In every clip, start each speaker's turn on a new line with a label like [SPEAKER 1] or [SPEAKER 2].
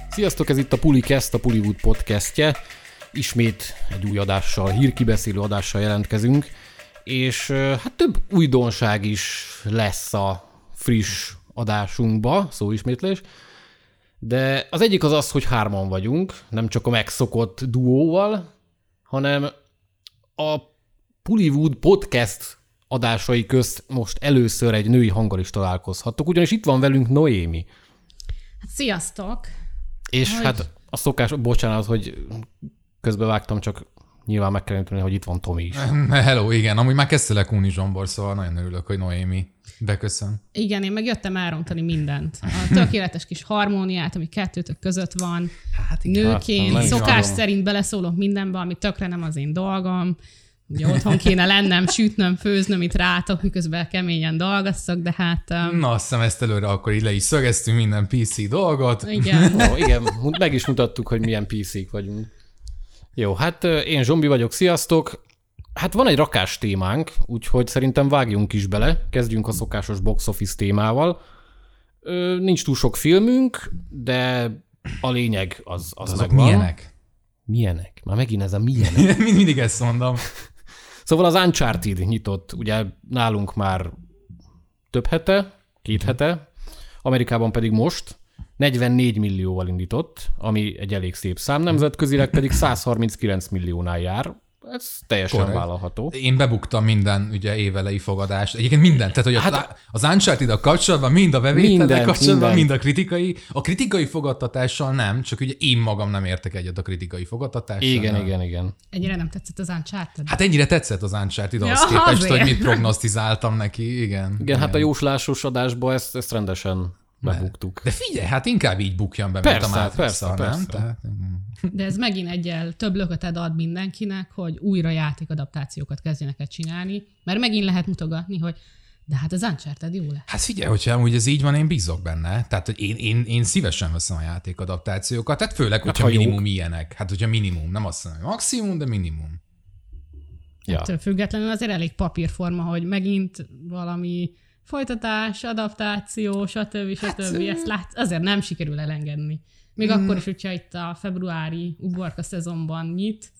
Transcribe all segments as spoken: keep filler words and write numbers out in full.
[SPEAKER 1] Sziasztok, ez itt a PuliCast, a Pullywood podcastje. Ismét egy új adással, hírkibeszélő adással jelentkezünk, és hát több újdonság is lesz a friss adásunkba, szóismétlés. De az egyik az az, hogy hárman vagyunk, nem csak a megszokott duóval, hanem a Pullywood podcast adásai közt most először egy női hanggal is találkozhattok, ugyanis itt van velünk Noémi.
[SPEAKER 2] Hát sziasztok!
[SPEAKER 1] És
[SPEAKER 2] hogy...
[SPEAKER 1] hát a szokás, bocsánat, hogy közbevágtam, csak nyilván meg kell említeni, hogy itt van Tomi is.
[SPEAKER 3] Hello, igen, amúgy már kezdtelek unni zsombor, szóval nagyon örülök, hogy Noémi beköszön.
[SPEAKER 2] Igen, én meg jöttem elrontani mindent. A tökéletes kis harmóniát, ami kettőtök között van.
[SPEAKER 3] Hát igen.
[SPEAKER 2] Nőként,
[SPEAKER 1] hát,
[SPEAKER 2] szokás
[SPEAKER 1] van.
[SPEAKER 2] szerint beleszólok mindenbe, ami tökre nem az én dolgom. Ugye otthon kéne lennem, sütnöm, főznöm itt rátok, miközben keményen dolgozzak, de hát... Um...
[SPEAKER 3] Na, azt hiszem ezt előre akkor így le is szögeztünk minden pé cé dolgot.
[SPEAKER 2] Igen.
[SPEAKER 1] Ó, igen, meg is mutattuk, hogy milyen pé cék vagyunk. Jó, hát én Zsombi vagyok, sziasztok! Hát van egy rakás témánk, úgyhogy szerintem vágjunk is bele, kezdjünk a szokásos box office témával. Ö, nincs túl sok filmünk, de a lényeg az, az
[SPEAKER 3] Azok
[SPEAKER 1] megvan.
[SPEAKER 3] milyenek?
[SPEAKER 1] Milyenek? Már megint ez a milyenek.
[SPEAKER 3] Mind, mindig ezt mondom.
[SPEAKER 1] Szóval az Uncharted nyitott, ugye nálunk már több hete, két hete, Amerikában pedig most negyvennégy millióval indított, ami egy elég szép szám, nemzetközileg pedig száz harminckilenc milliónál jár. Ez teljesen
[SPEAKER 3] Korrekt.
[SPEAKER 1] vállalható.
[SPEAKER 3] Én bebuktam minden ugye évelei fogadást. Egyébként minden, tehát hogy hát, a, az Uncharted-a kapcsolatban, mind a bevétellel kapcsolatban, mindent. mind a kritikai. A kritikai fogadtatással nem, csak ugye én magam nem értek egyet a kritikai fogadtatással.
[SPEAKER 1] Igen,
[SPEAKER 3] nem.
[SPEAKER 1] igen, igen.
[SPEAKER 2] Ennyire nem tetszett az Uncharted?
[SPEAKER 3] Hát ennyire tetszett az Uncharted
[SPEAKER 2] Ja,
[SPEAKER 3] ahhoz képest,
[SPEAKER 2] azért.
[SPEAKER 3] hogy mit prognosztizáltam neki, igen.
[SPEAKER 1] Igen,
[SPEAKER 3] igen.
[SPEAKER 1] hát a jóslásos adásban ezt, ezt rendesen bebuktuk.
[SPEAKER 3] De figyelj, hát inkább így bukjan be,
[SPEAKER 1] Persze,
[SPEAKER 3] mint a Matrix-szal,
[SPEAKER 1] persze,
[SPEAKER 3] nem?
[SPEAKER 1] persze.
[SPEAKER 3] Tehát,
[SPEAKER 2] De ez megint egyel több lökötet ad mindenkinek, hogy újra játékadaptációkat kezdjenek el csinálni, mert megint lehet mutogatni, hogy de hát az Uncharted jó lesz.
[SPEAKER 3] Hát figyelj, hogyha amúgy ez így van, én bízok benne. Tehát, hogy én, én, én szívesen veszem a játékadaptációkat, tehát főleg, hogyha
[SPEAKER 1] hát, ha
[SPEAKER 3] minimum
[SPEAKER 1] jók.
[SPEAKER 3] ilyenek. Hát, hogyha minimum, nem azt mondom, hogy maximum, de minimum.
[SPEAKER 1] Ja.
[SPEAKER 2] Ettől függetlenül azért elég papírforma, hogy megint valami folytatás, adaptáció, stb. stb. Hát, ezt lát, azért nem sikerül elengedni. Még mm. akkor is, hogyha itt a februári uborka szezonban nyit.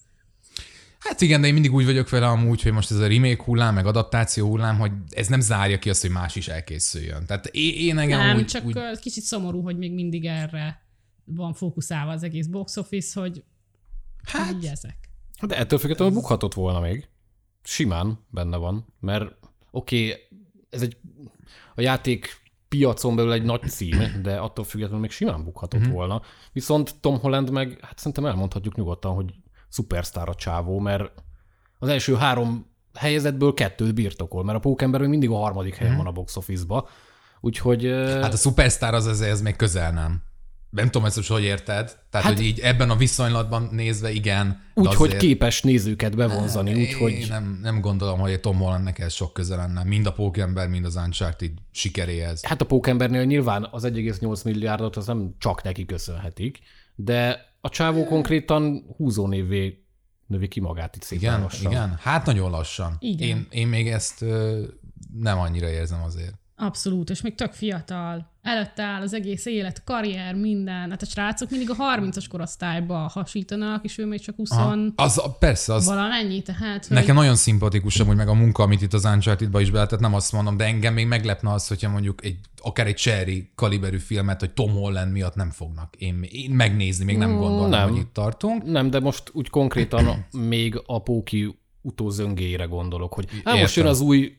[SPEAKER 3] Hát igen, de én mindig úgy vagyok vele amúgy, hogy most ez a remake hullám, meg adaptáció hullám, hogy ez nem zárja ki azt, hogy más is elkészüljön. Tehát én, én engem
[SPEAKER 2] Nem,
[SPEAKER 3] úgy,
[SPEAKER 2] csak
[SPEAKER 3] úgy...
[SPEAKER 2] kicsit szomorú, hogy még mindig erre van fókuszálva az egész box office, hogy
[SPEAKER 3] Hát,
[SPEAKER 2] így ezek.
[SPEAKER 1] De ettől függetlenül bukhatott volna még. Simán benne van, mert oké, okay, ez egy a játék piacon belül egy nagy cím, de attól függetlenül még simán bukhatott mm-hmm. volna. Viszont Tom Holland meg, hát szerintem elmondhatjuk nyugodtan, hogy szupersztár a csávó, mert az első három helyezetből kettőt birtokol, mert a Pókember még mindig a harmadik helyen mm-hmm. van a box office-ba. Úgyhogy...
[SPEAKER 3] Hát a szupersztár az ez, ez még közel nem. Nem tudom ezt most, hogy érted. Tehát,
[SPEAKER 1] hát,
[SPEAKER 3] hogy így ebben a viszonylatban nézve igen.
[SPEAKER 1] Úgyhogy
[SPEAKER 3] azért...
[SPEAKER 1] képes nézőket bevonzani, úgyhogy...
[SPEAKER 3] Én nem, nem gondolom, hogy a Tom Hollandnek ez sok köze lenne. Mind a Pókember, mind az Uncharted sikeréhez.
[SPEAKER 1] Hát a Pókembernél nyilván az egy egész nyolc milliárdot az nem csak neki köszönhetik, de a csávó konkrétan húzónévvé növi ki magát itt szépen
[SPEAKER 3] Igen,
[SPEAKER 1] lassan.
[SPEAKER 3] igen. Hát nagyon lassan.
[SPEAKER 2] Igen.
[SPEAKER 3] Én, én még ezt ö, nem annyira érzem azért.
[SPEAKER 2] Abszolút, és még tök fiatal. Előtte áll az egész élet, karrier, minden. Hát a srácok mindig a harmincas korosztályba hasítanak, és ő még csak húsz
[SPEAKER 3] Az, persze, az
[SPEAKER 2] valamennyi, tehát... Hogy...
[SPEAKER 3] nekem nagyon szimpatikus amúgy meg a munka, amit itt az Uncharted-ba is beletett, nem azt mondom, de engem még meglepne az, hogyha mondjuk egy, akár egy Cherry kaliberű filmet, hogy Tom Holland miatt nem fognak én, én megnézni, még nem gondolom,
[SPEAKER 1] nem.
[SPEAKER 3] hogy itt tartunk.
[SPEAKER 1] Nem, de most úgy konkrétan még a Póki utózöngéire gondolok, hogy hát most jön az új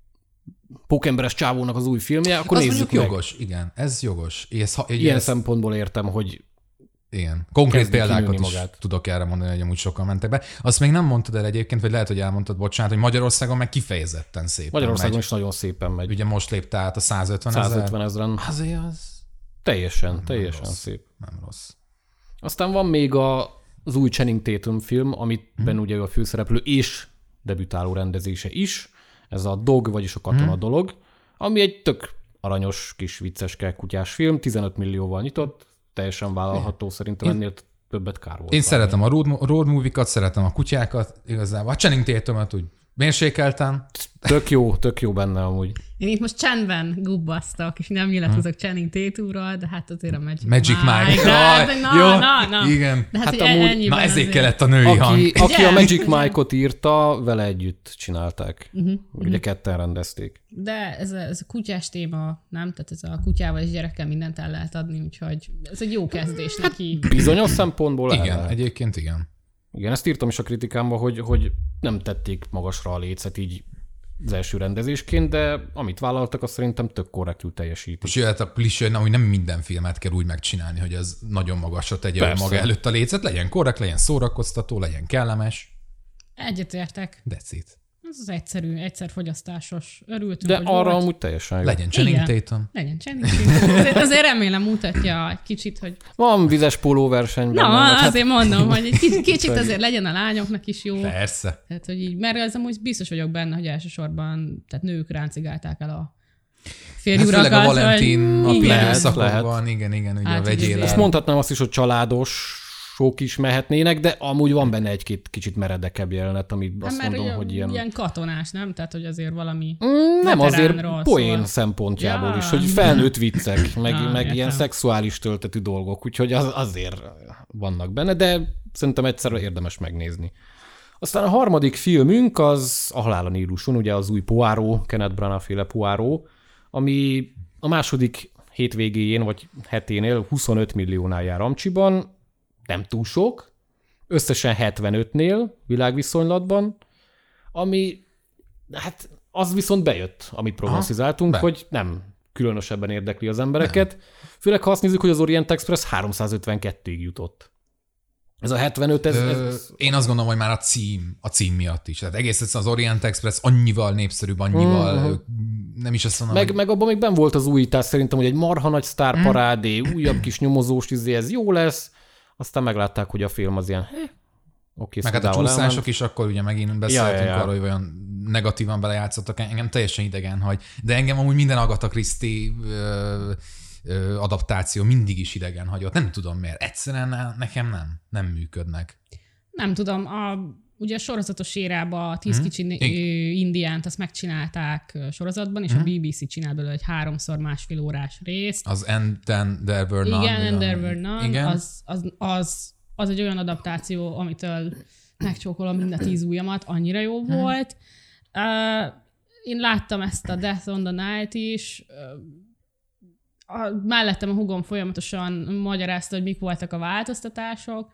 [SPEAKER 1] Pókemberes csávónak az új filmje, akkor
[SPEAKER 3] az
[SPEAKER 1] nézzük meg.
[SPEAKER 3] Jogos, igen, ez jogos. Ez,
[SPEAKER 1] Ilyen
[SPEAKER 3] ez,
[SPEAKER 1] szempontból értem, hogy
[SPEAKER 3] igen. Konkrét
[SPEAKER 1] kezdi
[SPEAKER 3] példákat is
[SPEAKER 1] magát.
[SPEAKER 3] tudok erre mondani, hogy amúgy sokan mentek be. Azt még nem mondtad el egyébként, vagy lehet, hogy elmondtad, bocsánat, hogy Magyarországon meg kifejezetten szépen
[SPEAKER 1] Magyarországon
[SPEAKER 3] megy.
[SPEAKER 1] is nagyon szépen megy.
[SPEAKER 3] Ugye most lépte át a százötven ezer.
[SPEAKER 1] százötven ezeren.
[SPEAKER 3] Azért az
[SPEAKER 1] Teljesen,
[SPEAKER 3] nem
[SPEAKER 1] teljesen
[SPEAKER 3] rossz.
[SPEAKER 1] szép.
[SPEAKER 3] Nem rossz.
[SPEAKER 1] Aztán van még a, az új Channing Tatum film, amiben hmm. ugye a főszereplő és debütáló rendezése is. Ez a Dog, vagyis a katona hmm. dolog, ami egy tök aranyos kis vicceske kutyás film, tizenöt millióval nyitott, teljesen vállalható, hmm. szerintem
[SPEAKER 3] Én...
[SPEAKER 1] ennél többet kár volt.
[SPEAKER 3] Én szeretem a road, road movie-kat, szeretem a kutyákat, igazából. A Channing Tatumot úgy Mérsékelten.
[SPEAKER 1] Tök jó, tök jó benne amúgy.
[SPEAKER 2] Én itt most csendben gubbasztok, és nem nyilatkozok hmm. Channing Tatumról, de hát azért a Magic,
[SPEAKER 3] Magic Mike.
[SPEAKER 2] Mike.
[SPEAKER 3] Jaj,
[SPEAKER 2] na,
[SPEAKER 3] jó,
[SPEAKER 2] na, na.
[SPEAKER 3] Igen.
[SPEAKER 2] De hát,
[SPEAKER 1] Hát
[SPEAKER 2] hát
[SPEAKER 1] amúgy,
[SPEAKER 3] na ezért
[SPEAKER 2] azért.
[SPEAKER 3] kellett a női
[SPEAKER 1] aki,
[SPEAKER 3] hang.
[SPEAKER 1] Aki a Magic Mike-ot írta, vele együtt csinálták. Uh-huh. Ugye uh-huh. ketten rendezték.
[SPEAKER 2] De ez a, ez a kutyás téma, nem? Tehát ez a kutyával és gyerekkel mindent el lehet adni, úgyhogy ez egy jó kezdés neki.
[SPEAKER 1] Bizonyos szempontból el
[SPEAKER 3] Igen,
[SPEAKER 1] lehet.
[SPEAKER 3] egyébként igen.
[SPEAKER 1] Igen, ezt írtam is a kritikámban, hogy, hogy nem tették magasra a lécet így az első rendezésként, de amit vállaltak, azt szerintem tök korrektül teljesítik.
[SPEAKER 3] És jöhet a klisé, hogy nem minden filmet kell úgy megcsinálni, hogy ez nagyon magasra tegye Persze. maga előtt a lécet, legyen korrekt, legyen szórakoztató, legyen kellemes.
[SPEAKER 2] Egyetértek.
[SPEAKER 3] That's it.
[SPEAKER 2] Ez az egyszerű, egyszer fogyasztásos. Örültünk,
[SPEAKER 1] de
[SPEAKER 2] hogy
[SPEAKER 1] arra
[SPEAKER 2] volt.
[SPEAKER 1] amúgy teljesen jó.
[SPEAKER 3] Legyen Channing Tatum.
[SPEAKER 2] Legyen Channing Tatum. Azért, azért remélem mutatja egy kicsit, hogy...
[SPEAKER 1] Van vizes pólóversenyben.
[SPEAKER 2] Na,
[SPEAKER 1] nem,
[SPEAKER 2] azért hát... mondom, hogy egy kicsit, kicsit azért legyen a lányoknak is jó.
[SPEAKER 3] Persze.
[SPEAKER 2] Tehát, hogy így, mert az amúgy biztos vagyok benne, hogy elsősorban tehát nők ráncigálták el a férjurakat.
[SPEAKER 3] Hát főleg a Valentin napi
[SPEAKER 1] lehet,
[SPEAKER 3] időszakokban, igen, igen, ugye
[SPEAKER 2] hát,
[SPEAKER 3] a vegyél.
[SPEAKER 1] Azt mondhatnám azt is, hogy családos sok is mehetnének, de amúgy van benne egy-két kicsit meredekebb jelenet, amit azt
[SPEAKER 2] hát,
[SPEAKER 1] mondom, hogy ilyen...
[SPEAKER 2] ilyen katonás, nem? Tehát, hogy azért valami
[SPEAKER 1] mm, nem, azért poén
[SPEAKER 2] szól.
[SPEAKER 1] szempontjából
[SPEAKER 2] ja.
[SPEAKER 1] is, hogy felnőtt viccek, meg,
[SPEAKER 2] ja,
[SPEAKER 1] meg
[SPEAKER 2] értem.
[SPEAKER 1] ilyen szexuális töltetű dolgok, úgyhogy az, azért vannak benne, de szerintem egyszer érdemes megnézni. Aztán a harmadik filmünk az A halál a Níluson, ugye az új Poirot, Kenneth Branagh féle Poirot, ami a második hétvégéjén, vagy heténél huszonöt milliónál jár Amcsiban, nem túl sok, összesen hetvenötnél világviszonylatban, ami, hát az viszont bejött, amit prognosztizáltunk, hogy nem különösebben érdekli az embereket, nem. Főleg ha azt nézzük, hogy az Orient Express háromszázötvenkettőig jutott. Ez a hetvenöt, ez,
[SPEAKER 3] Ö,
[SPEAKER 1] ez...
[SPEAKER 3] Én azt gondolom, hogy már a cím, a cím miatt is. Tehát egész egyszerűen az Orient Express annyival népszerűbb, annyival, uh-huh. nem is azt mondom,
[SPEAKER 1] meg,
[SPEAKER 3] hogy...
[SPEAKER 1] meg abban még benn volt az újítás szerintem, hogy egy marha nagy sztárparádé, mm. újabb kis nyomozós izé, ez jó lesz, aztán meglátták, hogy a film az ilyen... Okay,
[SPEAKER 3] meg hát a csúszások is, akkor ugye megint beszéltünk ja, ja, ja. arról, hogy olyan negatívan belejátszottak, engem teljesen idegen hagy. De engem amúgy minden Agatha Christie ö, ö, adaptáció mindig is idegen hagyott. Nem tudom miért. Egyszerűen nekem nem. Nem működnek.
[SPEAKER 2] Nem tudom. A, ugye a sorozatos érában a Tíz hmm. kicsi indiánt azt megcsinálták sorozatban, és hmm. a bé bé cé csinál belőle egy háromszor másfél órás részt.
[SPEAKER 3] Az And Then There Were None.
[SPEAKER 2] Igen, And There Were None.
[SPEAKER 3] Igen.
[SPEAKER 2] Az, az, az az egy olyan adaptáció, amitől megcsókolom mind a tíz ujjamat, annyira jó hmm. volt. Uh, én láttam ezt a Death on the Night is, uh, a, mellettem a hugom folyamatosan magyarázta, hogy mik voltak a változtatások.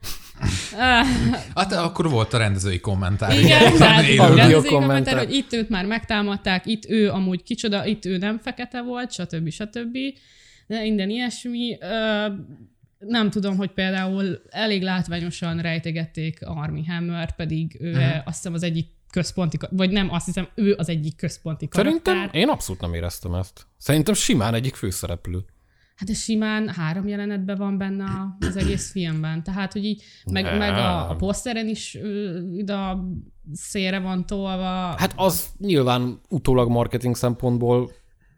[SPEAKER 2] Uh,
[SPEAKER 3] hát akkor volt a rendezői kommentár.
[SPEAKER 2] Igen, tehát a rendezői
[SPEAKER 1] kommentár,
[SPEAKER 2] kommentár, hogy itt őt már megtámadták, itt ő amúgy kicsoda, itt ő nem fekete volt, stb. stb. De minden ilyesmi. Uh, Nem tudom, hogy például elég látványosan rejtegették Armie Hammer, pedig ő uh-huh. azt hiszem az egyik központi, vagy nem, azt hiszem ő az egyik központi karakter.
[SPEAKER 1] Szerintem én abszolút nem éreztem ezt. Szerintem simán egyik főszereplő.
[SPEAKER 2] Hát ez simán három jelenetben van benne az egész filmben. Tehát, hogy így, meg, meg a, a poszteren is ide a szélre van tolva.
[SPEAKER 1] Hát az nyilván utólag marketing szempontból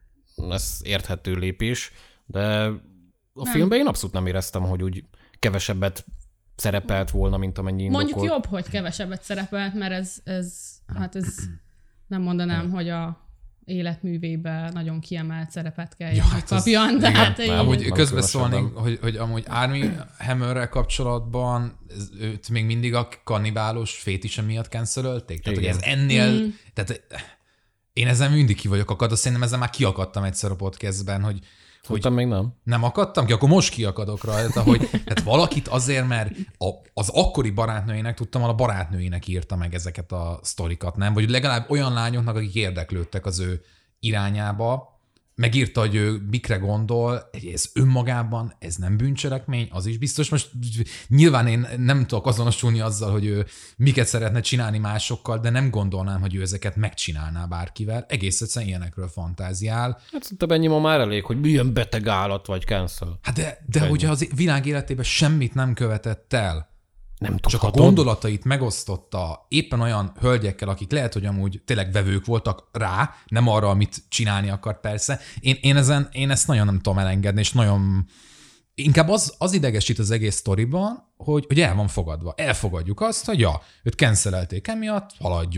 [SPEAKER 1] ez érthető lépés, de a nem. filmben én abszolút nem éreztem, hogy úgy kevesebbet szerepelt volna, mint amennyi indokolt.
[SPEAKER 2] Mondjuk jobb, hogy kevesebbet szerepelt, mert ez, ez hát ez nem mondanám, hogy a életművében nagyon kiemelt szerepet kell ja, hát kapjon. Az, de hát
[SPEAKER 3] én... Amúgy közbeszólnék, hogy, hogy amúgy Armie Hammerrel kapcsolatban őt még mindig a kannibálos fétise miatt cancelölték? Tehát, igen. hogy ez ennél... Mm. Tehát, én ezen mindig ki vagyok akadva, szerintem ezzel már kiakadtam egyszer a podcastben, hogy
[SPEAKER 1] Hogy még nem.
[SPEAKER 3] Nem akadtam ki? Akkor most kiakadok rajta, hogy tehát valakit azért, mert a, az akkori barátnőjének, tudtam, a barátnőjének írta meg ezeket a sztorikat, nem? Vagy legalább olyan lányoknak, akik érdeklődtek az ő irányába, megírta, hogy ő mikre gondol, ez önmagában, ez nem bűncselekmény, az is biztos. Most nyilván én nem tudok azonosulni azzal, hogy ő miket szeretne csinálni másokkal, de nem gondolnám, hogy ő ezeket megcsinálná bárkivel. Egész egyszerűen ilyenekről fantáziál.
[SPEAKER 1] Hát szerintem ennyi ma már elég, hogy milyen beteg állat vagy cancel.
[SPEAKER 3] Hát de, de hogyha az világ életében semmit nem követett el,
[SPEAKER 1] nem
[SPEAKER 3] csak
[SPEAKER 1] tudhatod.
[SPEAKER 3] a gondolatait megosztotta éppen olyan hölgyekkel, akik lehet, hogy amúgy tényleg vevők voltak rá, nem arra, amit csinálni akart persze. Én, én, ezen, én ezt nagyon nem tudom elengedni, és nagyon... Inkább az, az idegesít az egész sztoriban, hogy, hogy el van fogadva. Elfogadjuk azt, hogy ja, őt cancelelték emiatt, haladjunk.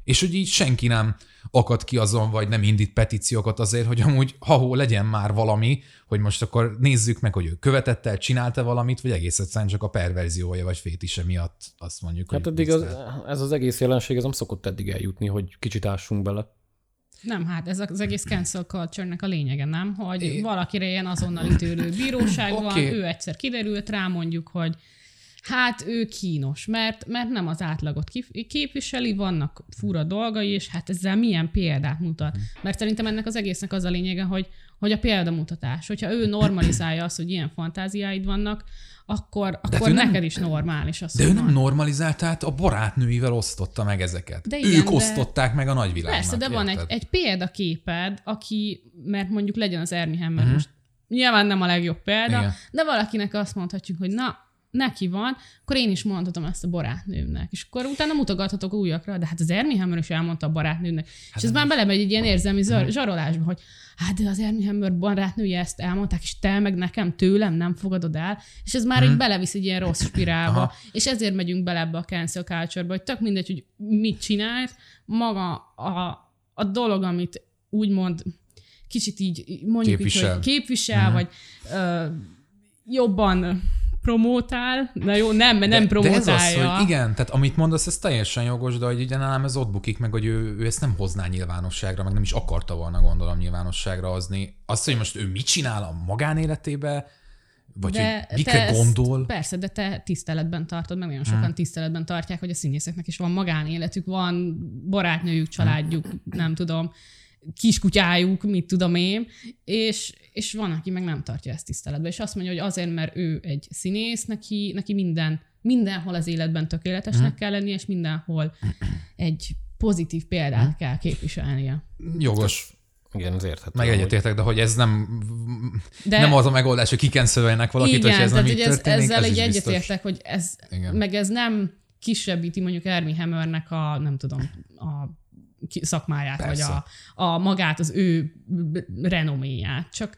[SPEAKER 3] És hogy így senki nem akad ki azon, vagy nem indít petíciókat azért, hogy amúgy ha-hó legyen már valami, hogy most akkor nézzük meg, hogy ő követett el, csinálta valamit, vagy egész egyszerűen csak a perverziója, vagy fétise miatt azt mondjuk.
[SPEAKER 1] Hát eddig az, ez az egész jelenség, ez nem szokott eddig eljutni, hogy kicsit ássunk bele.
[SPEAKER 2] Nem, hát ez az egész cancel culture-nek a lényege, nem? Hogy é. valakire ilyen azonnal ítélő bíróság okay. van, ő egyszer kiderült rá, mondjuk, hogy hát ő kínos, mert, mert nem az átlagot képviseli, vannak fura dolgai, és hát ezzel milyen példát mutat. Mert szerintem ennek az egésznek az a lényege, hogy, hogy a példamutatás. Hogyha ő normalizálja azt, hogy ilyen fantáziáid vannak, akkor, akkor neked nem, is normális az.
[SPEAKER 3] De ő nem normalizált, tehát a barátnőivel osztotta meg ezeket. De igen, ők de, osztották meg a nagyvilágnak.
[SPEAKER 2] Persze, de
[SPEAKER 3] érted?
[SPEAKER 2] van egy, egy példaképed, aki, mert mondjuk legyen az Armie Hammer, uh-huh. most nyilván nem a legjobb példa, igen. de valakinek azt mondhatjuk, hogy na, neki van, akkor én is mondhatom ezt a barátnőmnek. És akkor utána mutogathatok újakra, de hát az Armie Hammer is elmondta a barátnőmnek. Hát és ez már belemegy egy ilyen érzelmi zar- zsarolásba, hogy hát de az Armie Hammer barátnője ezt elmondták, és te meg nekem tőlem nem fogadod el, és ez már hmm. így belevisz egy ilyen rossz spirálba. Aha. És ezért megyünk bele ebbe a cancel culture-ba, hogy tök mindegy, hogy mit csinált, maga a, a dolog, amit úgymond kicsit így mondjuk képvisel, így, hogy képvisel hmm. vagy ö, jobban promótál, na jó, nem, mert nem de, promótálja.
[SPEAKER 3] De ez az, hogy igen, tehát amit mondasz, ez teljesen jogos, de hogy ugye nálam ez ott bukik meg, hogy ő, ő ezt nem hozná nyilvánosságra, meg nem is akarta volna, gondolom, nyilvánosságra hozni. Azt, hogy most ő mit csinál a magánéletébe, vagy de hogy mikre gondol.
[SPEAKER 2] Ezt, persze, de te tiszteletben tartod, meg nagyon sokan hmm. tiszteletben tartják, hogy a színészeknek is van magánéletük, van barátnőjük, családjuk, hmm. nem tudom, kiskutyájuk, mit tudom én, és, és van, aki meg nem tartja ezt tiszteletbe, és azt mondja, hogy azért, mert ő egy színész, neki, neki minden, mindenhol az életben tökéletesnek mm. kell lennie, és mindenhol egy pozitív példát mm. kell képviselnie.
[SPEAKER 3] Jogos.
[SPEAKER 1] Igen, ez érthető.
[SPEAKER 3] Meg egyetértek, de hogy ez nem, de nem az a megoldás, hogy kikenszöljenek valakit,
[SPEAKER 2] igen,
[SPEAKER 3] hogy ez nem így
[SPEAKER 2] ez,
[SPEAKER 3] történik.
[SPEAKER 2] Ezzel
[SPEAKER 3] ez
[SPEAKER 2] egy egyetértek, hogy ez, meg ez nem kisebbíti mondjuk Armie Hammernek a, nem tudom, a szakmáját, persze. vagy a, a magát, az ő renoméját. Csak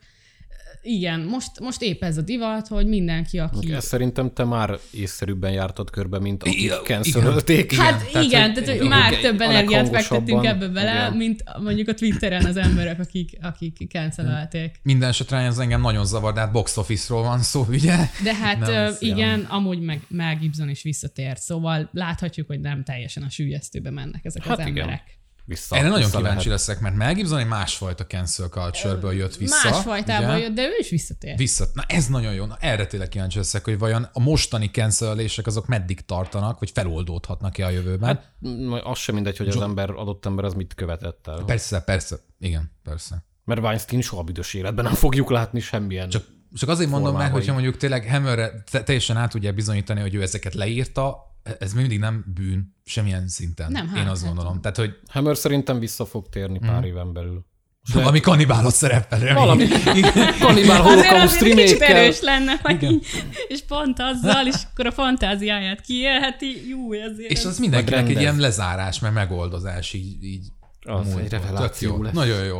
[SPEAKER 2] igen, most, most épp ez a divat, hogy mindenki, aki...
[SPEAKER 1] Ezt szerintem te már észszerűbben jártad körbe, mint akik cancelölték.
[SPEAKER 2] Hát igen, igen tehát, hogy, hogy már több energiát fektettünk ebbe bele, igen. mint mondjuk a Twitteren az emberek, akik, akik cancelölték.
[SPEAKER 3] Minden esetre ez engem nagyon zavar, de hát box office-ról van szó, ugye?
[SPEAKER 2] De hát nem, igen, amúgy meg Mel Gibson is visszatért, szóval láthatjuk, hogy nem teljesen a süllyesztőbe mennek ezek hát az igen. emberek.
[SPEAKER 3] Vissza, Erre nagyon kíváncsi lehet. leszek, mert Mel Gibson egy másfajta cancel culture-ből jött vissza.
[SPEAKER 2] Másfajtából jött, de ő is visszatért.
[SPEAKER 3] Vissza. Na ez nagyon jó. Na erre tényleg kíváncsi leszek, hogy vajon a mostani cancelések azok meddig tartanak, vagy feloldódhatnak-e a jövőben. Hát
[SPEAKER 1] az sem mindegy, hogy az ember, adott ember az mit követett el.
[SPEAKER 3] Persze, persze. Igen, persze.
[SPEAKER 1] Mert Weinstein soha büdös életben nem fogjuk látni semmilyen.
[SPEAKER 3] Csak, csak azért mondom meg, hogyha mondjuk tényleg Hammerre teljesen át tudja bizonyítani, hogy ő ezeket leírta, ez még mindig nem bűn semmilyen szinten. Nem, hát, én azt gondolom. Hát. Tehát, hogy...
[SPEAKER 1] Hammer szerintem vissza fog térni pár hmm. éven belül.
[SPEAKER 3] De... Valami kannibálot szerepel.
[SPEAKER 1] Valami kannibál holokauszt remake-kel.
[SPEAKER 2] Kicsit erős lenne, hogy így, és pont azzal, és akkor a fantáziáját kiélheti. Jú, ezért.
[SPEAKER 3] És az mindenkinek egy ilyen lezárás, mert megoldozás így. így
[SPEAKER 1] az egy reveláció lesz.
[SPEAKER 3] Nagyon jó.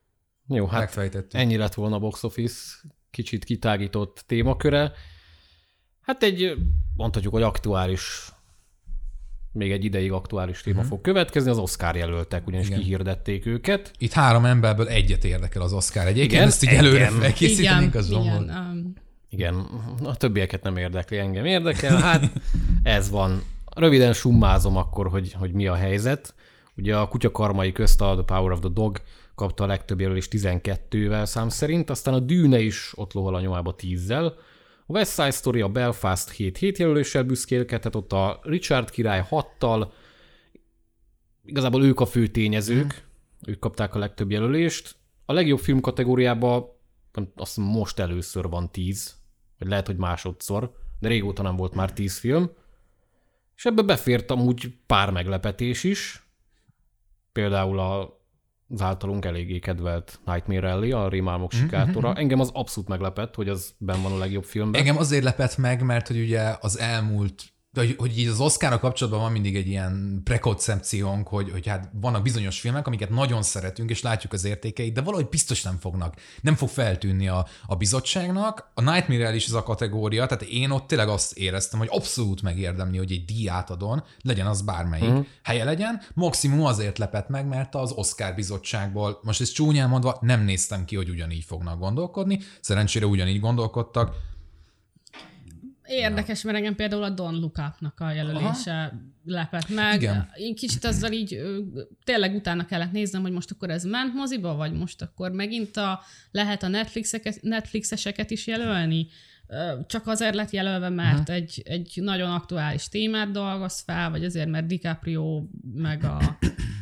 [SPEAKER 1] Jó, hát ennyi lett volna a box office. Kicsit kitágított témaköre. Hát egy, mondhatjuk, hogy aktuális, még egy ideig aktuális téma uh-huh. fog következni, az Oscar jelöltek, ugyanis igen. kihirdették őket.
[SPEAKER 3] Itt három emberből egyet érdekel az Oscar. Egyébként igen, ezt így előre felkészítenénk, az
[SPEAKER 2] igen, um...
[SPEAKER 1] igen, a többieket nem érdekli, engem érdekel. Hát ez van. Röviden summázom akkor, hogy, hogy mi a helyzet. Ugye a Kutyakarmai közt a The Power of the Dog kapta a legtöbb jelölést tizenkettővel szám szerint, aztán a Dűne is ott lohol a nyomába tízzel. A West Side Story, a Belfast hét hét jelöléssel büszkélkedett, ott a Richard király hattal. Igazából ők a fő tényezők, mm. ők kapták a legtöbb jelölést. A legjobb film kategóriában azt most először van tíz, vagy lehet, hogy másodszor, de régóta nem volt már tíz film. És ebbe befért amúgy pár meglepetés is. Például a az általunk eléggé kedvelt Nightmare Alley, a Rémálmok sikátora. Mm-hmm. Engem az abszolút meglepett, hogy az benn van a legjobb filmben.
[SPEAKER 3] Engem azért lepett meg, mert hogy ugye az elmúlt De hogy, hogy így az Oscarra kapcsolatban van mindig egy ilyen prekoncepciónk, hogy, hogy hát vannak bizonyos filmek, amiket nagyon szeretünk, és látjuk az értékeit, de valahogy biztos nem fognak, nem fog feltűnni a, a bizottságnak. A Nightmare-rel is ez a kategória, tehát én ott tényleg azt éreztem, hogy abszolút megérdemli, hogy egy díját adon, legyen az bármelyik uh-huh. helye legyen. Maximum azért lepett meg, mert az Oscar bizottságból, most ezt csúnyán mondva, nem néztem ki, hogy ugyanígy fognak gondolkodni. Szerencsére ugyanígy gondolkodtak.
[SPEAKER 2] Érdekes, mert engem például a Don't Look Up-nak a jelölése Aha. lepett meg.
[SPEAKER 3] Igen.
[SPEAKER 2] Én kicsit azzal így tényleg utána kellett néznem, hogy most akkor ez ment moziba, vagy most akkor megint a, lehet a Netflixeket, Netflixeseket is jelölni. Csak azért lett jelölve, mert uh-huh. egy, egy nagyon aktuális témát dolgoz fel, vagy azért, mert DiCaprio meg a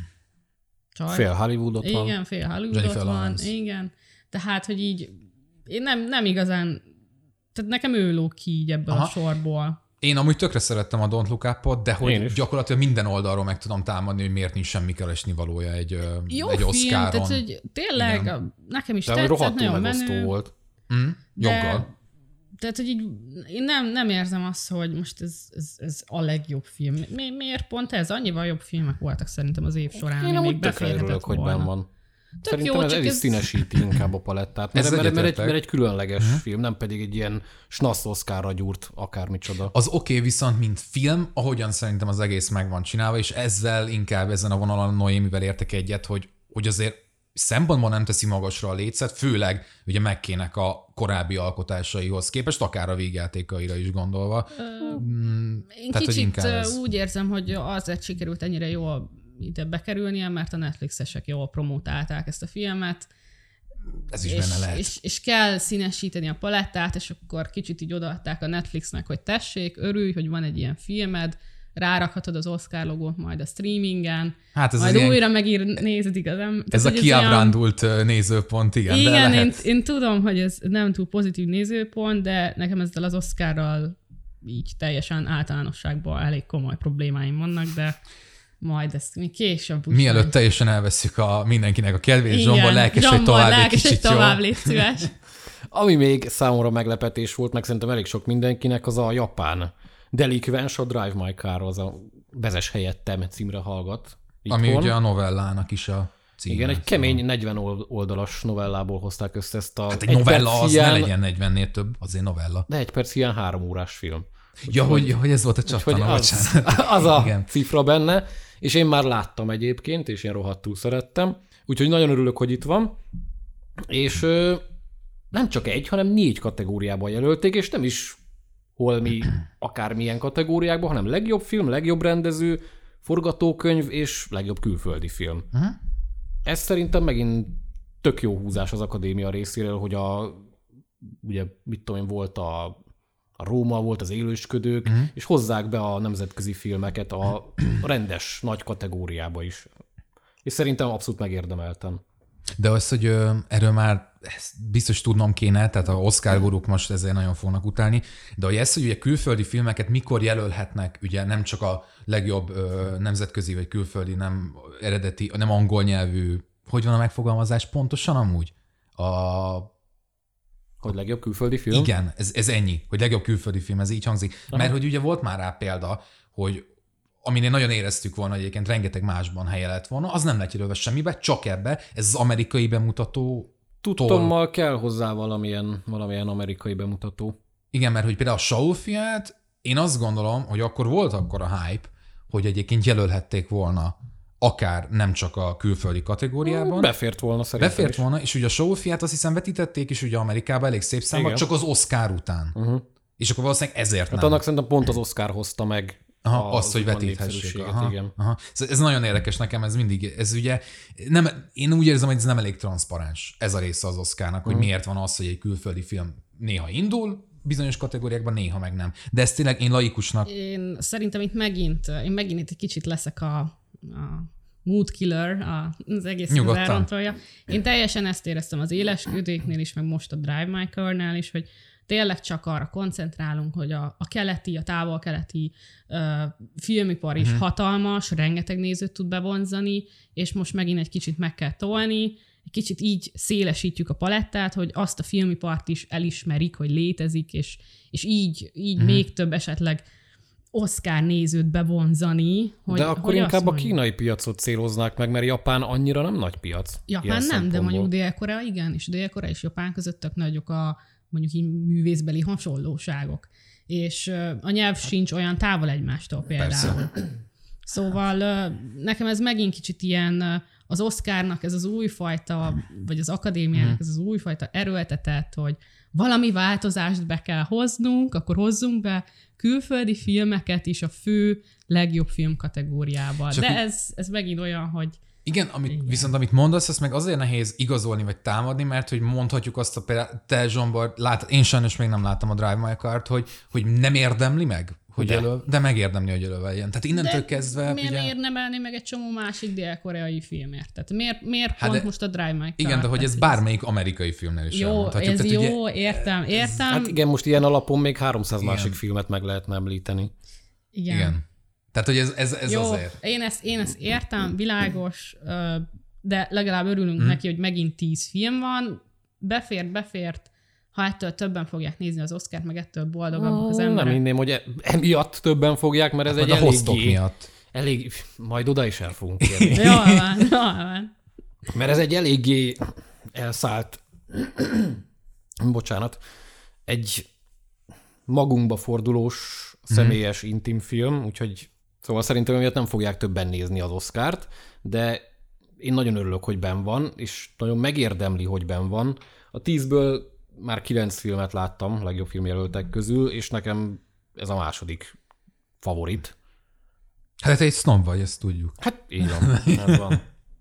[SPEAKER 1] csaj. Fél Hollywoodot
[SPEAKER 2] igen,
[SPEAKER 1] van.
[SPEAKER 2] Igen, fél Hollywoodot van. Lawrence. Igen. Tehát, hogy így én nem, nem igazán tehát nekem ő lóg ki így ebből Aha. a sorból.
[SPEAKER 3] Én amúgy tökre szerettem a Don't Look Up-ot, de hogy gyakorlatilag minden oldalról meg tudom támadni, hogy miért nincs semmi keresni valója egy,
[SPEAKER 2] Jó
[SPEAKER 3] egy
[SPEAKER 2] film,
[SPEAKER 3] Oscaron.
[SPEAKER 2] Tehát, hogy tényleg Igen. nekem is
[SPEAKER 1] de
[SPEAKER 2] tetszett, nagyon menő.
[SPEAKER 1] volt.
[SPEAKER 3] Mm,
[SPEAKER 2] de,
[SPEAKER 3] joggal.
[SPEAKER 2] Tehát, hogy így én nem, nem érzem azt, hogy most ez, ez, ez a legjobb film. Mi, miért pont ez? Annyival jobb filmek voltak szerintem az év során,
[SPEAKER 1] én
[SPEAKER 2] ami még beférhetett
[SPEAKER 1] hogy benn van.
[SPEAKER 2] Tök
[SPEAKER 1] Szerintem
[SPEAKER 2] jó,
[SPEAKER 1] ez, ez is színesíti inkább a palettát, mert, mert, mert, egy, mert egy különleges uh-huh. film, nem pedig egy ilyen snasz Oscarra gyúrt akármicsoda.
[SPEAKER 3] Az oké, okay, viszont mint film, ahogyan szerintem az egész meg van csinálva, és ezzel inkább ezen a vonalon Noémivel értek egyet, hogy, hogy azért szempontból nem teszi magasra a lécet, főleg ugye McKay-nek a korábbi alkotásaihoz képest, akár a végjátékaira is gondolva.
[SPEAKER 2] Ö, mm, én Tehát, kicsit ez... úgy érzem, hogy azért sikerült ennyire jól ide bekerülnie, mert a Netflixesek jól promotálták ezt a filmet.
[SPEAKER 3] Ez is
[SPEAKER 2] és,
[SPEAKER 3] benne lehet.
[SPEAKER 2] És, és kell színesíteni a palettát, és akkor kicsit így odaadták a Netflixnek, hogy tessék, örülj, hogy van egy ilyen filmed, rárakhatod az Oscar logót majd a streamingen, hát ez majd újra ilyen... megír, nézed igazán.
[SPEAKER 3] Ez Tehát, a kiábrándult olyan... nézőpont, igen.
[SPEAKER 2] Igen,
[SPEAKER 3] de
[SPEAKER 2] én, én tudom, hogy ez nem túl pozitív nézőpont, de nekem ezzel az Oscarral így teljesen általánosságban elég komoly problémáim vannak, de majd ezt mi később úgy
[SPEAKER 3] Mielőtt teljesen elveszük a mindenkinek a kedvét, Zsombor lelkes, hogy tovább egy kicsit
[SPEAKER 2] tovább légy szíves.
[SPEAKER 1] Ami még számomra meglepetés volt, meg szerintem elég sok mindenkinek, az a japán Delikvens, a Drive My Car, az a Vezess helyettem címre hallgat. Itthon.
[SPEAKER 3] Ami ugye a novellának is a címe.
[SPEAKER 1] Igen, egy kemény negyven oldalas novellából hozták össze ezt a...
[SPEAKER 3] Hát egy, egy novella az ilyen... ne legyen negyvennél több, azért novella.
[SPEAKER 1] De egy perc ilyen három órás film.
[SPEAKER 3] Ja, hogy, hogy ez volt a csattana,
[SPEAKER 1] az, az a Igen. cifra benne, és én már láttam egyébként, és én rohadtul szerettem, úgyhogy nagyon örülök, hogy itt van, és ö, nem csak egy, hanem négy kategóriában jelölték, és nem is holmi akármilyen kategóriákban, hanem legjobb film, legjobb rendező, forgatókönyv és legjobb külföldi film. Uh-huh. Ez szerintem megint tök jó húzás az akadémia részéről, hogy a, ugye, mit tudom én, volt a, a Róma, volt az Élősködők, uh-huh. és hozzák be a nemzetközi filmeket a rendes nagy kategóriába is. És szerintem abszolút megérdemeltem.
[SPEAKER 3] De az, hogy ö, erről már biztos tudnom kéne, tehát a Oscar guruk most ezért nagyon fognak utálni, de hogy ez, hogy ugye külföldi filmeket mikor jelölhetnek, ugye nem csak a legjobb ö, nemzetközi vagy külföldi, nem eredeti, nem angol nyelvű, hogy van a megfogalmazás pontosan amúgy? A...
[SPEAKER 1] Hogy legjobb külföldi film?
[SPEAKER 3] Igen, ez, ez ennyi, hogy legjobb külföldi film, ez így hangzik. Aha. Mert hogy ugye volt már rá példa, hogy aminél nagyon éreztük volna, hogy egyébként rengeteg másban helye lett volna, az nem lett jelölve semmibe, csak ebbe, ez az amerikai bemutató.
[SPEAKER 1] Tudtommal kell hozzá valamilyen, valamilyen amerikai bemutató.
[SPEAKER 3] Igen, mert hogy például a Saul-fiát, én azt gondolom, hogy akkor volt akkor a hype, hogy egyébként jelölhették volna akár nem csak a külföldi kategóriában.
[SPEAKER 1] Befért volna szerintem
[SPEAKER 3] Befért
[SPEAKER 1] is.
[SPEAKER 3] volna, és ugye a Saul-fiát azt hiszem vetítették is ugye Amerikában elég szép számban, csak az Oscar után. Uh-huh. És akkor valószínűleg ezért
[SPEAKER 1] hát
[SPEAKER 3] nem.
[SPEAKER 1] annak szerintem pont az Oscar hozta meg.
[SPEAKER 3] Aha, azt, hogy vetíthessék. Aha, igen. Aha. Ez nagyon érdekes nekem, ez mindig, ez ugye, nem, én úgy érzem, hogy ez nem elég transzparens, ez a része az Oscarnak, uh-huh. hogy miért van az, hogy egy külföldi film néha indul, bizonyos kategóriákban, néha meg nem. De ezt tényleg én laikusnak...
[SPEAKER 2] Én szerintem itt megint, én megint itt egy kicsit leszek a, a mood killer, az egész elrontolja. Én teljesen ezt éreztem az Élesködéknél is, meg most a Drive My Car-nál is, hogy tényleg csak arra koncentrálunk, hogy a, a keleti, a távol-keleti uh, filmipar is uh-huh. hatalmas, rengeteg nézőt tud bevonzani, és most megint egy kicsit meg kell tolni, egy kicsit így szélesítjük a palettát, hogy azt a filmipart is elismerik, hogy létezik, és, és így, így uh-huh. még több esetleg Oscar nézőt bevonzani. Hogy,
[SPEAKER 1] de akkor
[SPEAKER 2] hogy
[SPEAKER 1] inkább a
[SPEAKER 2] mondjuk,
[SPEAKER 1] kínai piacot céloznák meg, mert Japán annyira nem nagy piac.
[SPEAKER 2] Japán nem, de mondjuk Dél-Korea igen, és Dél-Korea és Japán között tök nagyok a mondjuk így művészbeli hasonlóságok. És a nyelv sincs olyan távol egymástól például. Persze. Szóval nekem ez megint kicsit ilyen az Oscarnak ez az újfajta, vagy az akadémiának ez az újfajta erőltetett, hogy valami változást be kell hoznunk, akkor hozzunk be külföldi filmeket is a fő legjobb film kategóriába. Csak de ez, ez megint olyan, hogy
[SPEAKER 3] igen, amit, igen, viszont amit mondasz, azt meg azért nehéz igazolni vagy támadni, mert hogy mondhatjuk azt a például, te Zsombor, lát, én sajnos még nem láttam a Drive My Car-t, hogy, hogy nem érdemli meg, hogy de, elő, de megérdemli, hogy előveljen. Tehát innentől de kezdve...
[SPEAKER 2] miért
[SPEAKER 3] ugye...
[SPEAKER 2] érdemelni meg egy csomó másik dél-koreai filmért? Tehát miért, miért
[SPEAKER 3] hát
[SPEAKER 2] pont
[SPEAKER 3] de,
[SPEAKER 2] most a Drive My Car?
[SPEAKER 3] Igen, de hogy ez bármelyik amerikai filmnél is
[SPEAKER 2] jó,
[SPEAKER 3] elmondhatjuk.
[SPEAKER 2] Ez
[SPEAKER 3] Tehát
[SPEAKER 2] jó,
[SPEAKER 3] ugye,
[SPEAKER 2] értem, értem.
[SPEAKER 1] Hát igen, most ilyen alapon még háromszáz igen. másik filmet meg lehetne említeni.
[SPEAKER 2] Igen.
[SPEAKER 3] igen. Tehát, hogy ez, ez, ez
[SPEAKER 2] jó,
[SPEAKER 3] azért.
[SPEAKER 2] Én ezt, én ezt értem, világos, de legalább örülünk hmm. neki, hogy megint tíz film van, befért, befért, ha ettől többen fogják nézni az Oscart, meg ettől boldogabbak az emberek.
[SPEAKER 1] Nem hinném, hogy emiatt többen fogják, mert ez hát egy
[SPEAKER 3] a
[SPEAKER 1] eléggé...
[SPEAKER 3] miatt.
[SPEAKER 1] Elég, majd oda is el fogunk kérni.
[SPEAKER 2] Jól van, jól van.
[SPEAKER 1] Mert ez egy eléggé elszállt, bocsánat, egy magunkba fordulós, személyes, hmm. intim film, úgyhogy szóval szerintem emiatt nem fogják többen nézni az Oscart, de én nagyon örülök, hogy benn van, és nagyon megérdemli, hogy benn van. A tízből már kilenc filmet láttam legjobb filmjelöltek közül, és nekem ez a második favorit.
[SPEAKER 3] Hát egy snob vagy, ezt tudjuk.
[SPEAKER 1] Hát így van, ez van.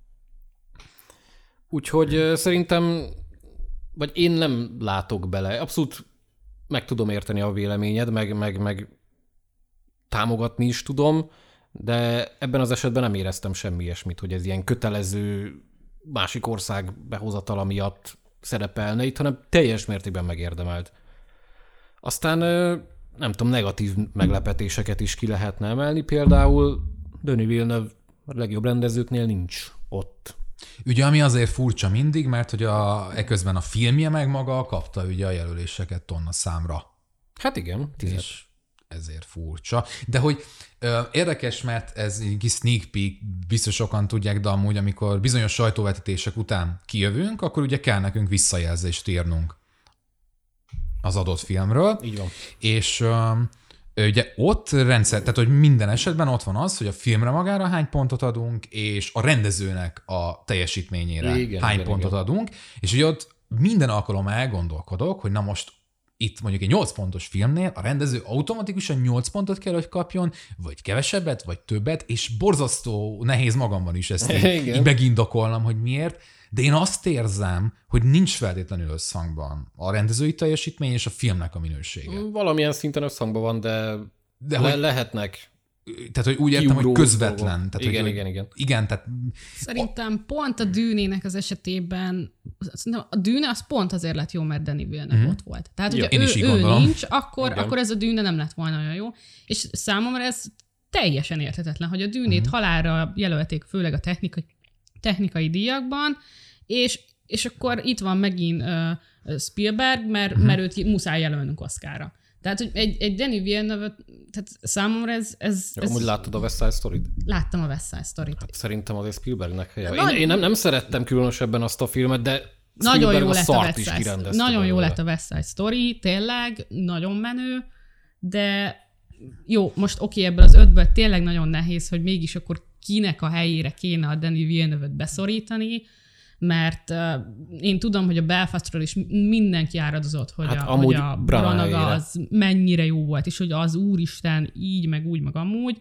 [SPEAKER 1] Úgyhogy szerintem, vagy én nem látok bele. Abszolút meg tudom érteni a véleményed, meg, meg, meg támogatni is tudom, de ebben az esetben nem éreztem semmi ilyesmit, hogy ez ilyen kötelező másik ország behozatala miatt szerepelne itt, hanem teljes mértékben megérdemelt. Aztán nem tudom, negatív meglepetéseket is ki lehetne emelni, például Denis Villeneuve a legjobb rendezőknél nincs ott.
[SPEAKER 3] Ugye, ami azért furcsa mindig, mert hogy a, eközben a filmje meg maga kapta ugye a jelöléseket tonna számra.
[SPEAKER 1] Hát igen, tízet.
[SPEAKER 3] És ezért furcsa. De hogy ö, érdekes, mert ez egy kis sneak peek, biztos sokan tudják, de amúgy, amikor bizonyos sajtóvetítések után kijövünk, akkor ugye kell nekünk visszajelzést írnunk az adott filmről.
[SPEAKER 1] Így van.
[SPEAKER 3] És ö, ugye ott rendszer, tehát hogy minden esetben ott van az, hogy a filmre magára hány pontot adunk, és a rendezőnek a teljesítményére igen, hány igen, pontot igen. adunk, és ugye ott minden alkalommal elgondolkodok, hogy na most itt mondjuk egy nyolc pontos filmnél a rendező automatikusan nyolc pontot kell, hogy kapjon, vagy kevesebbet, vagy többet, és borzasztó nehéz magamban is ezt így, így megindokolnom, hogy miért, de én azt érzem, hogy nincs feltétlenül összhangban a rendezői teljesítmény és a filmnek a minősége.
[SPEAKER 1] Valamilyen szinten összhangban van, de, de le- hogy... lehetnek.
[SPEAKER 3] Tehát, hogy úgy értem, hogy közvetlen. Tehát,
[SPEAKER 1] igen,
[SPEAKER 3] hogy,
[SPEAKER 1] igen, igen.
[SPEAKER 3] Igen, tehát...
[SPEAKER 2] Szerintem pont a Dűnének az esetében, a Dűne az pont azért lett jó, mert Denis Villeneuve mm-hmm. ott volt. Tehát, hogyha ő, ő nincs, akkor, akkor ez a Dűne nem lett volna olyan jó. És számomra ez teljesen érthetetlen, hogy a Dűnét mm-hmm. halálra jelölték, főleg a technikai, technikai díjakban, és, és akkor itt van megint uh, Spielberg, mert, mm-hmm. mert őt muszáj jelölnünk Oscarra. Tehát, hogy egy, egy Denis Villeneuve, tehát számomra ez... ez,
[SPEAKER 1] ja,
[SPEAKER 2] ez
[SPEAKER 1] amúgy láttad a West Side Story-t?
[SPEAKER 2] Láttam a West Side Story-t.
[SPEAKER 1] Hát szerintem azért Spielbergnek helye. Én,
[SPEAKER 2] Nagy...
[SPEAKER 1] én nem, nem szerettem különösebben azt a filmet, de
[SPEAKER 2] nagyon jó
[SPEAKER 1] a
[SPEAKER 2] lett a West
[SPEAKER 1] is
[SPEAKER 2] Side Nagyon jó lett a West Side Story, tényleg, nagyon menő, de jó, most oké, ebből az ötből tényleg nagyon nehéz, hogy mégis akkor kinek a helyére kéne a Denis Villeneuve-t beszorítani, mert uh, én tudom, hogy a Belfastról is mindenki áradozott, hogy
[SPEAKER 1] hát
[SPEAKER 2] a, hogy a Branaga az mennyire jó volt, és hogy az úristen így, meg úgy, meg amúgy.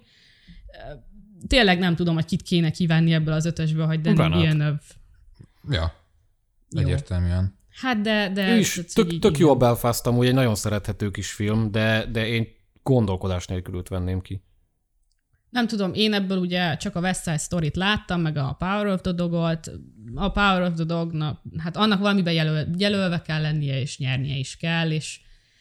[SPEAKER 2] Tényleg nem tudom, hogy kit kéne kívánni ebből az ötösből, hogy Denis Villeneuve.
[SPEAKER 3] Ja, egyértelműen.
[SPEAKER 2] Hát de... de
[SPEAKER 1] ő is tök, tök jó a Belfast, amúgy egy nagyon szerethető kis film, de, de én gondolkodás nélkül őt venném ki.
[SPEAKER 2] Nem tudom, én ebből ugye csak a West Side Story-t láttam, meg a Power of the Dog-ot. A Power of the Dognak, hát annak valamiben jelöl, jelölve kell lennie, és nyernie is kell, és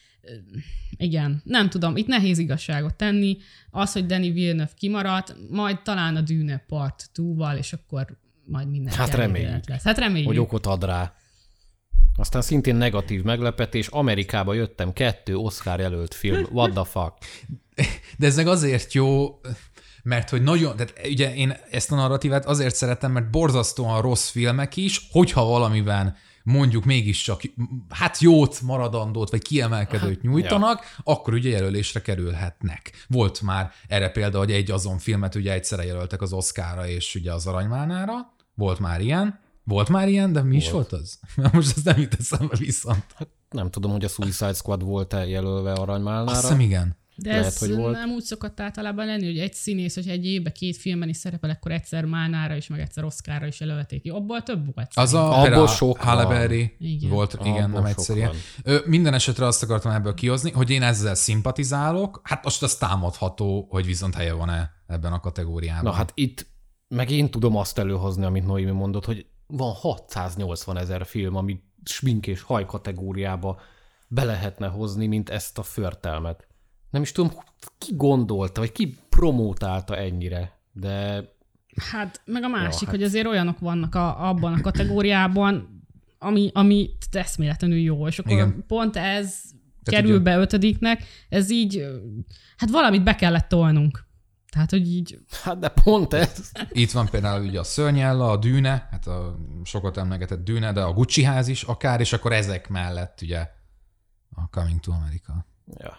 [SPEAKER 2] igen, nem tudom, itt nehéz igazságot tenni. Az, hogy Denis Villeneuve kimaradt, majd talán a Dune Part kettővel, és akkor majd minden
[SPEAKER 1] hát reméljük,
[SPEAKER 2] lesz. Hát reméljük.
[SPEAKER 1] hogy okot ad rá, Aztán szintén negatív meglepetés, Amerikába jöttem, kettő Oscar jelölt film. What the fuck?
[SPEAKER 3] De ez meg azért jó, mert hogy nagyon, tehát ugye én ezt a narratívát azért szeretem, mert borzasztóan rossz filmek is, hogyha valamiben mondjuk mégiscsak hát jót, maradandót, vagy kiemelkedőt nyújtanak, ja. akkor ugye jelölésre kerülhetnek. Volt már erre példa, hogy egy azon filmet ugye egyszerre jelöltek az Oscarra és ugye az Aranymálnára. Volt már ilyen. Volt már ilyen, de mi volt. is volt az? Most ezt nem jut eszembe viszont.
[SPEAKER 1] Hát nem tudom, hogy a Suicide Squad volt-e jelölve Aranymálnára.
[SPEAKER 3] Azt hiszem, igen.
[SPEAKER 2] De lehet, ez hogy volt. Nem úgy szokott általában lenni, hogy egy színész, hogy egy évben két filmben is szerepel, akkor egyszer Málnára is, meg egyszer Oscarra is jelölték ki. Abból több volt.
[SPEAKER 3] Az a Abból sok Halle Berry volt, igen, igen nem egyszerűen. Minden esetre azt akartam ebből kihozni, hogy én ezzel szimpatizálok, hát most az támadható, hogy viszont helye van-e ebben a kategóriában.
[SPEAKER 1] Na hát itt meg én tudom azt előhozni, amit Noémi mondott, hogy van hatszáznyolcvan ezer film, amit smink és haj kategóriába be lehetne hozni, mint ezt a förtelmet. Nem is tudom, ki gondolta, vagy ki promótálta ennyire, de...
[SPEAKER 2] Hát, meg a másik, ja, hát... hogy azért olyanok vannak a, abban a kategóriában, ami, ami eszméletlenül jó, és akkor igen. pont ez Te kerül tudja. be ötödiknek, ez így, hát valamit be kellett tolnunk. Tehát, hogy így...
[SPEAKER 1] Hát de pont ez.
[SPEAKER 3] Itt van például ugye a Szörnyella, a Dűne, hát a sokat emlegetett Dűne, de a Gucci ház is akár, és akkor ezek mellett ugye a Coming to America.
[SPEAKER 1] Ja.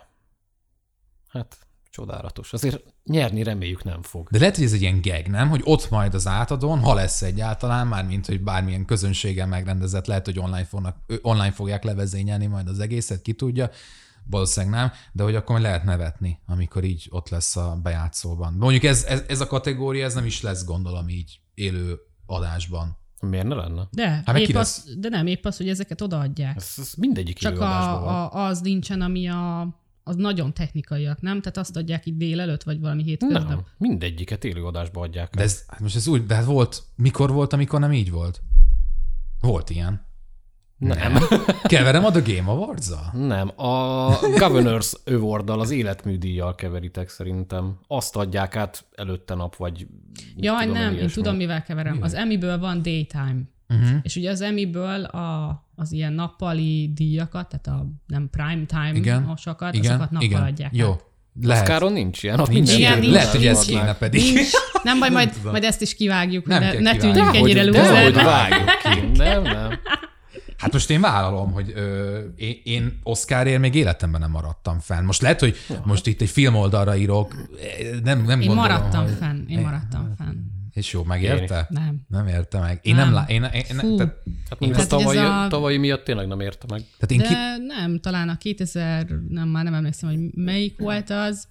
[SPEAKER 1] Hát csodálatos. Azért nyerni reméljük nem fog.
[SPEAKER 3] De lehet, hogy ez egy ilyen gag, nem? Hogy ott majd az átadón, ha lesz egyáltalán, mármint, hogy bármilyen közönséggel megrendezett, lehet, hogy online, fognak, online fogják levezényelni majd az egészet, ki tudja. Valószínűleg nem, de hogy akkor lehet nevetni, amikor így ott lesz a bejátszóban. Mondjuk ez, ez, ez a kategória, ez nem is lesz, gondolom, így élő adásban.
[SPEAKER 1] Miért ne lenne?
[SPEAKER 2] De,
[SPEAKER 3] hát
[SPEAKER 2] épp az, de nem, épp az, hogy ezeket odaadják.
[SPEAKER 1] Ez, ez mindegyik
[SPEAKER 2] Csak
[SPEAKER 1] élő adásban van.
[SPEAKER 2] Csak az nincsen, ami a, az nagyon technikaiak, nem? Tehát azt adják itt délelőtt, vagy valami hétköznap?
[SPEAKER 1] Nem, mindegyiket élő adásban adják.
[SPEAKER 3] De ez, hát most ez úgy, de hát volt, mikor volt, amikor nem így volt? Volt ilyen.
[SPEAKER 1] Nem.
[SPEAKER 3] nem. Keverem a The Game Awards-zal?
[SPEAKER 1] Nem. A Governors Award-dal, az életműdíjjal keveritek szerintem. Azt adják át előtte nap, vagy...
[SPEAKER 2] Jaj, tudom, nem, én tudom, mivel keverem. Mi? Az Emmy-ből van Daytime. Uh-huh. És ugye az Emmy-ből a, az ilyen nappali díjakat, tehát a nem prime time-osakat, azokat nappal igen. adják
[SPEAKER 3] Jó.
[SPEAKER 2] át.
[SPEAKER 1] Lehet. Oscaron nincs ilyen.
[SPEAKER 3] Nincs,
[SPEAKER 2] igen, nincs,
[SPEAKER 3] lehet, hogy ez kéne pedig.
[SPEAKER 2] Nincs. Nem baj, majd, majd ezt is kivágjuk,
[SPEAKER 3] nem
[SPEAKER 2] ne, ne tűnjünk ennyire
[SPEAKER 1] lúzernek. De hogy vágjuk ki. Nem, nem.
[SPEAKER 3] Hát most én vállalom, hogy ö, én, én Oscarért még életemben nem maradtam fenn. Most lehet, hogy ja. most itt egy filmoldalra írok, nem, nem
[SPEAKER 2] én
[SPEAKER 3] gondolom,
[SPEAKER 2] maradtam
[SPEAKER 3] hogy...
[SPEAKER 2] fenn, én maradtam fenn.
[SPEAKER 3] És jó, megérte?
[SPEAKER 2] Nem.
[SPEAKER 3] Nem érte meg. Én nem, nem lá... Én, én, én, tehát,
[SPEAKER 1] hát én a tavalyi, a... tavalyi miatt tényleg nem érte meg.
[SPEAKER 3] Tehát én
[SPEAKER 2] de
[SPEAKER 3] ki...
[SPEAKER 2] nem, talán a kétezer, nem, már nem emlékszem, hogy melyik volt az,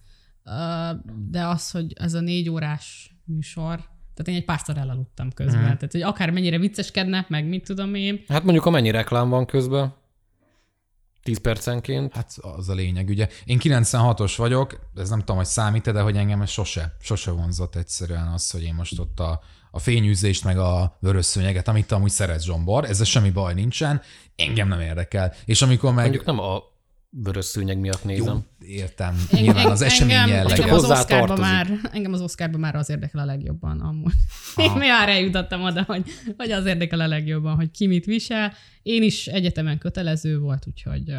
[SPEAKER 2] de az, hogy ez a négy órás műsor, tehát én egy párszor elaludtam közben. Mm. Tehát, hogy akár mennyire vicceskednek, meg mit tudom én.
[SPEAKER 1] Hát mondjuk amennyi reklám van közben, tíz percenként.
[SPEAKER 3] Hát az a lényeg, ugye. Én kilencvenhatos vagyok, ez nem tudom, hogy számít, de hogy engem ez sose, sose vonzott egyszerűen az, hogy én most ott a, a fényűzést, meg a vörös szőnyeget, amit amúgy szeret Zsombor, ezzel semmi baj nincsen, engem nem érdekel. És amikor meg...
[SPEAKER 1] Mondjuk nem a vörös szőnyeg miatt nézem.
[SPEAKER 3] Jó, értem. En, Nyilván az esemény jelleg.
[SPEAKER 2] Engem az Oscarban már, engem az Oscarban már az érdekel a legjobban amúgy. Én már eljutottam oda, hogy, hogy az érdekel a legjobban, hogy ki mit visel. Én is egyetemen kötelező volt, úgyhogy...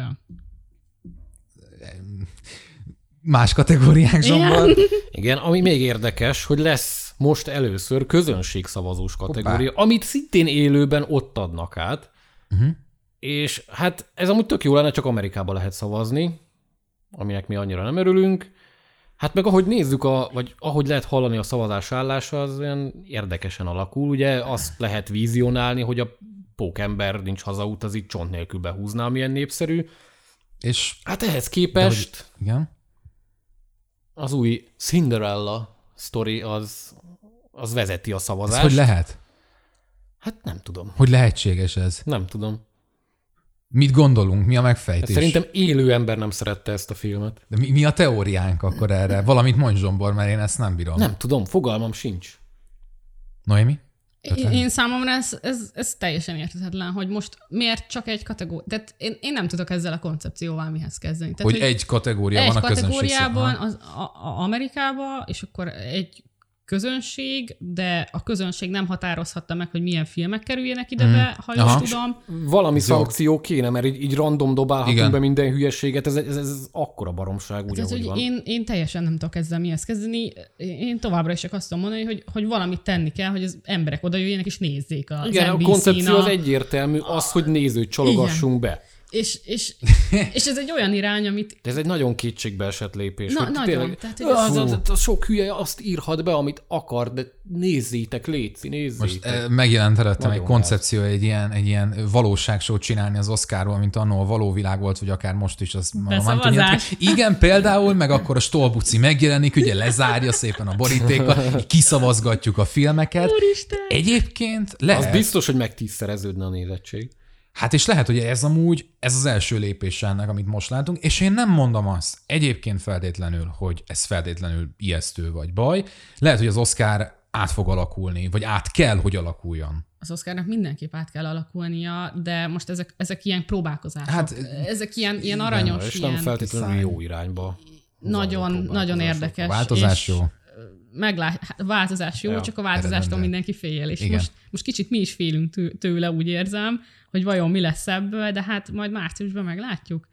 [SPEAKER 3] Más kategóriák, Zsombor.
[SPEAKER 1] Igen. Igen, ami még érdekes, hogy lesz most először közönségszavazós kategória, Hoppá. amit szintén élőben ott adnak át. Uh-huh. És hát ez amúgy tök jó lenne, csak Amerikában lehet szavazni, aminek mi annyira nem örülünk. Hát meg ahogy nézzük, a, vagy ahogy lehet hallani a szavazás állása, az olyan érdekesen alakul. Ugye azt lehet vizionálni, hogy a pókember nincs hazautazik, csont nélkül behúzná, milyen népszerű.
[SPEAKER 3] És
[SPEAKER 1] hát ehhez képest
[SPEAKER 3] hogy, igen?
[SPEAKER 1] az új Cinderella sztori az, az vezeti a szavazást.
[SPEAKER 3] Ez hogy lehet?
[SPEAKER 1] Hát nem tudom.
[SPEAKER 3] Hogy lehetséges ez?
[SPEAKER 1] Nem tudom.
[SPEAKER 3] Mit gondolunk? Mi a megfejtés?
[SPEAKER 1] Szerintem élő ember nem szerette ezt a filmet.
[SPEAKER 3] De mi, mi a teóriánk akkor erre? Valamit mondj, Zsombor, mert én ezt nem bírom.
[SPEAKER 1] Nem tudom, fogalmam sincs.
[SPEAKER 3] Noémi?
[SPEAKER 2] Én, én számomra ez, ez, ez teljesen érthetetlen, hogy most miért csak egy kategória. Tehát én, én nem tudok ezzel a koncepcióval mihez kezdeni. Tehát,
[SPEAKER 3] hogy, hogy egy kategória
[SPEAKER 2] egy
[SPEAKER 3] van a közönség
[SPEAKER 2] kategóriában, az, a, a Amerikában, és akkor egy közönség, de a közönség nem határozhatta meg, hogy milyen filmek kerüljenek ide be, ha jól tudom.
[SPEAKER 1] Valami szankció kéne, mert így, így random dobálhatunk
[SPEAKER 3] Igen.
[SPEAKER 1] be minden hülyeséget, ez, ez, ez akkora baromság, úgy,
[SPEAKER 2] Tehát,
[SPEAKER 1] ahogy van.
[SPEAKER 2] Én, én teljesen nem tudok ezzel mihez kezdeni. Én továbbra is csak azt tudom mondani, hogy, hogy valamit tenni kell, hogy az emberek oda jöjjenek és nézzék az
[SPEAKER 1] Igen,
[SPEAKER 2] en bé cén
[SPEAKER 1] a koncepció
[SPEAKER 2] a...
[SPEAKER 1] az egyértelmű, az, hogy nézőt csalogassunk be.
[SPEAKER 2] És, és, és ez egy olyan irány, amit...
[SPEAKER 1] De ez egy nagyon kétségbeesett lépés.
[SPEAKER 2] Na,
[SPEAKER 1] hogy
[SPEAKER 2] nagyon.
[SPEAKER 1] Tényleg,
[SPEAKER 2] Tehát, hogy
[SPEAKER 1] az,
[SPEAKER 2] ez-
[SPEAKER 1] az, az, az sok hülye azt írhat be, amit akar, de nézzétek, létszi, nézzétek.
[SPEAKER 3] Most eh, megjelent előttem egy
[SPEAKER 1] Nagyon
[SPEAKER 3] koncepció, egy ilyen, egy ilyen valóságsót csinálni az Oscarról, mint annó a való világ volt, vagy akár most is. Az
[SPEAKER 2] Beszavazás.
[SPEAKER 3] Igen, például, meg akkor a Stolbuci megjelenik, ugye lezárja szépen a borítékot, így kiszavazgatjuk a filmeket.
[SPEAKER 2] Úristen!
[SPEAKER 3] Egyébként lehet.
[SPEAKER 1] Az biztos, hogy megtízszereződne a nézettség.
[SPEAKER 3] Hát és lehet, hogy ez amúgy, ez az első lépés ennek, amit most látunk, és én nem mondom azt egyébként feltétlenül, hogy ez feltétlenül ijesztő vagy baj. Lehet, hogy az Oscar át fog alakulni, vagy át kell, hogy alakuljon.
[SPEAKER 2] Az Oscarnak mindenképp át kell alakulnia, de most ezek, ezek ilyen próbálkozások.
[SPEAKER 3] Hát,
[SPEAKER 2] ezek ilyen, ilyen
[SPEAKER 1] Nem,
[SPEAKER 2] aranyos,
[SPEAKER 1] és
[SPEAKER 2] ilyen
[SPEAKER 1] nem feltétlenül jó irányba.
[SPEAKER 2] nagyon,
[SPEAKER 1] zajló
[SPEAKER 2] nagyon
[SPEAKER 1] próbálkozások.
[SPEAKER 2] érdekes.
[SPEAKER 3] Változás
[SPEAKER 2] és
[SPEAKER 3] jó.
[SPEAKER 2] Meglát, hát változás jó,
[SPEAKER 1] Ja,
[SPEAKER 2] csak a változástól
[SPEAKER 3] eredendő.
[SPEAKER 2] mindenki fél. És
[SPEAKER 3] Igen.
[SPEAKER 2] most, most kicsit mi is félünk tő- tőle, úgy érzem, hogy vajon mi lesz ebből, de hát majd márciusban meglátjuk.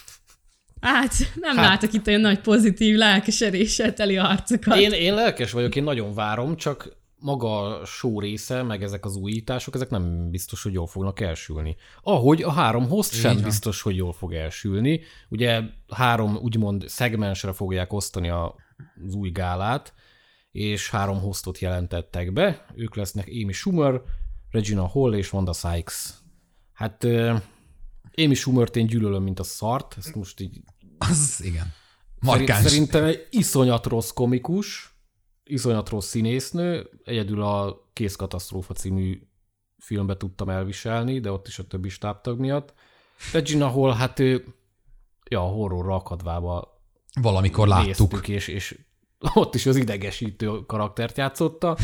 [SPEAKER 2] Hát nem hát, látok itt olyan nagy pozitív lelkesedéssel teli arcokat.
[SPEAKER 1] Én, én lelkes vagyok, én nagyon várom, csak maga a show része, meg ezek az újítások, ezek nem biztos, hogy jól fognak elsülni. Ahogy a három host sem
[SPEAKER 3] van.
[SPEAKER 1] biztos, hogy jól fog elsülni. Ugye három úgymond szegmensre fogják osztani a, az új gálát, és három hostot jelentettek be. Ők lesznek Amy Schumer, Regina Hall és Wanda Sykes. Hát uh, Amy Schumert én gyűlölöm, mint a szart, ezt most így
[SPEAKER 3] Az igen.
[SPEAKER 1] Szerint,
[SPEAKER 3] Markáns.
[SPEAKER 1] szerintem egy iszonyat rossz komikus, iszonyat rossz színésznő, egyedül a Kézkatasztrófa című filmbe tudtam elviselni, de ott is a többi stábtag miatt. Regina Hall, hát ő, ja, a horrorra akadvába
[SPEAKER 3] Valamikor láttuk.
[SPEAKER 1] néztük, és, és ott is az idegesítő karaktert játszotta.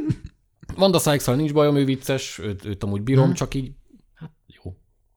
[SPEAKER 1] Wanda Sykes-szal nincs bajom, ő vicces, őt, őt amúgy bírom, hmm. csak így, hát jó.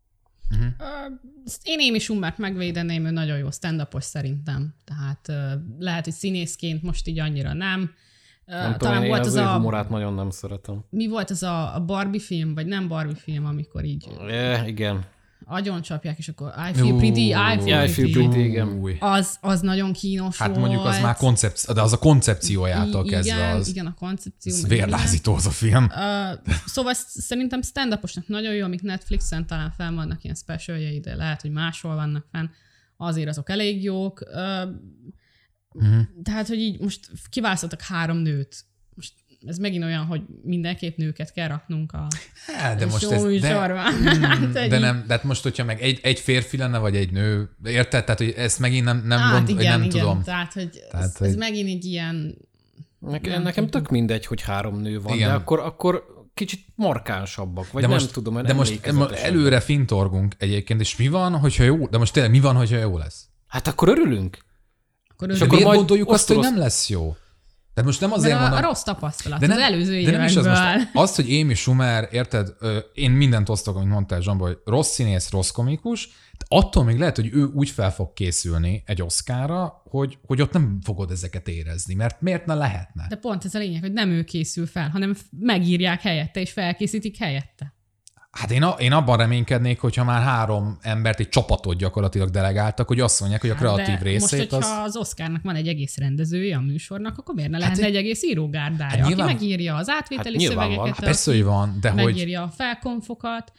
[SPEAKER 2] Én Amy Schumert megvédeném, ő nagyon jó stand-upos szerintem. Tehát uh, lehet, hogy színészként most így annyira nem. Uh,
[SPEAKER 1] Nem tudom,
[SPEAKER 2] talán
[SPEAKER 1] én
[SPEAKER 2] volt
[SPEAKER 1] az,
[SPEAKER 2] az
[SPEAKER 1] ő
[SPEAKER 2] a...
[SPEAKER 1] humorát nagyon nem szeretem.
[SPEAKER 2] Mi volt az a, a Barbie film, vagy nem Barbie film, amikor így
[SPEAKER 1] É, igen.
[SPEAKER 2] agyon csapják, és akkor I feel pretty, I feel
[SPEAKER 1] Yeah, I feel
[SPEAKER 2] pretty.
[SPEAKER 1] pretty, igen.
[SPEAKER 3] Új.
[SPEAKER 2] Az, az nagyon kínos
[SPEAKER 3] Hát
[SPEAKER 2] volt.
[SPEAKER 3] mondjuk az már koncepció, de az a koncepciójától
[SPEAKER 2] I-
[SPEAKER 3] kezdve
[SPEAKER 2] igen,
[SPEAKER 3] az.
[SPEAKER 2] igen, a koncepció.
[SPEAKER 3] Ez
[SPEAKER 2] meg
[SPEAKER 3] vérlázító az a film.
[SPEAKER 2] minden. Uh, szóval ezt szerintem stand-uposnak nagyon jó, amik Netflixen talán fenn vannak ilyen specialjei, de lehet, hogy máshol vannak fenn. Azért azok elég jók. Uh,
[SPEAKER 3] Uh-huh.
[SPEAKER 2] Tehát, hogy így most kiválasztottak három nőt. Most ez megint olyan, hogy mindenképp nőket kell raknunk a
[SPEAKER 3] Hát, de most
[SPEAKER 2] show
[SPEAKER 3] ez, de,
[SPEAKER 2] műsorban.
[SPEAKER 3] Mm,
[SPEAKER 2] Hát,
[SPEAKER 3] de
[SPEAKER 2] így-
[SPEAKER 3] nem, de hát most, hogyha meg egy, egy férfi lenne, vagy egy nő, érted? Tehát, hogy ezt megint nem, nem,
[SPEAKER 2] hát
[SPEAKER 3] gond,
[SPEAKER 2] igen,
[SPEAKER 3] nem
[SPEAKER 2] igen.
[SPEAKER 3] tudom.
[SPEAKER 2] Tehát, hogy
[SPEAKER 3] Tehát,
[SPEAKER 2] ez, ez
[SPEAKER 3] hogy-
[SPEAKER 2] megint egy ilyen...
[SPEAKER 1] Nekem,
[SPEAKER 2] Nem
[SPEAKER 1] nekem
[SPEAKER 2] tudom.
[SPEAKER 1] tök mindegy, hogy három nő van,
[SPEAKER 3] Igen.
[SPEAKER 1] de akkor, akkor kicsit markánsabbak, vagy
[SPEAKER 3] De
[SPEAKER 1] nem
[SPEAKER 3] most,
[SPEAKER 1] tudom, mert
[SPEAKER 3] de most
[SPEAKER 1] emlékezetesek.
[SPEAKER 3] előre fintorgunk egyébként, és mi van, hogyha jó, de most tényleg mi van, hogyha jó lesz?
[SPEAKER 1] Hát akkor örülünk.
[SPEAKER 2] Akkor
[SPEAKER 3] És
[SPEAKER 2] örülünk.
[SPEAKER 3] akkor miért
[SPEAKER 1] majd
[SPEAKER 3] gondoljuk azt, hogy
[SPEAKER 1] osztoroz-
[SPEAKER 3] nem lesz jó? Tehát most nem azért
[SPEAKER 2] Mert a,
[SPEAKER 3] mondom...
[SPEAKER 2] a rossz tapasztalat,
[SPEAKER 3] De
[SPEAKER 2] az
[SPEAKER 3] nem,
[SPEAKER 2] előző
[SPEAKER 3] de nem is az most.
[SPEAKER 2] évekből.
[SPEAKER 3] Azt, hogy Amy Schumer, érted, ö, én mindent osztok, amit mondtál, Zsamba, hogy rossz színész, rossz komikus, de attól még lehet, hogy ő úgy fel fog készülni egy Oscarra, hogy, hogy ott nem fogod ezeket érezni, mert miért ne lehetne?
[SPEAKER 2] De pont ez a lényeg, hogy nem ő készül fel, hanem f- megírják helyette, és felkészítik helyette.
[SPEAKER 3] Hát én, a, én abban reménykednék, hogyha már három embert, egy csapatot gyakorlatilag delegáltak, hogy azt mondják, hogy a kreatív
[SPEAKER 2] Hát de
[SPEAKER 3] részét
[SPEAKER 2] most, hogyha
[SPEAKER 3] az...
[SPEAKER 2] az Oscarnak van egy egész rendezője a műsornak, akkor miért ne
[SPEAKER 3] Hát
[SPEAKER 2] lehetne
[SPEAKER 3] egy-
[SPEAKER 2] egy egész írógárdája,
[SPEAKER 3] Hát
[SPEAKER 2] aki
[SPEAKER 3] nyilván-
[SPEAKER 2] megírja az átvételi
[SPEAKER 1] Hát nyilván van.
[SPEAKER 2] szövegeket,
[SPEAKER 3] Hát persze, hogy van, de hogy...
[SPEAKER 2] megírja a felkonfokat.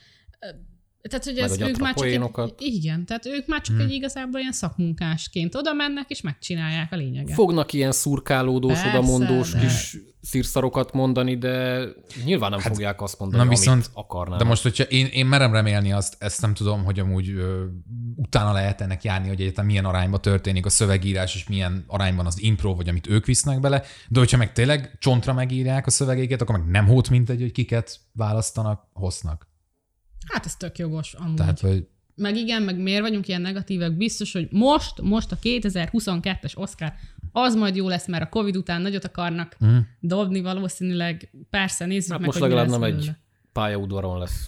[SPEAKER 2] Tehát, hogy
[SPEAKER 1] Meg
[SPEAKER 2] ez
[SPEAKER 1] a
[SPEAKER 2] ők már csak egy,
[SPEAKER 1] poénokat.
[SPEAKER 2] igen, tehát ők már csak
[SPEAKER 3] Hmm.
[SPEAKER 2] egy igazából ilyen szakmunkásként oda mennek, és megcsinálják a lényeget.
[SPEAKER 1] Fognak ilyen szurkálódós,
[SPEAKER 2] Persze,
[SPEAKER 1] odamondós
[SPEAKER 2] de-
[SPEAKER 1] kis szírszarokat mondani, de nyilván nem
[SPEAKER 3] Hát,
[SPEAKER 1] fogják azt mondani,
[SPEAKER 3] na viszont-
[SPEAKER 1] amit akarnának.
[SPEAKER 3] De most, hogyha én, én merem remélni azt, ezt nem tudom, hogy amúgy ö, utána lehet ennek járni, hogy egyáltalán milyen arányban történik a szövegírás, és milyen arányban az impro, vagy amit ők visznek bele, de hogyha meg tényleg csontra megírják a szövegéket, akkor meg nem hót mindegy, hogy kiket választanak, hoznak.
[SPEAKER 2] Hát ez tök jogos amúgy.
[SPEAKER 3] Tehát, hogy
[SPEAKER 2] Meg igen, meg miért vagyunk ilyen negatívek? Biztos, hogy most, most a kétezer-huszonkettes Oscar az majd jó lesz, mert a Covid után nagyot akarnak
[SPEAKER 3] mm.
[SPEAKER 2] dobni valószínűleg. Persze, nézzük
[SPEAKER 1] hát
[SPEAKER 2] meg,
[SPEAKER 1] most
[SPEAKER 2] hogy mi
[SPEAKER 1] legalább
[SPEAKER 2] lesz
[SPEAKER 1] nem egy
[SPEAKER 2] belőle.
[SPEAKER 1] pályaudvaron lesz.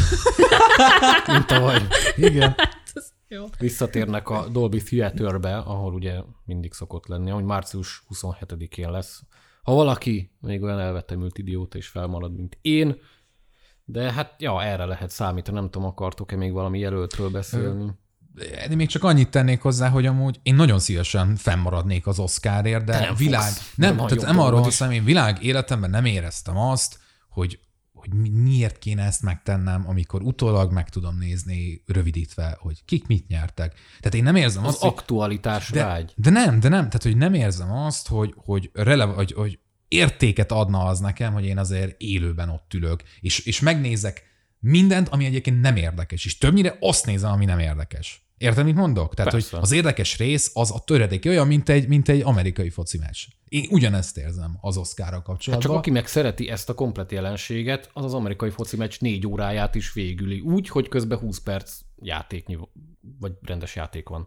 [SPEAKER 1] Mint tavaly.
[SPEAKER 3] igen.
[SPEAKER 2] Ez jó.
[SPEAKER 1] Visszatérnek a Dolby Theatre-be, ahol ugye mindig szokott lenni, ahogy március huszonhetedikén lesz ha valaki még olyan elvetemült idióta is felmarad, mint én, de hát ja, erre lehet számítani. Nem tudom, akartok-e még valami jelöltről beszélni?
[SPEAKER 3] Én még csak annyit tennék hozzá, hogy amúgy én nagyon szívesen fennmaradnék az Oscarért, de, de nem világ... Fogsz. Nem, nem, tehát nem arról hiszem, én világ életemben nem éreztem azt, hogy, hogy miért kéne ezt megtennem, amikor utólag meg tudom nézni rövidítve, hogy kik mit nyertek. Tehát én nem érzem
[SPEAKER 1] az
[SPEAKER 3] azt,
[SPEAKER 1] Az aktualitás
[SPEAKER 3] de,
[SPEAKER 1] vágy.
[SPEAKER 3] De nem, de nem. Tehát, hogy nem érzem azt, hogy, hogy, relev, hogy, hogy értéket adna az nekem, hogy én azért élőben ott ülök, és, és megnézek mindent, ami egyébként nem érdekes, és többnyire azt nézem, ami nem érdekes. Érted, mit mondok? Tehát, Persze. hogy az érdekes rész az a töredéke, olyan, mint egy, mint egy amerikai foci meccs. Én ugyanezt érzem az Oscarral kapcsolatban.
[SPEAKER 1] Hát csak aki meg szereti ezt a komplet jelenséget, az az amerikai foci meccs négy óráját is végüli, úgy, hogy közben húsz perc játéknyi, vagy rendes játék van.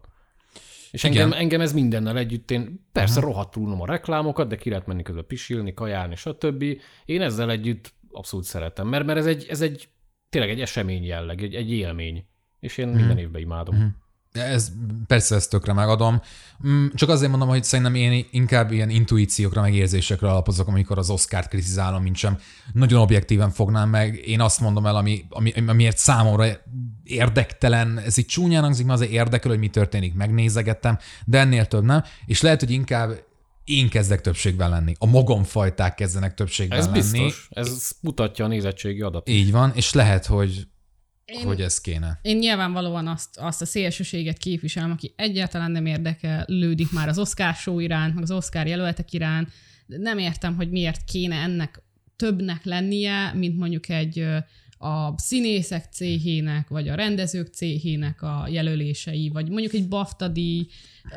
[SPEAKER 1] És engem, engem ez mindennel együtt, én persze uh-huh. rohadtul unom a reklámokat, de ki lehet menni közben pisilni, kajálni, stb. Én ezzel együtt abszolút szeretem, mert, mert ez egy, ez egy tényleg egy esemény jelleg, egy, egy élmény. És én minden évben imádom. Mm-hmm.
[SPEAKER 3] Ez, persze ezt tökre megadom. Csak azért mondom, hogy szerintem én inkább ilyen intuíciókra, meg érzésekre alapozok, amikor az Oscart kritizálom, mint sem nagyon objektíven fognám meg. Én azt mondom el, ami, ami, amiért számomra érdektelen, ez így csúnyán hangzik, mert azért érdekel, hogy mi történik, megnézegettem, de ennél több nem. És lehet, hogy inkább én kezdek többségben lenni. A magomfajták kezdenek többségben
[SPEAKER 1] ez
[SPEAKER 3] lenni. Ez
[SPEAKER 1] biztos. Ez mutatja a nézettségi adatot.
[SPEAKER 3] Így van, és lehet, hogy
[SPEAKER 2] Én,
[SPEAKER 3] hogy ez kéne.
[SPEAKER 2] Én nyilvánvalóan azt, azt a szélsőséget képviselem, aki egyáltalán nem érdeklődik már az Oscar show iránt, meg az Oscar jelöltek iránt. Nem értem, hogy miért kéne ennek többnek lennie, mint mondjuk egy a színészek céhének, vagy a rendezők céhének a jelölései, vagy mondjuk egy BAFTA-díj.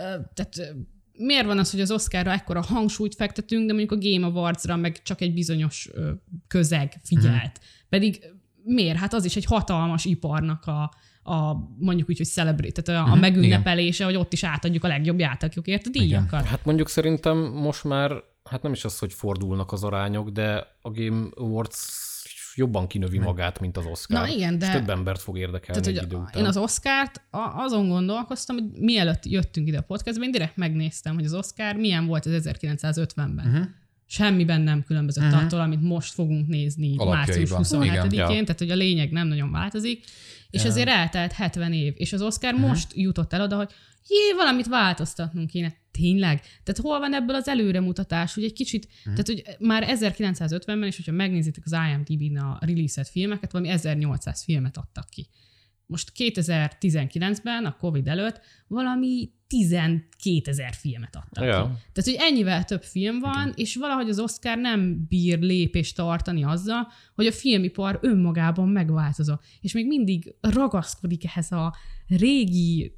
[SPEAKER 2] Tehát miért van az, hogy az Oscarra ekkora hangsúlyt fektetünk, de mondjuk a Game Awards-ra meg csak egy bizonyos közeg figyelt. Hmm. Pedig miért? Hát az is egy hatalmas iparnak a, a mondjuk úgy, hogy celebrate, tehát a, uh-huh, a megünnepelése, igen. hogy ott is átadjuk a legjobb játékokért a díjakat.
[SPEAKER 1] Hát mondjuk szerintem most már, hát nem is az, hogy fordulnak az arányok, de a Game Awards jobban kinövi magát, mint az Oscar.
[SPEAKER 2] Na igen, de...
[SPEAKER 1] És több embert fog érdekelni
[SPEAKER 2] tehát,
[SPEAKER 1] egy idő után.
[SPEAKER 2] Én az Oscart azon gondolkoztam, hogy mielőtt jöttünk ide a podcastba, én direkt megnéztem, hogy az Oscar milyen volt az ezerkilencszázötvenben. Uh-huh. Semmiben nem különbözött uh-huh. attól, amit most fogunk nézni március huszonhetedikén, tehát hogy a lényeg nem nagyon változik, és yeah. ezért eltelt hetven év, és az Oscar uh-huh. most jutott el oda, hogy jé, valamit változtatnunk kéne. Tényleg? Tehát hol van ebből az előremutatás, hogy egy kicsit, uh-huh. tehát hogy már ezerkilencszázötvenben, és hogyha megnézitek az I M D B-n a release-et filmeket, valami ezernyolcszáz filmet adtak ki. Most kétezer-tizenkilencben, a Covid előtt valami tizenkétezer filmet adtak ja. ki. Tehát, hogy ennyivel több film van, okay. és valahogy az Oscar nem bír lépést tartani azzal, hogy a filmipar önmagában megváltozó. És még mindig ragaszkodik ehhez a régi,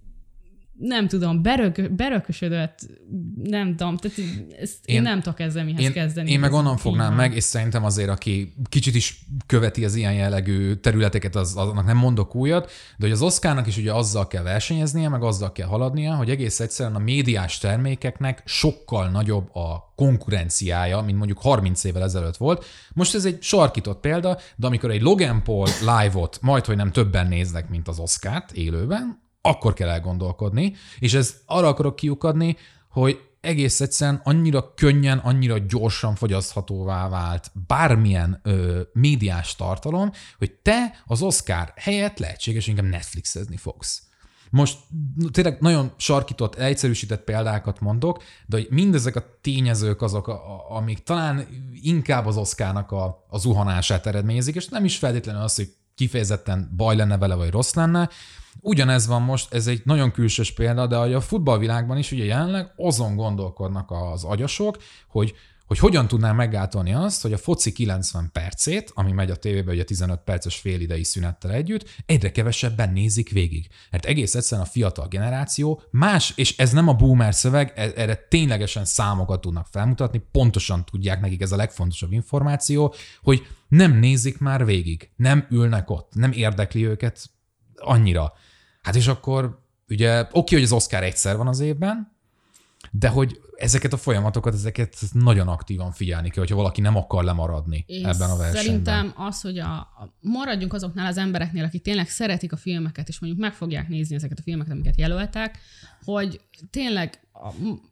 [SPEAKER 2] nem tudom, berök, berökösödött, nem tudom, tehát ezt én, én nem tudok ezzel mihez
[SPEAKER 3] én,
[SPEAKER 2] kezdeni.
[SPEAKER 3] Én meg onnan fognám meg, és szerintem azért, aki kicsit is követi az ilyen jellegű területeket, az, annak nem mondok újat, de hogy az Oscarnak is ugye azzal kell versenyeznie, meg azzal kell haladnia, hogy egész egyszerűen a médiás termékeknek sokkal nagyobb a konkurenciája, mint mondjuk harminc évvel ezelőtt volt. Most ez egy sarkított példa, de amikor egy Logan Paul live-ot majdhogy nem többen néznek, mint az Oscart élőben, akkor kell elgondolkodni, és ez arra akarok kiukadni, hogy egész egyszerűen annyira könnyen, annyira gyorsan fogyaszthatóvá vált bármilyen ö, médiás tartalom, hogy te az Oscar helyett lehetséges, inkább Netflixezni fogsz. Most tényleg nagyon sarkított, egyszerűsített példákat mondok, de hogy mindezek a tényezők azok, a, a, amik talán inkább az Oscarnak a, a zuhanását eredményezik, és nem is feltétlenül az, hogy kifejezetten baj lenne vele, vagy rossz lenne. Ugyanez van most, ez egy nagyon külsős példa, de a futballvilágban is ugye jelenleg azon gondolkodnak az agyasok, hogy, hogy hogyan tudnám meggátolni azt, hogy a foci kilencven percét, ami megy a tévében ugye tizenöt perces félidei szünettel együtt, egyre kevesebben nézik végig. Mert egész egyszerűen a fiatal generáció más, és ez nem a boomer szöveg, erre ténylegesen számokat tudnak felmutatni, pontosan tudják, nekik ez a legfontosabb információ, hogy nem nézik már végig, nem ülnek ott, nem érdekli őket annyira. Hát és akkor ugye oké, hogy az Oscar egyszer van az évben, de hogy ezeket a folyamatokat, ezeket nagyon aktívan figyelni kell, hogyha valaki nem akar lemaradni Én ebben a versenyben.
[SPEAKER 2] Szerintem az, hogy a, a, maradjunk azoknál az embereknél, akik tényleg szeretik a filmeket, és mondjuk meg fogják nézni ezeket a filmeket, amiket jelöltek, hogy tényleg a,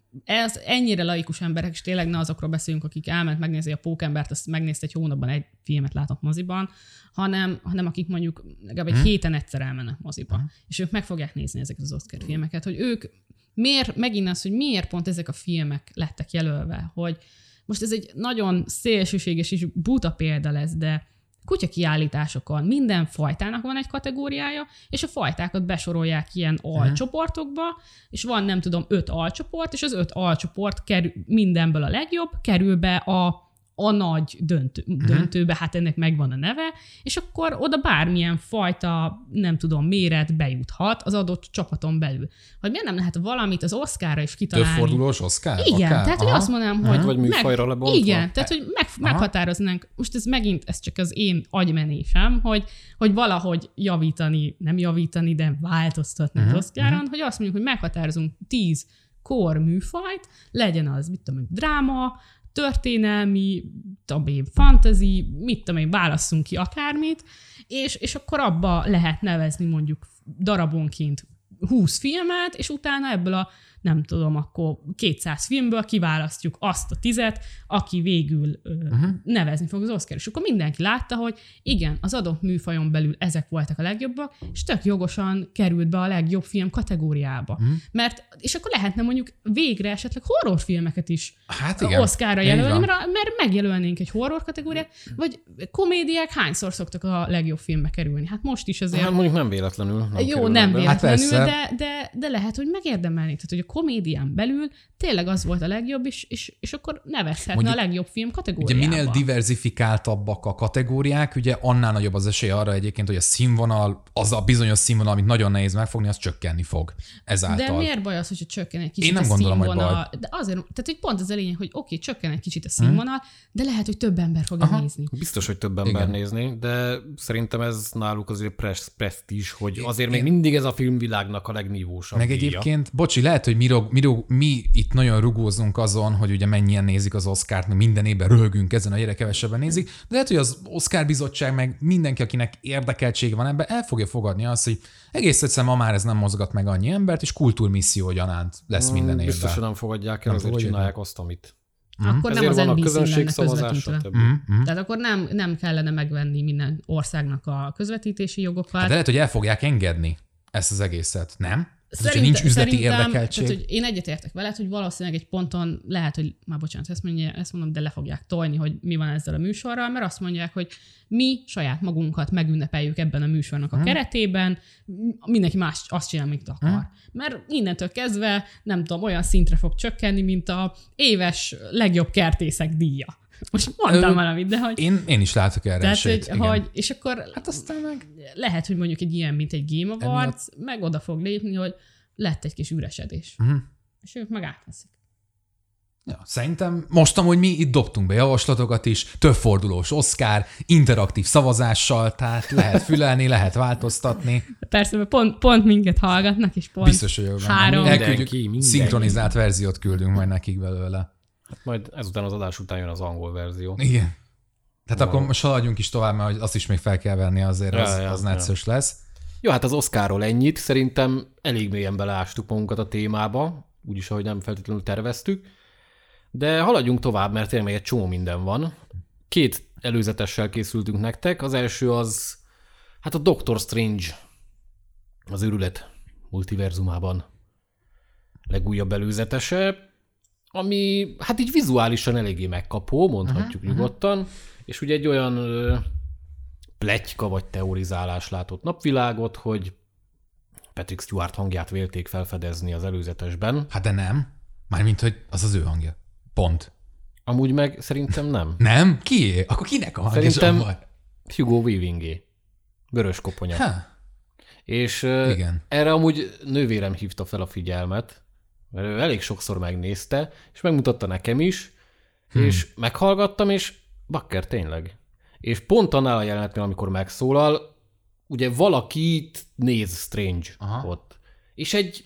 [SPEAKER 2] ez ennyire laikus emberek, és tényleg ne azokról beszélünk, akik elment megnézni a Pókembert, azt megnézte egy hónapban egy filmet látott moziban, hanem, hanem akik mondjuk legalább egy hmm. héten egyszer elmennek moziba. Hmm. És ők meg fogják nézni ezeket az Oscar filmeket, hogy ők miért, megint az, hogy miért pont ezek a filmek lettek jelölve, hogy most ez egy nagyon szélsőséges és buta példa lesz, de kutyakiállításokon minden fajtának van egy kategóriája, és a fajtákat besorolják ilyen alcsoportokba, és van nem tudom öt alcsoport, és az öt alcsoport kerül, mindenből a legjobb, kerül be a, a nagy döntő, döntőbe, hát ennek megvan a neve, és akkor oda bármilyen fajta, nem tudom, méret bejuthat az adott csapaton belül. Hogy miért nem lehet valamit az Oscarra is kitalálni?
[SPEAKER 3] Többfordulós Oscar?
[SPEAKER 2] Igen,
[SPEAKER 3] akár?
[SPEAKER 2] tehát hogy azt mondanám, hogy...
[SPEAKER 1] Vagy műfajra lebontva?
[SPEAKER 2] Igen, tehát hogy meg, meghatároznánk, most ez megint, ez csak az én agymenésem, hogy, hogy valahogy javítani, nem javítani, de változtatni uh-huh, az Oscaron, uh-huh. hogy azt mondjuk, hogy meghatározunk tíz core műfajt, legyen az, mit tudom, dráma, történelmi, tudom én, fantasy, mit tudom én, válasszunk ki akármit, és, és akkor abba lehet nevezni mondjuk darabonként húsz filmet, és utána ebből a, nem tudom, akkor kétszáz filmből kiválasztjuk azt a tizet, aki végül ö, uh-huh. nevezni fog az Oscar. És akkor mindenki látta, hogy igen, az adott műfajon belül ezek voltak a legjobbak, és tök jogosan került be a legjobb film kategóriába. Uh-huh. Mert, és akkor lehetne mondjuk végre esetleg horrorfilmeket is
[SPEAKER 3] hát igen.
[SPEAKER 2] Oscarra jelölni, mert, mert megjelölnénk egy horror kategóriát, vagy komédiák hányszor szoktak a legjobb filmbe kerülni? Hát most is azért...
[SPEAKER 1] Hát mondjuk nem véletlenül. Nem
[SPEAKER 2] jó, nem véletlenül,
[SPEAKER 3] hát
[SPEAKER 2] de, de, de lehet, hogy megérdemelnék. Tehát, hogy a komédián belül tényleg az volt a legjobb, és, és, és akkor nevezhetne mondjuk, a legjobb film kategóriába.
[SPEAKER 3] Ugye minél diversifikáltabbak a kategóriák, ugye annál nagyobb az esély arra egyébként, hogy a színvonal, az a bizonyos színvonal, amit nagyon nehéz megfogni, az csökkenni fog ezáltal.
[SPEAKER 2] De miért baj az, hogyha csökken egy kicsit
[SPEAKER 3] Én nem
[SPEAKER 2] a
[SPEAKER 3] gondolom,
[SPEAKER 2] színvonal?
[SPEAKER 3] hogy baj.
[SPEAKER 2] De azért, tehát hogy pont az a lényeg, hogy oké, okay, csökken egy kicsit a színvonal, hmm. de lehet, hogy több ember fogja Aha. nézni.
[SPEAKER 1] Biztos, hogy több ember Igen. nézni, de szerintem ez náluk azért presztízs, hogy azért
[SPEAKER 3] Én...
[SPEAKER 1] még mindig ez a filmvilágnak a legnívósabb
[SPEAKER 3] Meg
[SPEAKER 1] díja.
[SPEAKER 3] egyébként, bocsi, lehet, hogy mi, rog, mi, rog, mi itt nagyon rugózunk azon, hogy ugye mennyien nézik az Oscart, mert minden évben röhögünk ezen, a gyerek kevesebben nézik, de lehet, hogy az Oscar bizottság meg mindenki, akinek érdekeltsége van ebben, el fogja fogadni azt, hogy egész egyszerűen ma már ez nem mozgat meg annyi embert, és kultúrmisszió gyanánt lesz minden évben.
[SPEAKER 1] Biztos, hogy nem fogadják el, nem azért csinálják azt, amit.
[SPEAKER 2] Akkor
[SPEAKER 1] Ezért
[SPEAKER 2] nem az
[SPEAKER 1] van
[SPEAKER 2] en bé cé
[SPEAKER 1] a
[SPEAKER 2] lenne
[SPEAKER 1] közönségszavazás,
[SPEAKER 2] közvetítve.
[SPEAKER 3] Mm-hmm.
[SPEAKER 2] Tehát akkor nem, nem kellene megvenni minden országnak a közvetítési jogokat.
[SPEAKER 3] Hát de lehet, hogy el fogják engedni ezt az egészet, nem?
[SPEAKER 2] Szerint,
[SPEAKER 3] hát, nincs üzleti
[SPEAKER 2] szerintem,
[SPEAKER 3] érdekeltség.
[SPEAKER 2] Tehát, hogy én egyetértek veled, hogy valószínűleg egy ponton lehet, hogy már bocsánat, ezt, mondja, ezt mondom, de le fogják tolni, hogy mi van ezzel a műsorral, mert azt mondják, hogy mi saját magunkat megünnepeljük ebben a műsornak a hmm. keretében, mindenki más azt csinál, amit akar. Hmm. Mert innentől kezdve, nem tudom, olyan szintre fog csökkenni, mint a éves legjobb kertészek díja. Most mondtam Ö, valamit, de hogy...
[SPEAKER 3] Én, én is látok erre
[SPEAKER 2] tehát,
[SPEAKER 3] esélyt,
[SPEAKER 2] hogy, hogy, és akkor
[SPEAKER 3] hát aztán meg...
[SPEAKER 2] lehet, hogy mondjuk egy ilyen, mint egy Game Awards, emiatt... meg oda fog lépni, hogy lett egy kis üresedés. Uh-huh. És ők meg átveszik.
[SPEAKER 3] Ja, szerintem most amúgy mi itt dobtunk be javaslatokat is, többfordulós Oscar, interaktív szavazással, tehát lehet fülelni, lehet változtatni.
[SPEAKER 2] Persze, mert pont, pont minket hallgatnak, és pont
[SPEAKER 3] Biztos, hogy
[SPEAKER 2] három...
[SPEAKER 3] Elküldjük, szinkronizált verziót küldünk majd nekik belőle.
[SPEAKER 1] Majd ezután az adás után jön az angol verzió.
[SPEAKER 3] Igen. Tehát
[SPEAKER 1] wow.
[SPEAKER 3] akkor most haladjunk is tovább, mert azt is még fel kell venni, azért az, ja, ja, az necces ja. lesz.
[SPEAKER 1] Jó, hát az Oscarról ennyit. Szerintem elég mélyen beleástuk magunkat a témába, úgyis, ahogy nem feltétlenül terveztük. De haladjunk tovább, mert tényleg egy csomó minden van. Két előzetessel készültünk nektek. Az első az, hát a Doctor Strange, az őrület multiverzumában legújabb előzetese, ami hát így vizuálisan eléggé megkapó, mondhatjuk uh-huh, nyugodtan, uh-huh. és ugye egy olyan ö, pletyka vagy teorizálás látott napvilágot, hogy Patrick Stewart hangját vélték felfedezni az előzetesben.
[SPEAKER 3] Hát de nem. Mármint, hogy az az ő hangja. Pont.
[SPEAKER 1] Amúgy meg szerintem nem.
[SPEAKER 3] Nem? Kié? Akkor kinek a hangja?
[SPEAKER 1] Szerintem Hugo Weavingé. Vörös koponya.
[SPEAKER 3] Ha.
[SPEAKER 1] És ö,
[SPEAKER 3] igen.
[SPEAKER 1] erre amúgy nővérem hívta fel a figyelmet, mert ő elég sokszor megnézte, és megmutatta nekem is, hmm. és meghallgattam, és bakker, tényleg. És pont annál a jelenetnél, amikor megszólal, ugye valakit néz Strange Aha. ott. És egy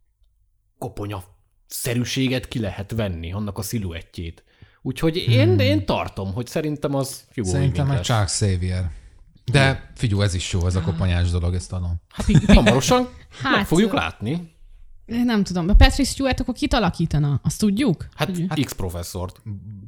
[SPEAKER 1] koponya szerűséget ki lehet venni, annak a sziluettjét. Úgyhogy hmm. én, én tartom, hogy szerintem az Hugo
[SPEAKER 3] Szerintem meg Charles Xavier. De figyelj, ez is jó, ez a koponyás dolog, ezt adom.
[SPEAKER 1] Hát hamarosan hát, meg fogjuk látni.
[SPEAKER 2] Nem tudom, a Patrick Stewart akkor kit alakítana? Azt tudjuk?
[SPEAKER 1] Hát,
[SPEAKER 2] hogy...
[SPEAKER 1] hát X-professzort.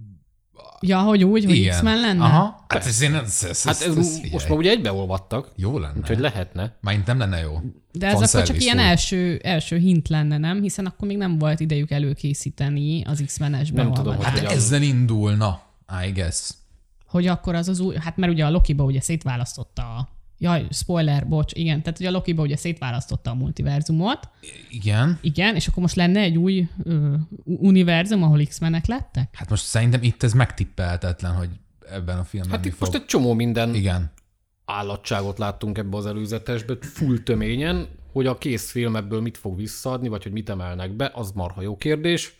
[SPEAKER 2] Ja, hogy úgy, hogy
[SPEAKER 3] Igen.
[SPEAKER 2] X-Men lenne?
[SPEAKER 3] Aha. Hát ez, ez, ez, ez,
[SPEAKER 1] Hát ez,
[SPEAKER 3] ez, ez
[SPEAKER 1] most már ugye egybeolvadtak.
[SPEAKER 3] jó lenne.
[SPEAKER 1] Úgyhogy lehetne.
[SPEAKER 3] Már nem lenne jó.
[SPEAKER 2] De ez akkor csak ilyen első, első hint lenne, nem? Hiszen akkor még nem volt idejük előkészíteni az X-menes
[SPEAKER 1] Nem tudom, hogy
[SPEAKER 3] Hát
[SPEAKER 1] hogyan.
[SPEAKER 3] ezzel indulna, I guess.
[SPEAKER 2] Hogy akkor az az új, hát mert ugye a Loki-ba ugye szétválasztotta a Jaj, spoiler, bocs, igen. Tehát ugye a Loki-ba ugye szétválasztotta a multiverzumot.
[SPEAKER 3] Igen.
[SPEAKER 2] Igen, és akkor most lenne egy új ö, univerzum, ahol X-menek lettek?
[SPEAKER 3] Hát most szerintem itt ez megtippelhetetlen, hogy ebben a filmben
[SPEAKER 1] Hát
[SPEAKER 3] mi
[SPEAKER 1] itt
[SPEAKER 3] fog.
[SPEAKER 1] most egy csomó minden
[SPEAKER 3] Igen.
[SPEAKER 1] állatságot láttunk ebbe az előzetesbe, full töményen, hogy a kész film ebből mit fog visszaadni, vagy hogy mit emelnek be, az marha jó kérdés.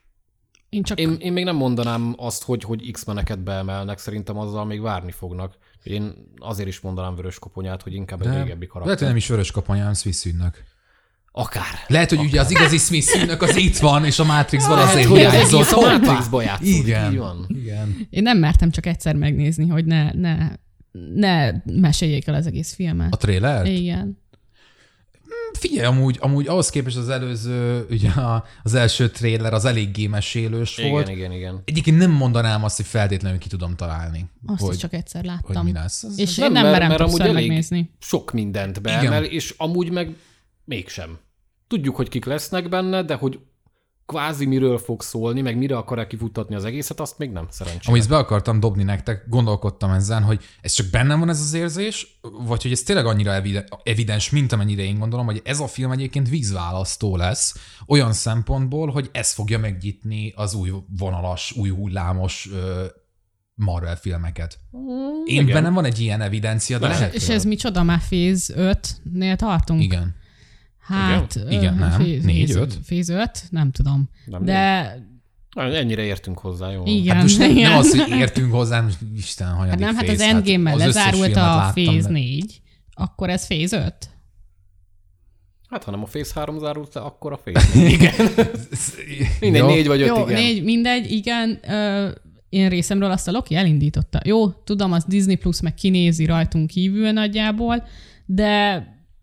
[SPEAKER 2] Én csak...
[SPEAKER 1] Én, én még nem mondanám azt, hogy, hogy X-meneket beemelnek, szerintem azzal még várni fognak. Én azért is mondanám Vörös Koponyát, hogy inkább egy
[SPEAKER 3] De
[SPEAKER 1] régebbi karakter.
[SPEAKER 3] lehet, hogy nem is Vörös Koponyán, Smith szűnök.
[SPEAKER 1] Akár.
[SPEAKER 3] Lehet, hogy
[SPEAKER 1] Akár.
[SPEAKER 3] ugye az igazi Smith szűnök az itt van, és a Matrixban
[SPEAKER 1] Lehet,
[SPEAKER 3] azért
[SPEAKER 1] hogy az
[SPEAKER 3] hiányzott.
[SPEAKER 1] egész a Matrixba játszódik,
[SPEAKER 3] Igen.
[SPEAKER 1] így van.
[SPEAKER 3] Igen.
[SPEAKER 2] Én nem mertem csak egyszer megnézni, hogy ne, ne, ne meséljék el az egész filmet.
[SPEAKER 3] A trailer?
[SPEAKER 2] Igen.
[SPEAKER 3] Figyelj, amúgy, amúgy ahhoz képest az előző, ugye az első trailer az eléggé mesélős
[SPEAKER 1] Igen,
[SPEAKER 3] volt.
[SPEAKER 1] igen, igen.
[SPEAKER 3] Egyébként nem mondanám azt, hogy feltétlenül ki tudom találni.
[SPEAKER 2] Azt
[SPEAKER 3] hogy,
[SPEAKER 2] is csak egyszer
[SPEAKER 3] hogy
[SPEAKER 2] láttam.
[SPEAKER 3] mi lesz. Ez
[SPEAKER 2] És
[SPEAKER 1] Nem,
[SPEAKER 2] én nem
[SPEAKER 1] mert-
[SPEAKER 2] merem
[SPEAKER 1] mert amúgy
[SPEAKER 2] többször
[SPEAKER 1] elég-
[SPEAKER 2] megnézni.
[SPEAKER 1] Sok mindent beemel, és amúgy meg mégsem. Tudjuk, hogy kik lesznek benne, de hogy kvázi miről fog szólni, meg mire akarják kifuttatni az egészet, azt még nem szerencsére.
[SPEAKER 3] Amúgy ezt be akartam dobni nektek, gondolkodtam ezen, hogy ez csak bennem van ez az érzés, vagy hogy ez tényleg annyira evide- evidens, mint amennyire én gondolom, hogy ez a film egyébként vízválasztó lesz, olyan szempontból, hogy ez fogja megnyitni az új vonalas, új hullámos ö, Marvel filmeket. Én
[SPEAKER 1] igen.
[SPEAKER 3] bennem van egy ilyen evidencia, de
[SPEAKER 1] Lehet.
[SPEAKER 3] lehet,
[SPEAKER 2] És
[SPEAKER 3] hogy-
[SPEAKER 2] ez micsoda? Már Phase ötnél tartunk?
[SPEAKER 3] Igen.
[SPEAKER 2] Hát,
[SPEAKER 3] Igen? Igen,
[SPEAKER 2] ö,
[SPEAKER 3] nem.
[SPEAKER 2] Phase-
[SPEAKER 3] Négy,
[SPEAKER 2] Phase-
[SPEAKER 3] öt?
[SPEAKER 2] Phase öt? Nem tudom.
[SPEAKER 1] Nem,
[SPEAKER 2] De
[SPEAKER 1] Ennyire értünk hozzá, jó?
[SPEAKER 2] igen.
[SPEAKER 3] Hát most nem,
[SPEAKER 2] igen.
[SPEAKER 3] nem az, hogy értünk hozzá, most Isten hanyadik
[SPEAKER 2] Hát nem, hát
[SPEAKER 3] phase,
[SPEAKER 2] az Endgame-mel
[SPEAKER 3] az összes
[SPEAKER 2] lezárult
[SPEAKER 3] filmet
[SPEAKER 2] a
[SPEAKER 3] láttam,
[SPEAKER 2] Phase
[SPEAKER 3] de-
[SPEAKER 2] négy, akkor ez Phase öt?
[SPEAKER 1] Hát ha nem a Phase három zárult le, akkor a Phase négy. Igen. Mindegy,
[SPEAKER 3] Jó.
[SPEAKER 1] négy vagy öt,
[SPEAKER 2] Jó,
[SPEAKER 1] igen.
[SPEAKER 2] négy, mindegy, igen. Ö, én részemről azt a Loki elindította. Jó, tudom, az Disney Plus meg kinézi rajtunk kívül nagyjából, de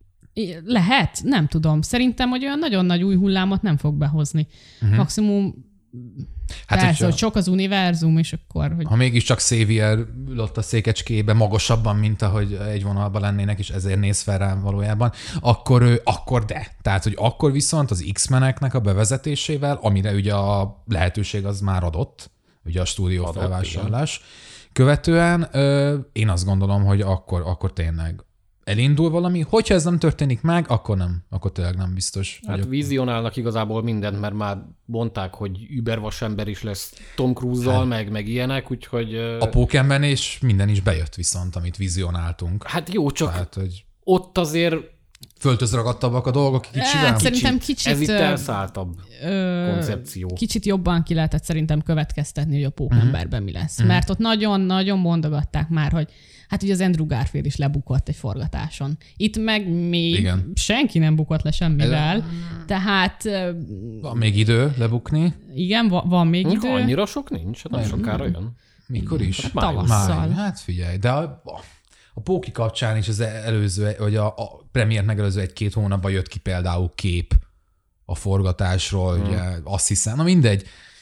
[SPEAKER 2] lehet, nem tudom. Szerintem, hogy olyan nagyon nagy új hullámot nem fog behozni. Uh-huh. Maximum
[SPEAKER 3] Hát,
[SPEAKER 2] persze,
[SPEAKER 3] hogyha-
[SPEAKER 2] hogy sok az univerzum, és akkor, hogy
[SPEAKER 3] Ha mégiscsak Xavier ült a székecskébe magasabban, mint ahogy egy vonalban lennének, és ezért néz fel rá valójában, akkor, ő- akkor de. Tehát, hogy akkor viszont az X-meneknek a bevezetésével, amire ugye a lehetőség az már adott, ugye a stúdió
[SPEAKER 1] Adott,
[SPEAKER 3] felvásárlás követően, ö, én azt gondolom, hogy akkor, akkor tényleg elindul valami. Hogyha ez nem történik meg, akkor nem. Akkor tényleg nem biztos.
[SPEAKER 1] Hát
[SPEAKER 3] vagyok.
[SPEAKER 1] vizionálnak igazából mindent, mert már mondták, hogy übervasember is lesz Tom Cruise-zal,
[SPEAKER 3] Hát.
[SPEAKER 1] meg, meg ilyenek, úgyhogy... ö,
[SPEAKER 3] A Pókemben és minden is bejött viszont, amit vizionáltunk.
[SPEAKER 1] Hát jó, csak
[SPEAKER 3] Tehát, hogy
[SPEAKER 1] ott azért
[SPEAKER 3] föltözragadtabbak a dolgok kicsivel.
[SPEAKER 2] Hát, szerintem kicsit,
[SPEAKER 1] ez itt
[SPEAKER 2] ö,
[SPEAKER 1] elszálltabb
[SPEAKER 2] ö,
[SPEAKER 1] koncepció.
[SPEAKER 2] kicsit jobban ki lehetett szerintem következtetni, hogy a Pókemberben mi lesz.
[SPEAKER 3] Mhm.
[SPEAKER 2] Mert ott nagyon-nagyon mondogatták már, hogy hát ugye az Andrew Garfield is lebukott egy forgatáson. Itt meg még
[SPEAKER 3] Igen.
[SPEAKER 2] senki nem bukott le semmivel. Tehát ö,
[SPEAKER 3] Van még idő lebukni.
[SPEAKER 2] igen, va- van még idő.
[SPEAKER 1] Annyira sok nincs, hát nem
[SPEAKER 3] Nem.
[SPEAKER 1] sokára jön.
[SPEAKER 3] Mikor is?
[SPEAKER 1] Hát május.
[SPEAKER 2] Tavasszal.
[SPEAKER 3] Hát figyelj, de a, a, a Póki kapcsán is az előző, vagy a, a premiért megelőző egy-két hónapban jött ki például kép a forgatásról, hmm. ugye azt hiszem, na mindegy.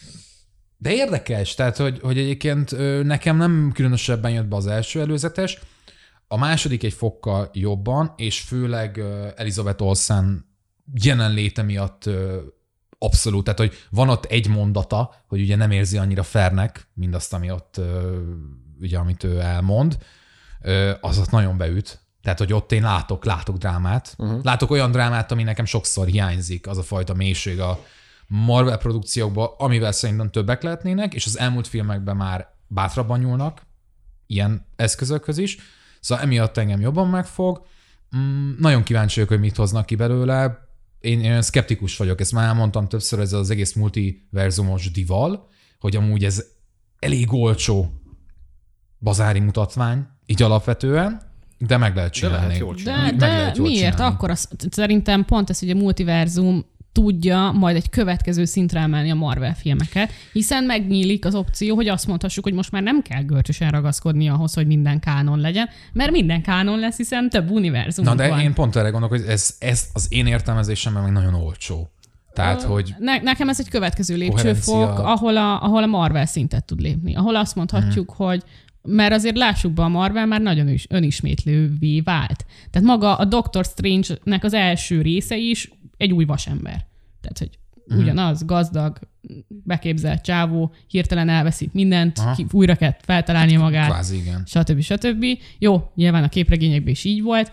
[SPEAKER 3] De érdekes, tehát, hogy, hogy egyébként ö, nekem nem különösebben jött be az első előzetes, a második egy fokkal jobban, és főleg ö, Elizabeth Olsen jelenléte miatt ö, abszolút, tehát, hogy van ott egy mondata, hogy ugye nem érzi annyira fairnek mindazt, ami ott, ö, ugye, amit ő elmond, ö, az ott nagyon beüt. Tehát, hogy ott én látok, látok drámát. Uh-huh. Látok olyan drámát, ami nekem sokszor hiányzik, az a fajta mélység a Marvel produkciókban, amivel szerintem többek lehetnének, és az elmúlt filmekben már bátrabban nyúlnak ilyen eszközökhöz is. Szóval emiatt engem jobban megfog. Mm, nagyon kíváncsi vagyok, hogy mit hoznak ki belőle. Én, én szkeptikus vagyok, ezt már elmondtam többször, ez az egész multiverzumos dival, hogy amúgy ez elég olcsó bazári mutatvány, így alapvetően, de meg lehet
[SPEAKER 1] De
[SPEAKER 3] csinálni.
[SPEAKER 1] lehet jól csinálni.
[SPEAKER 2] De,
[SPEAKER 3] Meg
[SPEAKER 2] de
[SPEAKER 3] lehet jól
[SPEAKER 2] miért?
[SPEAKER 3] csinálni.
[SPEAKER 2] Akkor az, szerintem pont ez, hogy a multiverzum tudja majd egy következő szintre emelni a Marvel filmeket, hiszen megnyílik az opció, hogy azt mondhassuk, hogy most már nem kell görcsösen ragaszkodni ahhoz, hogy minden kánon legyen, mert minden kánon lesz, hiszen több univerzum
[SPEAKER 3] Na de
[SPEAKER 2] van.
[SPEAKER 3] én pont erre gondolok, hogy ez, ez az én értelmezésemben meg nagyon olcsó. Tehát,
[SPEAKER 2] uh,
[SPEAKER 3] hogy...
[SPEAKER 2] Ne, nekem ez egy következő lépcsőfok, ahol a, ahol a Marvel szintet tud lépni. Ahol azt mondhatjuk, hmm. hogy mert azért lássuk be, a Marvel már nagyon is önismétlővé vált. Tehát maga a Doctor Strange-nek az első része is egy új vasember. Tehát, hogy mm. ugyanaz, gazdag, beképzelt csávó, hirtelen elveszít mindent, ki, újra kell feltalálnia magát,
[SPEAKER 3] Kvázi, igen.
[SPEAKER 2] stb. stb. Jó, nyilván a képregényekben is így volt,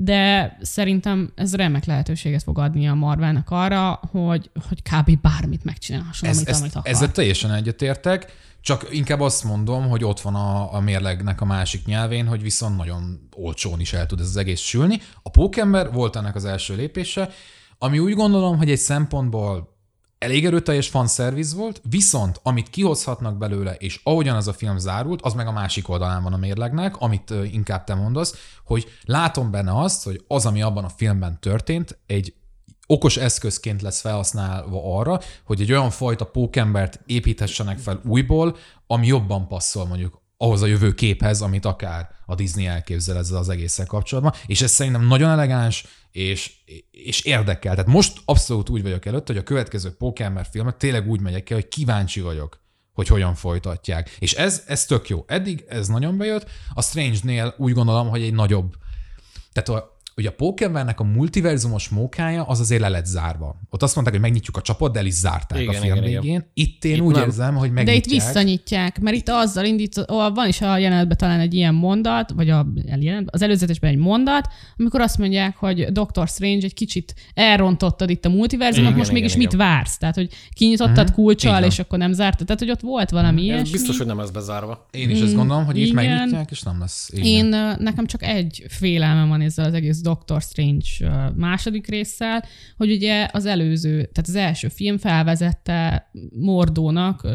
[SPEAKER 2] de szerintem ez remek lehetőséget fog adni a Marvelnek arra, hogy, hogy kb. Bármit megcsinálhasson,
[SPEAKER 3] ez,
[SPEAKER 2] amit,
[SPEAKER 3] ez,
[SPEAKER 2] amit akar.
[SPEAKER 3] Ezzel teljesen egyetértek. Csak inkább azt mondom, hogy ott van a, a mérlegnek a másik nyelvén, hogy viszont nagyon olcsón is el tud ez az egész sülni. A Pókember volt ennek az első lépése, ami úgy gondolom, hogy egy szempontból elég erőteljes fanszerviz volt, viszont amit kihozhatnak belőle, és ahogyan az a film zárult, az meg a másik oldalán van a mérlegnek, amit inkább te mondasz, hogy látom benne azt, hogy az, ami abban a filmben történt, egy okos eszközként lesz felhasználva arra, hogy egy olyan fajta pókembert építhessenek fel újból, ami jobban passzol mondjuk ahhoz a jövő képhez, amit akár a Disney elképzel ezzel az egésszel kapcsolatban. És ez szerintem nagyon elegáns, és, és érdekel. Tehát most abszolút úgy vagyok előtt, hogy a következő Pókember filmet tényleg úgy megyek el, hogy kíváncsi vagyok, hogy hogyan folytatják. És ez, ez tök jó. Eddig ez nagyon bejött. A Strange-nél úgy gondolom, hogy egy nagyobb... Tehát a ugye a Pókembernek a multiverzumos mókája az azért le lett zárva. Ott azt mondták, hogy megnyitjuk a csapot, de el is zárták igen, a film igen, végén. Igen. Itt én itt úgy nem. érzem, hogy megnyitják.
[SPEAKER 2] De itt visszanyitják, mert itt azzal indít, van is a jelenetben talán egy ilyen mondat, vagy a, az előzetesben egy mondat, amikor azt mondják, hogy Doctor Strange egy kicsit elrontottad itt a multiverzumot, igen, most igen, mégis igen. mit vársz? Tehát, hogy kinyitottad uh-huh. kulccsal, és akkor nem zártad. Tehát, hogy ott volt valami uh-huh. ilyesmi.
[SPEAKER 1] Biztos, hogy nem lesz bezárva.
[SPEAKER 3] Én is mm, ezt gondolom, hogy itt igen. megnyitják, és nem lesz. Igen.
[SPEAKER 2] Én, nekem csak egy félelmem van ezzel az egész Doctor Strange második résszel, hogy ugye az előző, tehát az első film felvezette Mordónak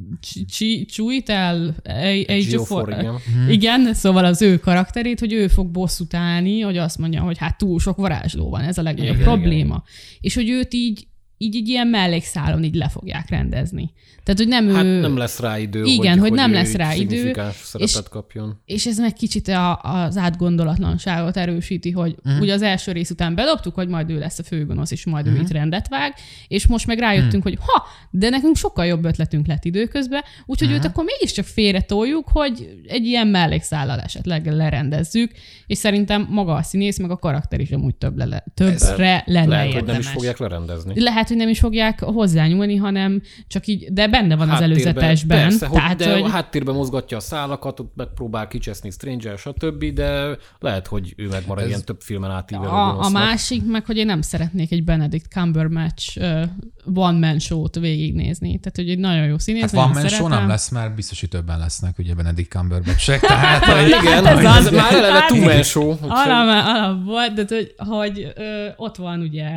[SPEAKER 2] Chiwetel Ejiofor, igen. igen, szóval az ő karakterét, hogy ő fog bosszút állni, hogy azt mondja, hogy hát túl sok varázsló van, ez a legnagyobb igen, probléma. Igen. És hogy őt így így egy ilyen mellékszálon így le fogják rendezni. Tehát, hogy nem
[SPEAKER 1] hát
[SPEAKER 2] ő...
[SPEAKER 1] nem lesz rá idő,
[SPEAKER 2] igen,
[SPEAKER 1] hogy,
[SPEAKER 2] hogy nem
[SPEAKER 1] hogy
[SPEAKER 2] lesz rá idő,
[SPEAKER 1] és,
[SPEAKER 2] kapjon. És ez meg kicsit a, az átgondolatlanságot erősíti, hogy uh-huh. ugye az első rész után bedobtuk, hogy majd ő lesz a főgonosz, és majd uh-huh. ő itt rendet vág, és most meg rájöttünk, uh-huh. hogy ha, de nekünk sokkal jobb ötletünk lett időközben, úgyhogy uh-huh. őt akkor mégiscsak félretoljuk, hogy egy ilyen mellékszállal esetleg lerendezzük, és szerintem maga a színész, meg a karakter is amúgy több le, többre lenne
[SPEAKER 1] lehet,
[SPEAKER 2] érdemes.
[SPEAKER 1] hogy nem is fogják lerendezni.
[SPEAKER 2] Lehet, hogy nem is fogják hozzányúlni, hanem csak így, de benne van háttérben, az előzetesben.
[SPEAKER 1] Persze,
[SPEAKER 2] tehát,
[SPEAKER 1] de
[SPEAKER 2] hogy...
[SPEAKER 1] a háttérben mozgatja a szálakat, ott megpróbál kicseszni Stranger, stb., de lehet, hogy ő megmarad ez... ilyen több filmen átívelő
[SPEAKER 2] a, a másik meg, hogy én nem szeretnék egy Benedict Cumberbatch uh, one-man show-t végignézni. Tehát, hogy egy nagyon jó színész,
[SPEAKER 3] hát
[SPEAKER 2] nagyon
[SPEAKER 3] one-man
[SPEAKER 2] szeretem.
[SPEAKER 3] show nem lesz, mert biztos, hogy többen lesznek, ugye Benedict Cumberbatch-ek. Tehát, hogy
[SPEAKER 1] igen,
[SPEAKER 2] hát ez,
[SPEAKER 1] ez, ez már eleve two-man show.
[SPEAKER 2] Alap, alap volt, de hogy, hogy ö, ott van ugye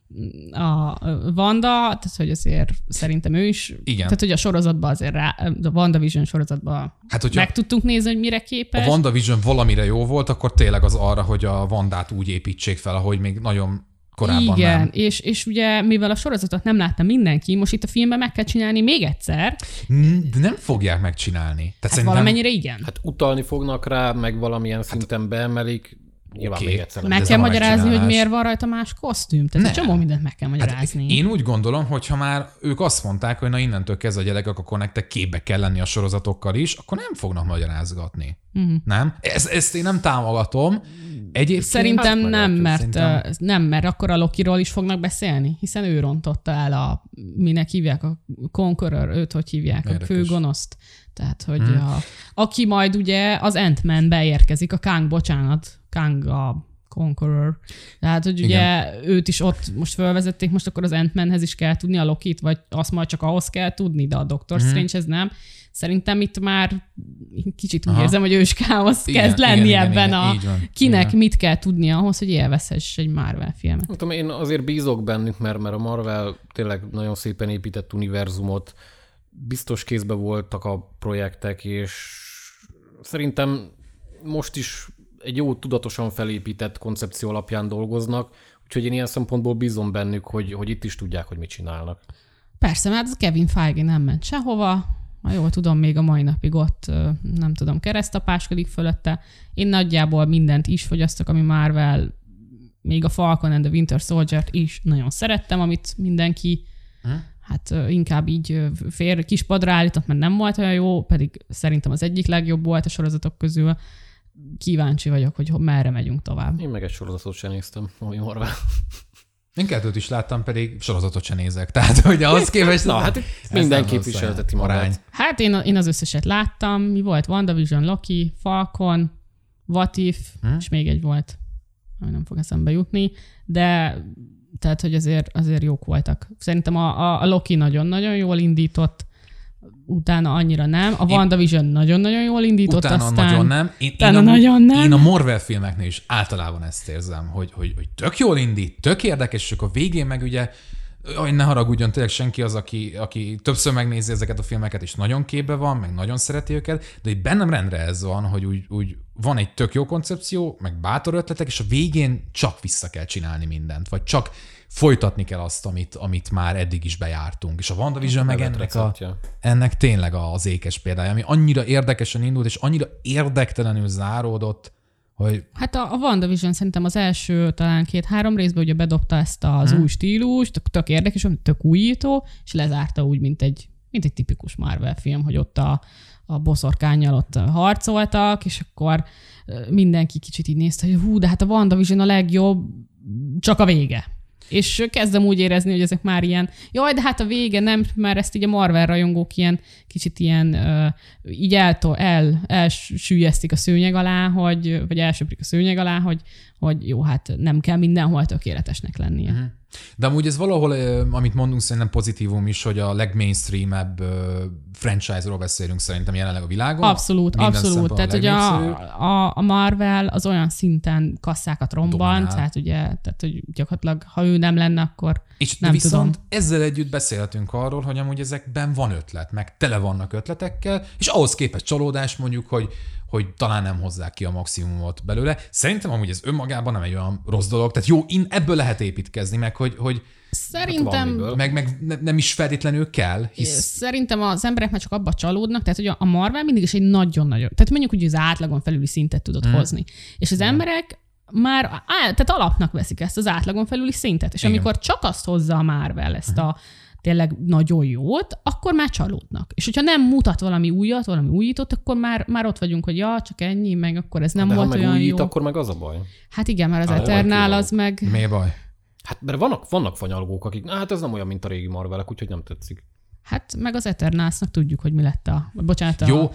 [SPEAKER 2] a Wanda, tehát hogy azért szerintem ő is,
[SPEAKER 3] igen.
[SPEAKER 2] tehát hogy a sorozatban azért rá, a WandaVision sorozatban hát, meg tudtunk nézni, hogy mire képes.
[SPEAKER 3] A WandaVision valamire jó volt, akkor tényleg az arra, hogy a Wandát úgy építsék fel, ahogy még nagyon korábban
[SPEAKER 2] igen,
[SPEAKER 3] nem.
[SPEAKER 2] És, és ugye mivel a sorozatot nem látta mindenki, most itt a filmben meg kell csinálni még egyszer.
[SPEAKER 3] De nem fogják megcsinálni. Tehát
[SPEAKER 2] hát
[SPEAKER 3] szerintem...
[SPEAKER 2] valamennyire igen.
[SPEAKER 1] Hát utalni fognak rá, meg valamilyen szinten hát, beemelik. Nyilván
[SPEAKER 3] okay.
[SPEAKER 1] még egyszer.
[SPEAKER 2] Meg kell magyarázni, hogy miért van rajta más kosztüm. Tehát egy csomó mindent meg kell magyarázni.
[SPEAKER 3] Hát én úgy gondolom, hogy ha már ők azt mondták, hogy na innentől kezdve a gyerekek, akkor nektek képbe kell lenni a sorozatokkal is, akkor nem fognak magyarázgatni. Uh-huh. Nem? Ez, ezt én nem támogatom. Egyébként
[SPEAKER 2] szerintem
[SPEAKER 3] hát,
[SPEAKER 2] nem, mert,
[SPEAKER 3] szerintem...
[SPEAKER 2] nem, mert akkor a Lokiról is fognak beszélni, hiszen ő rontotta el a, minek hívják, a Conqueror, őt hogy hívják, érdekes. A főgonoszt. Tehát, hogy hmm. a, aki majd ugye az Ant-Man beérkezik, a Kang, bocsánat, Kang a Conqueror. Tehát, hogy ugye igen. őt is ott most felvezették, most akkor az Ant-Manhez is kell tudni a Lokit, vagy azt majd csak ahhoz kell tudni, de a Doctor hmm. Strangehez nem. Szerintem itt már kicsit úgy Aha. érzem, hogy őskáosz igen, kezd lenni igen, ebben igen, a igen, kinek igen. mit kell tudnia ahhoz, hogy élvezhess egy Marvel filmet.
[SPEAKER 1] Nem tudom, én azért bízok bennük, mert, mert a Marvel tényleg nagyon szépen épített univerzumot, biztos kézbe voltak a projektek, és szerintem most is egy jó tudatosan felépített koncepció alapján dolgoznak, úgyhogy én ilyen szempontból bízom bennük, hogy, hogy itt is tudják, hogy mit csinálnak.
[SPEAKER 2] Persze, mert az Kevin Feige nem ment sehova, ha jól tudom, még a mai napig ott, nem tudom, keresztapáskodik fölötte. Én nagyjából mindent is fogyasztok, ami Marvel, még a Falcon and the Winter Soldier-t is nagyon szerettem, amit mindenki hát inkább így fér kispadra állított, mert nem volt olyan jó, pedig szerintem az egyik legjobb volt a sorozatok közül. Kíváncsi vagyok, hogy merre megyünk tovább.
[SPEAKER 1] Én meg egy sorozatot sem néztem, ami Marvel.
[SPEAKER 3] Én kettőt is láttam, pedig sorozatot sem nézek. Tehát, hogy ahhoz képest...
[SPEAKER 1] Na, hát minden képviselteti magát.
[SPEAKER 2] Hát én, én az összeset láttam. Mi volt? WandaVision, Loki, Falcon, What If, hmm? és még egy volt, ami nem fog eszembe jutni, de tehát, hogy azért, azért jók voltak. Szerintem a, a, a Loki nagyon-nagyon jól indított, utána annyira nem. A WandaVision nagyon-nagyon jól indított,
[SPEAKER 3] utána
[SPEAKER 2] aztán...
[SPEAKER 3] nagyon nem. Én,
[SPEAKER 2] utána
[SPEAKER 3] én, a,
[SPEAKER 2] nagyon nem.
[SPEAKER 3] Én a Marvel filmeknél is általában ezt érzem, hogy, hogy, hogy tök jól indít, tök érdekes, és akkor a végén meg ugye, hogy ne haragudjon tényleg senki az, aki, aki többször megnézi ezeket a filmeket, és nagyon képbe van, meg nagyon szereti őket, de itt bennem rendre ez van, hogy úgy, úgy van egy tök jó koncepció, meg bátor ötletek, és a végén csak vissza kell csinálni mindent, vagy csak folytatni kell azt, amit, amit már eddig is bejártunk. És a WandaVision meg ennek, a, ennek tényleg az ékes példája, ami annyira érdekesen indult, és annyira érdektelenül záródott, hogy...
[SPEAKER 2] Hát a, a WandaVision szerintem az első talán két-három részben ugye bedobta ezt az hmm. új stílust, tök, tök érdekes, tök újító, és lezárta úgy, mint egy, mint egy tipikus Marvel film, hogy ott a, a boszorkánnyal ott harcoltak, és akkor mindenki kicsit így nézte, hogy hú, de hát a WandaVision a legjobb, csak a vége. És kezdem úgy érezni, hogy ezek már ilyen, jaj, de hát a vége nem, mert ezt így a Marvel rajongók ilyen, kicsit ilyen, uh, így eltól, el, elsüllyesztik a szőnyeg alá, hogy, vagy elsöprik a szőnyeg alá, hogy, hogy jó, hát nem kell mindenhol tökéletesnek lennie. Uh-huh.
[SPEAKER 3] De amúgy ez valahol, amit mondunk, szerintem pozitívum is, hogy a legmainstreamebb franchise-ról beszélünk szerintem jelenleg a világon.
[SPEAKER 2] Abszolút, abszolút. Tehát, hogy a, a, a Marvel az olyan szinten kasszákat rombant, tehát ugye, tehát, hogy gyakorlatilag, ha ő nem lenne, akkor
[SPEAKER 3] és
[SPEAKER 2] nem
[SPEAKER 3] viszont
[SPEAKER 2] tudom.
[SPEAKER 3] ezzel együtt beszélhetünk arról, hogy amúgy ezekben van ötlet, meg tele vannak ötletekkel, és ahhoz képest csalódás mondjuk, hogy hogy talán nem hozzák ki a maximumot belőle. Szerintem amúgy ez önmagában nem egy olyan rossz dolog. Tehát jó, ebből lehet építkezni, meg hogy, hogy
[SPEAKER 2] szerintem...
[SPEAKER 3] meg, meg nem is feltétlenül kell. Hisz...
[SPEAKER 2] Szerintem az emberek már csak abba csalódnak, tehát hogy a Marvel mindig is egy nagyon-nagyon... Tehát mondjuk, hogy az átlagon felüli szintet tudod hmm. hozni. És az hmm. emberek már á, tehát alapnak veszik ezt az átlagon felüli szintet. És igen. amikor csak azt hozza a Marvel ezt a tényleg nagyon jót, akkor már csalódnak. És hogyha nem mutat valami újat, valami újított, akkor már, már ott vagyunk, hogy ja, csak ennyi, meg akkor ez nem
[SPEAKER 1] de
[SPEAKER 2] volt
[SPEAKER 1] ha meg
[SPEAKER 2] olyan
[SPEAKER 1] újít,
[SPEAKER 2] jó.
[SPEAKER 1] akkor meg az a baj.
[SPEAKER 2] Hát igen, mert az Eternál az meg...
[SPEAKER 3] Mi baj?
[SPEAKER 1] Hát mert vannak, vannak fanyalgók, akik, hát ez nem olyan, mint a régi Marvelek, úgyhogy nem tetszik.
[SPEAKER 2] Hát meg az Eternalsnak tudjuk, hogy mi lett a... Bocsánat, a...
[SPEAKER 3] Jó.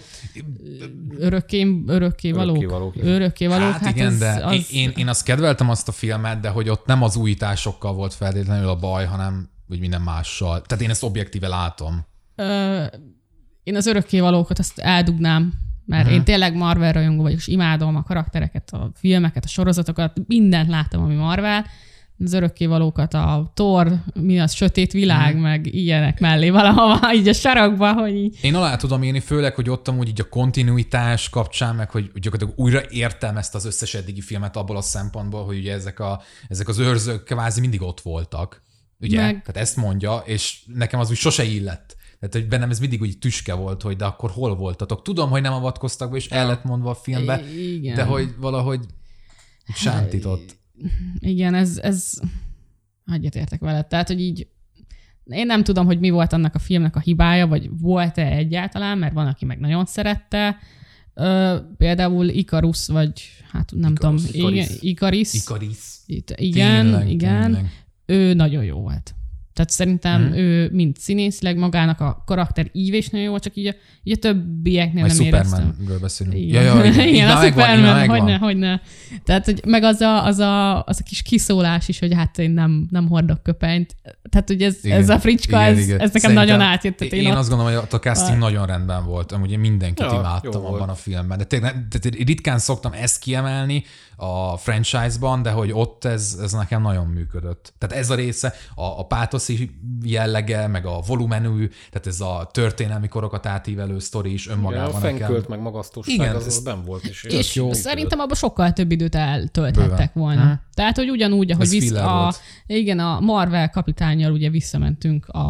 [SPEAKER 2] Örökké, örökké valók. Örökké valók. Örökké valók.
[SPEAKER 3] Hát, hát igen, az, de az... Én, én azt kedveltem azt a filmet, de hogy ott nem az újításokkal volt feltétlenül a baj, hanem úgy minden mással. Tehát én ezt objektíve látom. Ö,
[SPEAKER 2] én az örökkévalókat azt eldugnám, mert uh-huh. én tényleg Marvel rajongó vagyok, és imádom a karaktereket, a filmeket, a sorozatokat, mindent láttam, ami Marvel. Az örökkévalókat, a Thor, mi az, sötét világ, uh-huh. meg ilyenek mellé valahova, így a sarokba, hogy így.
[SPEAKER 3] Én alá tudom írni, főleg, hogy ott amúgy így a kontinuitás kapcsán, meg hogy gyakorlatilag újra értem ezt az összes eddigi filmet abból a szempontból, hogy ugye ezek, a, ezek az őrzők kvázi mindig ott voltak. Ugye? Meg... Tehát ezt mondja, és nekem az úgy sose illett. Tehát, hogy bennem ez mindig úgy tüske volt, hogy de akkor hol voltatok? Tudom, hogy nem avatkoztak be, és el lett mondva a filmbe, igen. de hogy valahogy sántított.
[SPEAKER 2] Igen, ez, ez... Egyetértek veled. Tehát, hogy így én nem tudom, hogy mi volt annak a filmnek a hibája, vagy volt-e egyáltalán, mert van, aki meg nagyon szerette. Ö, például Icarus, vagy hát nem
[SPEAKER 3] Icarus,
[SPEAKER 2] tudom,
[SPEAKER 3] Icaris.
[SPEAKER 2] Icaris.
[SPEAKER 3] Icaris.
[SPEAKER 2] Itt, igen,
[SPEAKER 3] tényleg,
[SPEAKER 2] igen.
[SPEAKER 3] Tényleg.
[SPEAKER 2] Ő nagyon jó volt. Tehát szerintem hmm. ő mind színészileg magának a karakter ívés nagyon jó, csak így a, így a többieknél
[SPEAKER 3] majd
[SPEAKER 2] nem éreztem.
[SPEAKER 3] Supermanről beszélünk.
[SPEAKER 2] Igen,
[SPEAKER 3] ja, ja, igen.
[SPEAKER 2] igen a Superman,
[SPEAKER 3] hogyne,
[SPEAKER 2] hogyne. Tehát, hogy meg az a, az, a, az a kis kiszólás is, hogy hát én nem, nem hordok köpenyt. Tehát, hogy ez, ez a fricska, igen, ez, igen. ez nekem szerintem nagyon átjött.
[SPEAKER 3] Én, én azt gondolom, hogy a casting a... nagyon rendben volt. Amúgy én mindenkit ja, imádtam abban volt. A filmben. De tényleg, ritkán szoktam ezt kiemelni a franchise-ban, de hogy ott ez, ez nekem nagyon működött. Tehát ez a része, a, a pátoszi jellege, meg a volumenű, tehát ez a történelmi korokat átívelő sztori is önmagában.
[SPEAKER 1] Ja, a fenkölt, meg magasztosság, igen, az, az benn volt is.
[SPEAKER 2] És jó. Szerintem abban sokkal több időt eltölthettek volna. Hmm. Tehát, hogy ugyanúgy, ahogy visz, a, igen, a Marvel kapitánnyal ugye visszamentünk a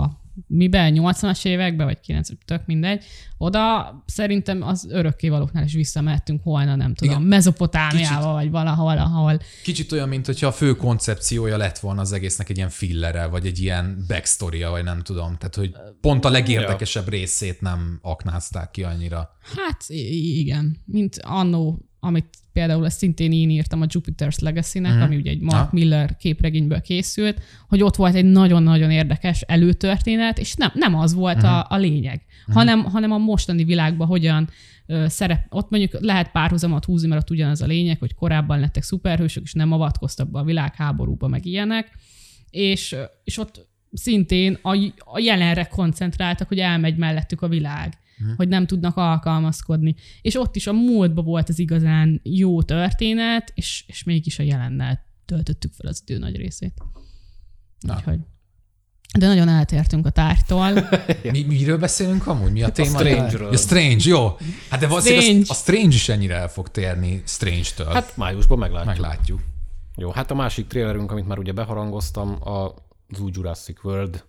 [SPEAKER 2] miben, nyolcvanas években, vagy kilencvenes, tök mindegy, oda szerintem az örökkévalóknál is visszamehettünk volna, nem tudom, igen. Mezopotámiába, vagy valahol, ahol.
[SPEAKER 3] Kicsit olyan, mint hogyha a fő koncepciója lett volna az egésznek egy ilyen fillere, vagy egy ilyen backstory-ja, vagy nem tudom. Tehát, hogy pont a legérdekesebb ja. részét nem aknázták ki annyira.
[SPEAKER 2] Hát igen, mint annó, amit például ezt szintén én írtam a Jupiter's Legacy-nek, mm. ami ugye egy Mark ha. Miller képregényből készült, hogy ott volt egy nagyon-nagyon érdekes előtörténet, és nem, nem az volt mm. a, a lényeg, mm. hanem, hanem a mostani világban hogyan ö, szerep, ott mondjuk lehet párhuzamot húzni, mert ott ugyanaz a lényeg, hogy korábban lettek szuperhősök, és nem avatkoztak be a világháborúba, meg ilyenek, és, és ott szintén a, a jelenre koncentráltak, hogy elmegy mellettük a világ. Hmm. hogy nem tudnak alkalmazkodni. És ott is a múltban volt az igazán jó történet, és, és mégis a jelennel töltöttük fel az idő nagy részét. Úgyhogy. De nagyon eltértünk a tárgytól.
[SPEAKER 3] Mi, miről beszélünk amúgy? Mi a téma?
[SPEAKER 1] A Strange-ről.
[SPEAKER 3] A Strange, jó. Hát de valószínűleg a Strange is ennyire el fog térni Strange-től.
[SPEAKER 1] Hát májusban meglátjuk.
[SPEAKER 3] Meglátjuk.
[SPEAKER 1] Jó, hát a másik trailerünk, amit már ugye beharangoztam, az új Jurassic World.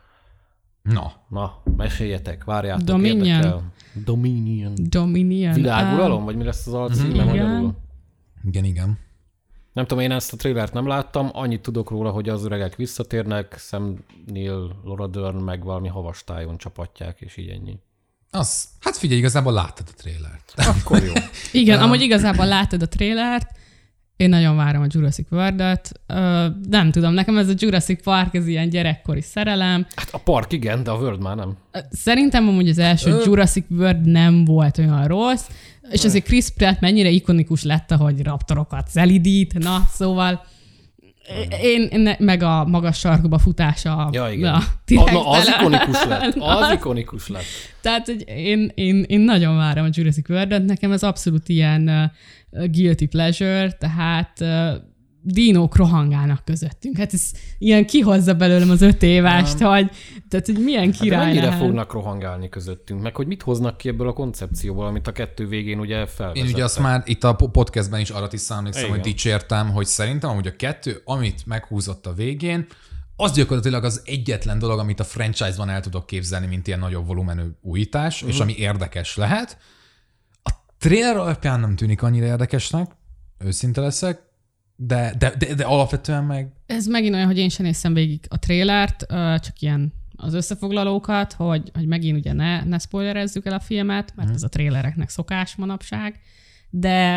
[SPEAKER 3] Na.
[SPEAKER 1] Na, meséljetek, várjátok,
[SPEAKER 2] Dominion.
[SPEAKER 1] érdekel. Dominion.
[SPEAKER 2] Dominion.
[SPEAKER 1] Világuralom? Uh, vagy mi lesz az alcíme mm-hmm. magyarul?
[SPEAKER 3] Igen, igen.
[SPEAKER 1] Nem tudom, én ezt a trailert nem láttam, annyit tudok róla, hogy az öregek visszatérnek, Sam Neill, Laura Dern meg valami havastájon csapatják, és így ennyi.
[SPEAKER 3] Az, hát figyelj, igazából láttad a trailert.
[SPEAKER 1] Akkor jó.
[SPEAKER 2] Igen, amúgy igazából láttad a trailert, én nagyon várom a Jurassic World-et. Uh, nem tudom, nekem ez a Jurassic Park, ez ilyen gyerekkori szerelem.
[SPEAKER 1] Hát a park igen, de a World már nem.
[SPEAKER 2] Szerintem amúgy az első Ö... Jurassic World nem volt olyan rossz, és azért Chris Pratt mennyire ikonikus lett, ahogy raptorokat szelidít, na, szóval én, én meg a magas sarkuba futása.
[SPEAKER 1] Ja, igen. A, na, az ikonikus lett. Az ikonikus lett.
[SPEAKER 2] Tehát, hogy én, én, én nagyon várom a Jurassic World-et, nekem ez abszolút ilyen uh, guilty pleasure, tehát uh, dinók rohangálnak közöttünk. Hát ez ilyen kihozza belőlem az öt évást, hogy, tehát, hogy milyen király
[SPEAKER 1] hát mennyire
[SPEAKER 2] lehet.
[SPEAKER 1] fognak rohangálni közöttünk, meg hogy mit hoznak ki ebből a koncepcióból, amit a kettő végén ugye felvezettek.
[SPEAKER 3] Én ugye azt már itt a podcastben is arra is emlékszem, hogy dicsértem, hogy szerintem amúgy a kettő, amit meghúzott a végén, az gyakorlatilag az egyetlen dolog, amit a franchise-ban el tudok képzelni, mint ilyen nagyobb volumenű újítás, uh-huh. és ami érdekes lehet. A trailer alapján nem tűnik annyira érdekesnek, őszinte leszek, De, de, de, de alapvetően meg...
[SPEAKER 2] Ez megint olyan, hogy én sem néztem végig a trélert, csak ilyen az összefoglalókat, hogy, hogy megint ugye ne, ne spoilerezzük el a filmet, mert mm. ez a trélereknek szokás manapság, de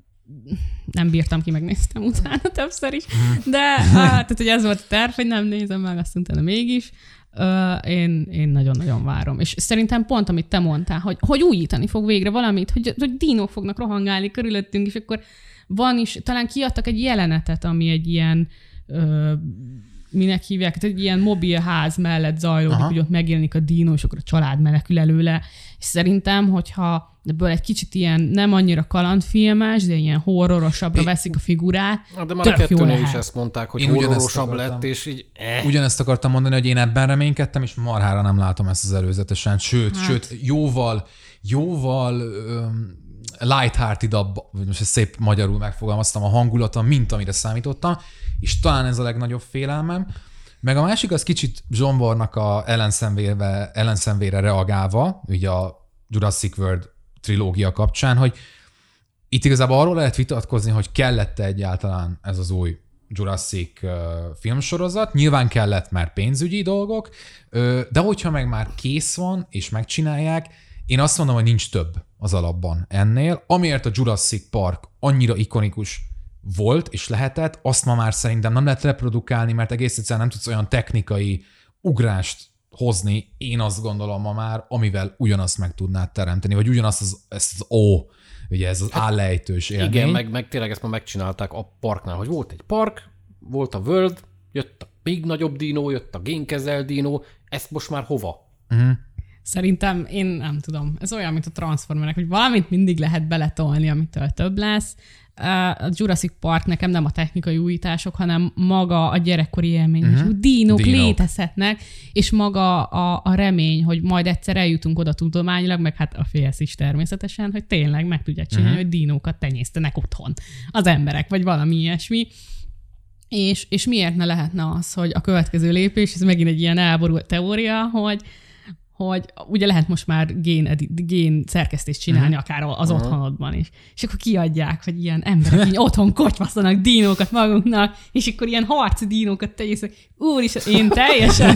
[SPEAKER 2] nem bírtam ki, megnéztem utána többször is, de á, tehát, hogy ez volt a terv, hogy nem nézem meg, azt utána mégis. Én, én nagyon-nagyon várom. És szerintem pont, amit te mondtál, hogy, hogy újítani fog végre valamit, hogy, hogy dinók fognak rohangálni körülöttünk, és akkor van is, talán kiadtak egy jelenetet, ami egy ilyen, ö, minek hívják, egy ilyen mobilház mellett zajlódik, aha. hogy ott megjelenik a dínó, és akkor a család menekül előle. És szerintem, hogyha ebből egy kicsit ilyen nem annyira kalandfilmes, de ilyen horrorosabbra veszik a figurát,
[SPEAKER 1] na, de már a kettőnél is ezt mondták, hogy én horrorosabb lett, és így...
[SPEAKER 3] Eh. Ugyanezt akartam mondani, hogy én ebben reménykedtem, és marhára nem látom ezt az előzetesen. Sőt, hát. sőt, jóval, jóval... Öm, light-hearted-abb, vagy most ezt szép magyarul megfogalmaztam, a hangulata, mint amire számítottam, és talán ez a legnagyobb félelmem. Meg a másik az kicsit John Warnak a ellenszenvére reagálva, ugye a Jurassic World trilógia kapcsán, hogy itt igazából arról lehet vitatkozni, hogy kellett-e egyáltalán ez az új Jurassic uh, filmsorozat. Nyilván kellett, mert pénzügyi dolgok, uh, de hogyha meg már kész van, és megcsinálják, én azt mondom, hogy nincs több az alapban ennél. Amiért a Jurassic Park annyira ikonikus volt és lehetett, azt ma már szerintem nem lehet reprodukálni, mert egész egyszerűen nem tudsz olyan technikai ugrást hozni, én azt gondolom ma már, amivel ugyanazt meg tudnád teremteni, vagy ugyanazt az, ezt az ó, ugye ez az állejtős élmény.
[SPEAKER 1] Igen, meg, meg tényleg ezt ma megcsinálták a parknál, hogy volt egy park, volt a World, jött a még nagyobb dinó, jött a génkezel dinó, ezt most már hova?
[SPEAKER 3] Uh-huh.
[SPEAKER 2] Szerintem én nem tudom. Ez olyan, mint a Transformerek, hogy valamit mindig lehet beletolni, amitől több lesz. A Jurassic Park nekem nem a technikai újítások, hanem maga a gyerekkori élmény, uh-huh. hogy dínók, dínók létezhetnek, és maga a, a remény, hogy majd egyszer eljutunk oda tudományilag, meg hát a félsz is természetesen, hogy tényleg meg tudják csinálni, uh-huh. hogy dínókat tenyésztenek otthon az emberek, vagy valami ilyesmi. És, és miért ne lehetne az, hogy a következő lépés, ez megint egy ilyen elborult teória, hogy hogy ugye lehet most már gén, edit, gén szerkesztést csinálni, uh-huh. akár az uh-huh. otthonodban is. És akkor kiadják, hogy ilyen emberek így otthon kocsmasztanak dínókat magunknak, és akkor ilyen harci dínókat tegyész, hogy úristen, én teljesen...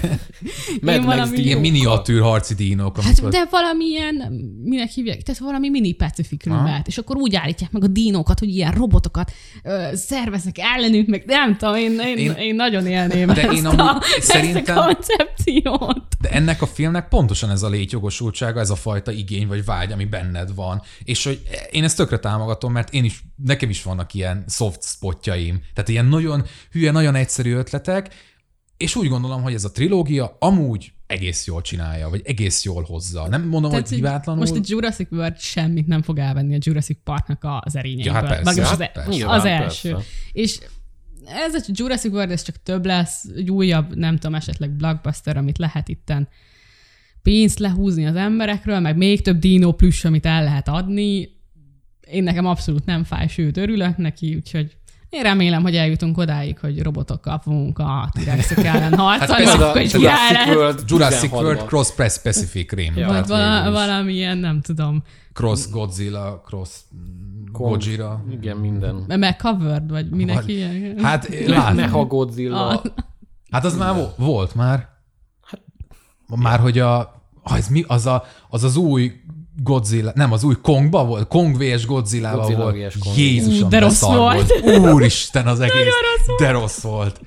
[SPEAKER 3] én valami... Ilyen miniatűr harci dínók.
[SPEAKER 2] Hát, amikor... de valamilyen, minek hívják? Tehát valami mini Pacific Rim-et, és akkor úgy állítják meg a dínókat, hogy ilyen robotokat ö, szerveznek ellenünk, meg nem tudom, én, én, én... én nagyon élném de ezt, én a, szerintem... ezt a koncepciót.
[SPEAKER 3] De ennek a filmnek pontosan ez a létjogosultsága, ez a fajta igény vagy vágy, ami benned van. És hogy én ezt tökre támogatom, mert én is, nekem is vannak ilyen soft spotjaim. Tehát ilyen nagyon hülye, nagyon egyszerű ötletek, és úgy gondolom, hogy ez a trilógia amúgy egész jól csinálja, vagy egész jól hozza. Nem mondom, tehát, hogy hibátlanul.
[SPEAKER 2] Most a Jurassic World semmit nem fog elvenni a Jurassic Parknak az erényeiből.
[SPEAKER 3] Ja, hát persze, hát
[SPEAKER 2] az,
[SPEAKER 3] persze.
[SPEAKER 2] az első. Persze. És ez a Jurassic World, ez csak több lesz, egy újabb, nem tudom, esetleg blockbuster, amit lehet itten pénzt lehúzni az emberekről, meg még több dino plüss, amit el lehet adni. Én nekem abszolút nem fáj, sőt, örülök neki, úgyhogy én remélem, hogy eljutunk odáig, hogy robotokkal fogunk a T-rexek ellen harcolni. Hát akkor is
[SPEAKER 3] Jurassic World, Jurassic World Cross Pacific Rim.
[SPEAKER 2] Ja, vagy vala, valamilyen, nem tudom.
[SPEAKER 3] Cross Godzilla, Cross Gojira.
[SPEAKER 1] Igen, minden.
[SPEAKER 2] Meg covered, vagy minek ilyen?
[SPEAKER 3] Hát látom.
[SPEAKER 1] Mecha Godzilla.
[SPEAKER 3] Hát az már volt már. Hát, már, hogy a az, mi, az, a, az az új Godzilla, nem, az új Kongba volt, Kong versus Godzilla-val Godzilla volt. Kong. Jézusom,
[SPEAKER 2] de rossz volt.
[SPEAKER 3] volt. Úristen, az egész, rossz de rossz volt.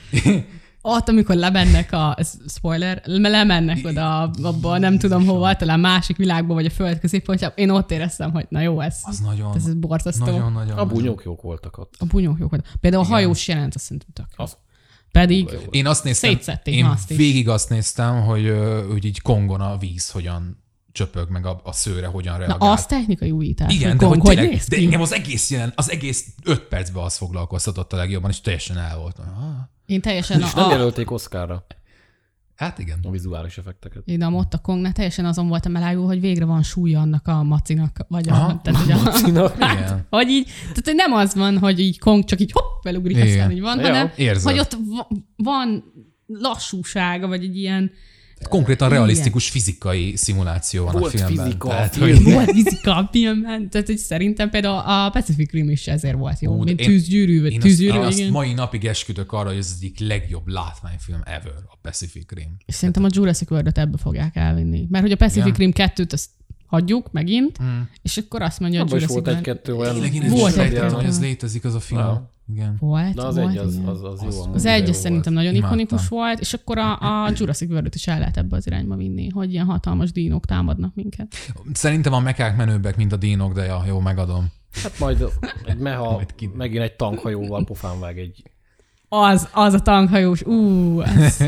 [SPEAKER 2] Ott, amikor lemennek a, spoiler, lemennek oda abba, nem tudom hova, talán másik világba, vagy a föld középpontjába, én ott éreztem, hogy na jó, ez,
[SPEAKER 3] az nagyon,
[SPEAKER 2] ez borzasztó.
[SPEAKER 3] Nagyon, nagyon,
[SPEAKER 1] a bunyók jók voltak ott.
[SPEAKER 2] A bunyók jók voltak. Például igen. A hajós jelent, azt szerintem tök. Az. Pedig
[SPEAKER 3] én azt néztem, én azt végig azt néztem, hogy, hogy így Kongon a víz hogyan csöpög, meg a, a szőre hogyan reagál.
[SPEAKER 2] Na, az technikai újítás.
[SPEAKER 3] Igen, de, hogy tényleg, hogy de engem az egész jelen, az egész öt percben az foglalkoztatott a legjobban, és teljesen el volt. Ah.
[SPEAKER 2] Én teljesen...
[SPEAKER 1] És
[SPEAKER 2] a,
[SPEAKER 1] nem jelölték Oscarra.
[SPEAKER 3] Hát igen.
[SPEAKER 1] A vizuális effekteket.
[SPEAKER 2] Én a ott a Kongnál teljesen azon voltam elájul, hogy végre van súlya annak a macinak. Vagy a, tehát,
[SPEAKER 1] a macinak.
[SPEAKER 2] A, hát, hogy így, tehát nem az van, hogy így Kong csak így hopp, belugrik, aztán így van, ja, hanem érzed. Hogy ott van lassúsága, vagy egy ilyen...
[SPEAKER 3] Konkrétan realisztikus igen. fizikai szimuláció van
[SPEAKER 1] volt
[SPEAKER 3] a filmben.
[SPEAKER 1] Fizika
[SPEAKER 3] tehát,
[SPEAKER 1] film.
[SPEAKER 3] hogy...
[SPEAKER 2] Volt fizika a filmben. Tehát hogy szerintem például a Pacific Rim is ezért volt jó. Ú, mint tűzgyűrű, vagy
[SPEAKER 3] én
[SPEAKER 2] tűzgyűrű.
[SPEAKER 3] Azt,
[SPEAKER 2] igen.
[SPEAKER 3] azt mai napig esküdök arra, hogy ez az egyik legjobb látványfilm ever, a Pacific Rim.
[SPEAKER 2] És szerintem a Jurassic World-ot ebbe fogják elvinni. Mert hogy a Pacific igen. Rim kettőt azt hagyjuk megint, hmm. és akkor azt mondja, hogy a Jurassic
[SPEAKER 1] World... volt egy-kettő olyan...
[SPEAKER 2] Volt
[SPEAKER 3] egy-kettő, hogy ez létezik az a film. Wow. Igen.
[SPEAKER 2] Volt,
[SPEAKER 1] de az
[SPEAKER 2] volt,
[SPEAKER 1] egy, az, az, az, az jó.
[SPEAKER 2] Az egy szerintem nagyon
[SPEAKER 3] Imádtam.
[SPEAKER 2] ikonikus volt, és akkor a, a Jurassic World-ot is el lehet ebbe az irányba vinni, hogy ilyen hatalmas dínók támadnak minket.
[SPEAKER 3] Szerintem a mekák menőbbek, mint a dínók, de ja, jó, megadom.
[SPEAKER 1] Hát majd egy meha, megint egy tankhajóval pofán vág egy...
[SPEAKER 2] Az, az a tankhajós, ú, ez...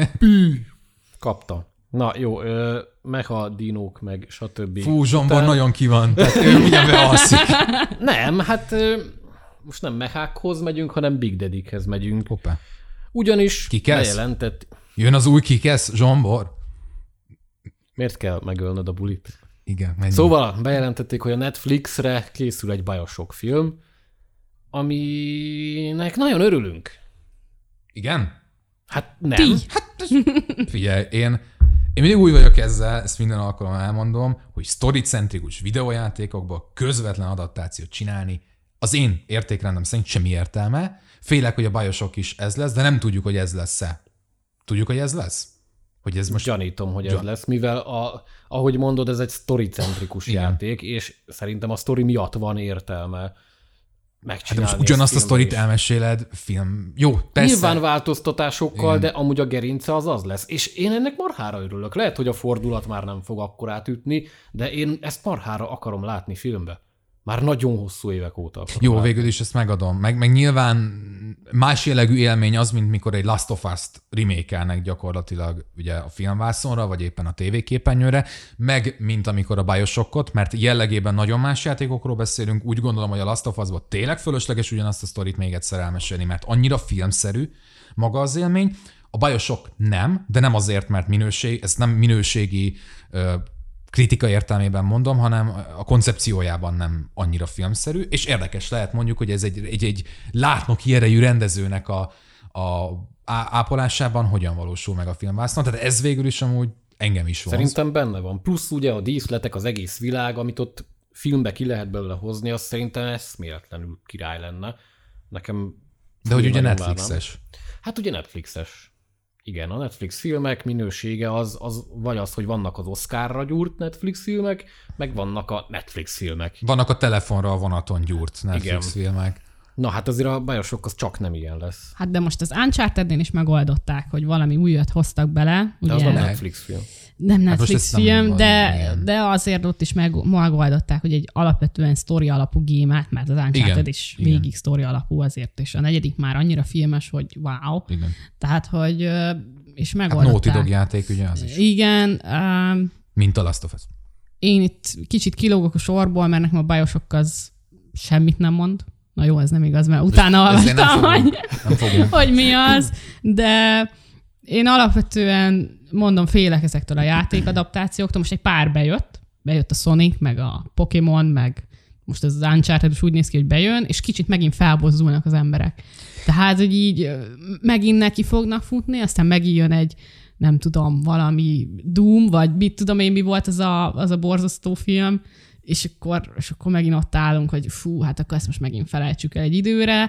[SPEAKER 1] Kapta. Na jó, ö, meha, dínók, meg stb.
[SPEAKER 3] Fú, Zsombor Te... nagyon ki van, tehát ő ugyan bealszik.
[SPEAKER 1] Nem, hát... Ö, most nem mehákhoz megyünk, hanem Big Daddy-hez megyünk.
[SPEAKER 3] Hoppá.
[SPEAKER 1] Ugyanis
[SPEAKER 3] Kikesz?
[SPEAKER 1] bejelentett...
[SPEAKER 3] Jön az új Kikesz, Zsombor?
[SPEAKER 1] Miért kell megölnöd a bulit?
[SPEAKER 3] Igen, menjünk.
[SPEAKER 1] Szóval bejelentették, hogy a Netflixre készül egy Bioshock film, aminek nagyon örülünk.
[SPEAKER 3] Igen?
[SPEAKER 1] Hát nem.
[SPEAKER 2] Ti?
[SPEAKER 3] Hát, figyelj, én, én mindig úgy vagyok ezzel, ezt minden alkalommal elmondom, hogy sztoricentrikus videójátékokból közvetlen adaptációt csinálni, az én értékrendem szerint semmi értelme. Félek, hogy a Bioshock is ez lesz, de nem tudjuk, hogy ez lesz-e. Tudjuk, hogy ez lesz? Hogy ez most...
[SPEAKER 1] Gyanítom, hogy ez Gyan... lesz, mivel a, ahogy mondod, ez egy sztoricentrikus játék, és szerintem a sztori miatt van értelme megcsinálni.
[SPEAKER 3] Hát most ugyanazt a sztorit elmeséled, film... Jó, persze.
[SPEAKER 1] Nyilván változtatásokkal, igen. De amúgy a gerince az az lesz. És én ennek marhára örülök. Lehet, hogy a fordulat már nem fog akkor átütni, de én ezt marhára akarom látni filmbe. Már nagyon hosszú évek óta.
[SPEAKER 3] Jó, látni. Végül is ezt megadom. Meg, meg nyilván más jellegű élmény az, mint mikor egy Last of Us-t remake-elnek gyakorlatilag ugye a filmvászonra, vagy éppen a tévéképernyőre, meg mint amikor a Bioshockot, mert jellegében nagyon más játékokról beszélünk, úgy gondolom, hogy a Last of Us-ban tényleg fölösleges ugyanazt a sztorit még egyszer elmesélni, mert annyira filmszerű maga az élmény. A Bioshock nem, de nem azért, mert minőség, ez nem minőségi ö, kritika értelmében mondom, hanem a koncepciójában nem annyira filmszerű, és érdekes lehet mondjuk, hogy ez egy, egy, egy látnoki erejű rendezőnek a, a ápolásában hogyan valósul meg a filmvásznon. Tehát ez végül is amúgy engem is vonz.
[SPEAKER 1] Szerintem benne van. Plusz ugye a díszletek, az egész világ, amit ott filmbe ki lehet belőle hozni, az szerintem eszméletlenül király lenne. Nekem...
[SPEAKER 3] De hogy ugye Netflixes.
[SPEAKER 1] Várnám. Hát ugye Netflixes. Igen, a Netflix filmek minősége az, az vagy az, hogy vannak az Oscarra gyúrt Netflix filmek, meg vannak a Netflix filmek.
[SPEAKER 3] Vannak a telefonra a vonaton gyúrt Netflix Igen. filmek.
[SPEAKER 1] Na hát azért a Bioshock az csak nem ilyen lesz.
[SPEAKER 2] Hát de most az Uncharted-nél is megoldották, hogy valami újat hoztak bele.
[SPEAKER 1] De
[SPEAKER 2] ugye?
[SPEAKER 1] az a Netflix film.
[SPEAKER 2] Nem Netflix hát film, de, de azért ott is meg, megoldották, hogy egy alapvetően sztori alapú gémát, mert az Uncharted igen, is igen. végig sztori alapú azért, és a negyedik már annyira filmes, hogy wow. Igen. Tehát, hogy és megoldották.
[SPEAKER 3] Hát Naughty Dog játék ugye az is.
[SPEAKER 2] Igen. Um,
[SPEAKER 3] Mint a Last of Us.
[SPEAKER 2] Én itt kicsit kilógok a sorból, mert nekem a Bioshock az semmit nem mond. Na jó, ez nem igaz, mert utána olvastam, hogy, hogy mi az, de én alapvetően mondom, félek ezektől a játékadaptációktól. Most egy pár bejött, bejött a Sonic, meg a Pokémon, meg most ez az Uncharted is úgy néz ki, hogy bejön, és kicsit megint felbozzulnak az emberek. Tehát, hogy így megint neki fognak futni, aztán megint jön egy, nem tudom, valami Doom, vagy mit tudom én, mi volt az a, az a borzasztó film, és akkor, és akkor megint ott állunk, hogy fú, hát akkor ezt most megint felejtsük el egy időre.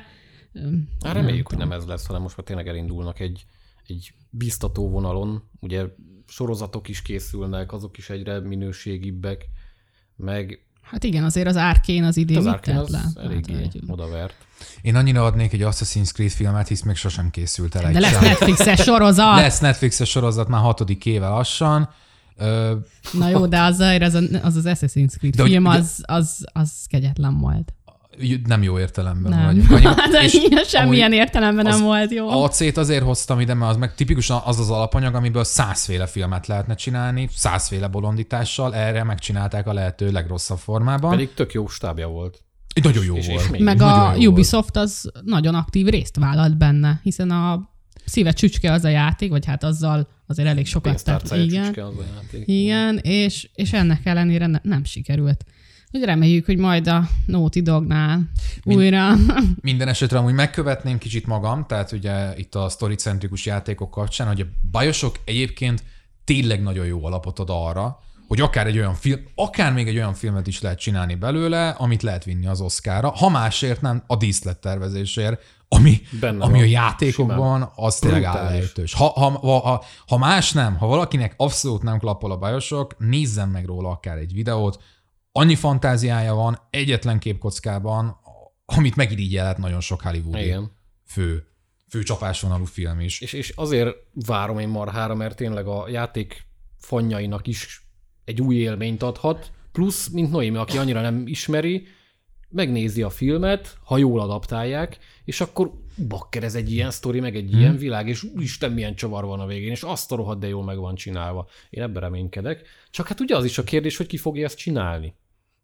[SPEAKER 1] Hát reméljük, hogy nem ez lesz, hanem most már tényleg elindulnak egy, egy biztató vonalon. Ugye sorozatok is készülnek, azok is egyre minőségibbek, meg...
[SPEAKER 2] Hát igen, azért az Arkane az idén
[SPEAKER 1] az Arkane az le? eléggé hát, odavert.
[SPEAKER 3] Én annyira adnék egy Assassin's Creed filmet, hisz még sosem készült el egy.
[SPEAKER 2] De lesz Netflixes sorozat!
[SPEAKER 3] Lesz Netflixes sorozat már hatodik éve lassan. Ö...
[SPEAKER 2] Na jó, de az az, az, az Assassin's Creed de, film, az, az, az kegyetlen volt.
[SPEAKER 3] Nem jó értelemben
[SPEAKER 2] nem.
[SPEAKER 3] vagyunk. Annyira,
[SPEAKER 2] de és semmilyen értelemben nem volt jó.
[SPEAKER 3] A cét azért hoztam ide, mert az meg tipikusan az az alapanyag, amiből százféle filmet lehetne csinálni, százféle bolondítással, erre megcsinálták a lehető legrosszabb formában.
[SPEAKER 1] Pedig tök jó stábja volt.
[SPEAKER 3] Nagyon jó
[SPEAKER 1] és,
[SPEAKER 3] volt.
[SPEAKER 1] És
[SPEAKER 2] meg a Ubisoft volt. Az nagyon aktív részt vállalt benne, hiszen a szíve csücske az a játék, vagy hát azzal azért elég sokat tett. Igen,
[SPEAKER 1] az a játék.
[SPEAKER 2] Igen, és, és ennek ellenére ne, nem sikerült. Úgy reméljük, hogy majd a Naughty Dognál Mind, újra...
[SPEAKER 3] Minden esetre amúgy megkövetném kicsit magam, tehát ugye itt a sztoricentrikus játékok kapcsán, hogy a Bioshock egyébként tényleg nagyon jó alapot ad arra, hogy akár egy olyan film, akár még egy olyan filmet is lehet csinálni belőle, amit lehet vinni az Oscarra, ha másért nem a díszlettervezésért, ami, ami a játékokban simán. Az tényleg állítős. Ha, ha, ha, ha más nem, ha valakinek abszolút nem klappol a Bioshock, nézzen meg róla akár egy videót, annyi fantáziája van egyetlen képkockában, amit megirigyelhet nagyon sok hollywoodi fő, fő csapásvonalú film is.
[SPEAKER 1] És, és azért várom én marhára, mert tényleg a játék fanjainak is egy új élményt adhat, plusz, mint Noémi, aki annyira nem ismeri, megnézi a filmet, ha jól adaptálják, és akkor bakker, ez egy ilyen sztori, meg egy hmm. ilyen világ, és úristen, milyen csavar van a végén, és azt a rohadt, de jól meg van csinálva. Én ebben reménykedek. Csak hát ugye az is a kérdés, hogy ki fogja ezt csinálni.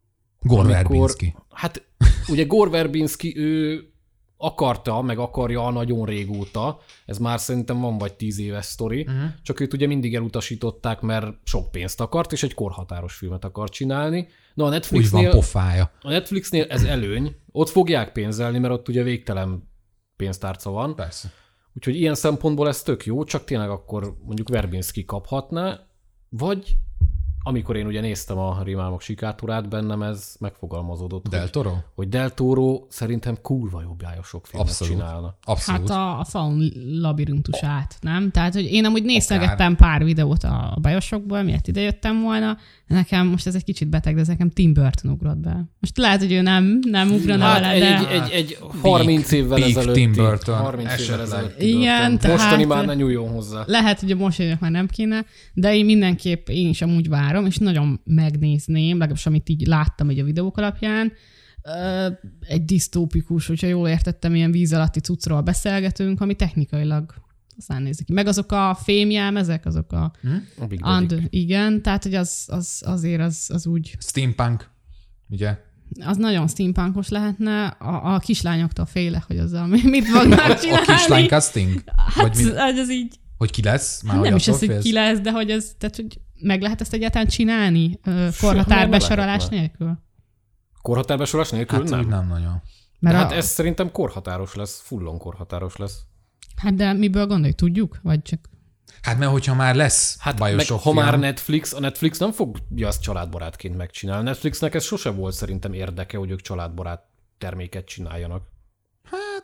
[SPEAKER 3] Gore Verbinski.
[SPEAKER 1] Hát ugye Gore Verbinski, ő akarta, meg akarja nagyon régóta, ez már szerintem van vagy tíz éves sztori, uh-huh. csak őt ugye mindig elutasították, mert sok pénzt akart, és egy korhatáros filmet akar csinálni. Na a Netflixnél,
[SPEAKER 3] úgy van pofája.
[SPEAKER 1] A Netflixnél ez előny, ott fogják pénzelni, mert ott ugye végtelen pénztárca van.
[SPEAKER 3] Persze.
[SPEAKER 1] Úgyhogy ilyen szempontból ez tök jó, csak tényleg akkor mondjuk Verbinski kaphatná, vagy amikor én ugye néztem a Rémálmok sikátorát, bennem ez megfogalmazódott.
[SPEAKER 3] Del Toro?
[SPEAKER 1] Hogy, hogy Del Toro szerintem kurva jobb sok filmet
[SPEAKER 3] Abszolút.
[SPEAKER 1] csinálna.
[SPEAKER 3] Abszolút.
[SPEAKER 2] Hát a, a Faun labirintusát, nem? Tehát, hogy én amúgy néztelgettem pár videót a Bioshockból, miért idejöttem volna. Nekem most ez egy kicsit beteg, de ez nekem Tim Burton ugrott be. Most lehet, hogy ő nem, nem ugrana
[SPEAKER 1] hát
[SPEAKER 2] vele,
[SPEAKER 1] egy,
[SPEAKER 2] de...
[SPEAKER 1] egy, egy, egy harminc évvel ezelőtt.
[SPEAKER 3] Tim Burton.
[SPEAKER 1] harminc évvel ezelőtt.
[SPEAKER 2] Igen,
[SPEAKER 1] tehát... Mostani már ne nyúljon hozzá.
[SPEAKER 2] Lehet, hogy a mostanyiak már nem kéne, de én mindenképp én is amúgy várom, és nagyon megnézném, legalábbis amit így láttam így a videók alapján. Egy disztópikus, hogyha jól értettem, ilyen víz alatti cuccról beszélgetünk, ami technikailag aztán nézik ki. Meg azok a fémjelmezek, azok a...
[SPEAKER 3] Hmm?
[SPEAKER 1] a Big
[SPEAKER 2] and, igen, tehát hogy az, az azért az, az úgy...
[SPEAKER 3] Steampunk, ugye?
[SPEAKER 2] Az nagyon steampunkos lehetne. A, a kislányoktól félek, hogy azzal mit fognak csinálni.
[SPEAKER 3] A kislány casting?
[SPEAKER 2] Hát, vagy mi? Az így...
[SPEAKER 3] Hogy ki lesz? Már
[SPEAKER 2] hát nem is az, hogy ki lesz, de hogy ez, tehát, hogy meg lehet ezt egyáltalán csinálni korhatárbesorolás nélkül?
[SPEAKER 1] Korhatárbesorolás nélkül
[SPEAKER 3] hát,
[SPEAKER 1] nem.
[SPEAKER 3] nem nagyon.
[SPEAKER 1] Mert hát a... ez szerintem korhatáros lesz, fullon korhatáros lesz.
[SPEAKER 2] Hát de miből gondoljuk? Tudjuk? Vagy csak...
[SPEAKER 3] Hát mert hogyha már lesz
[SPEAKER 1] hát meg, ha már Netflix, a Netflix nem fogja azt családbarátként megcsinálni. Netflixnek ez sose volt szerintem érdeke, hogy ők családbarát terméket csináljanak.
[SPEAKER 3] Hát...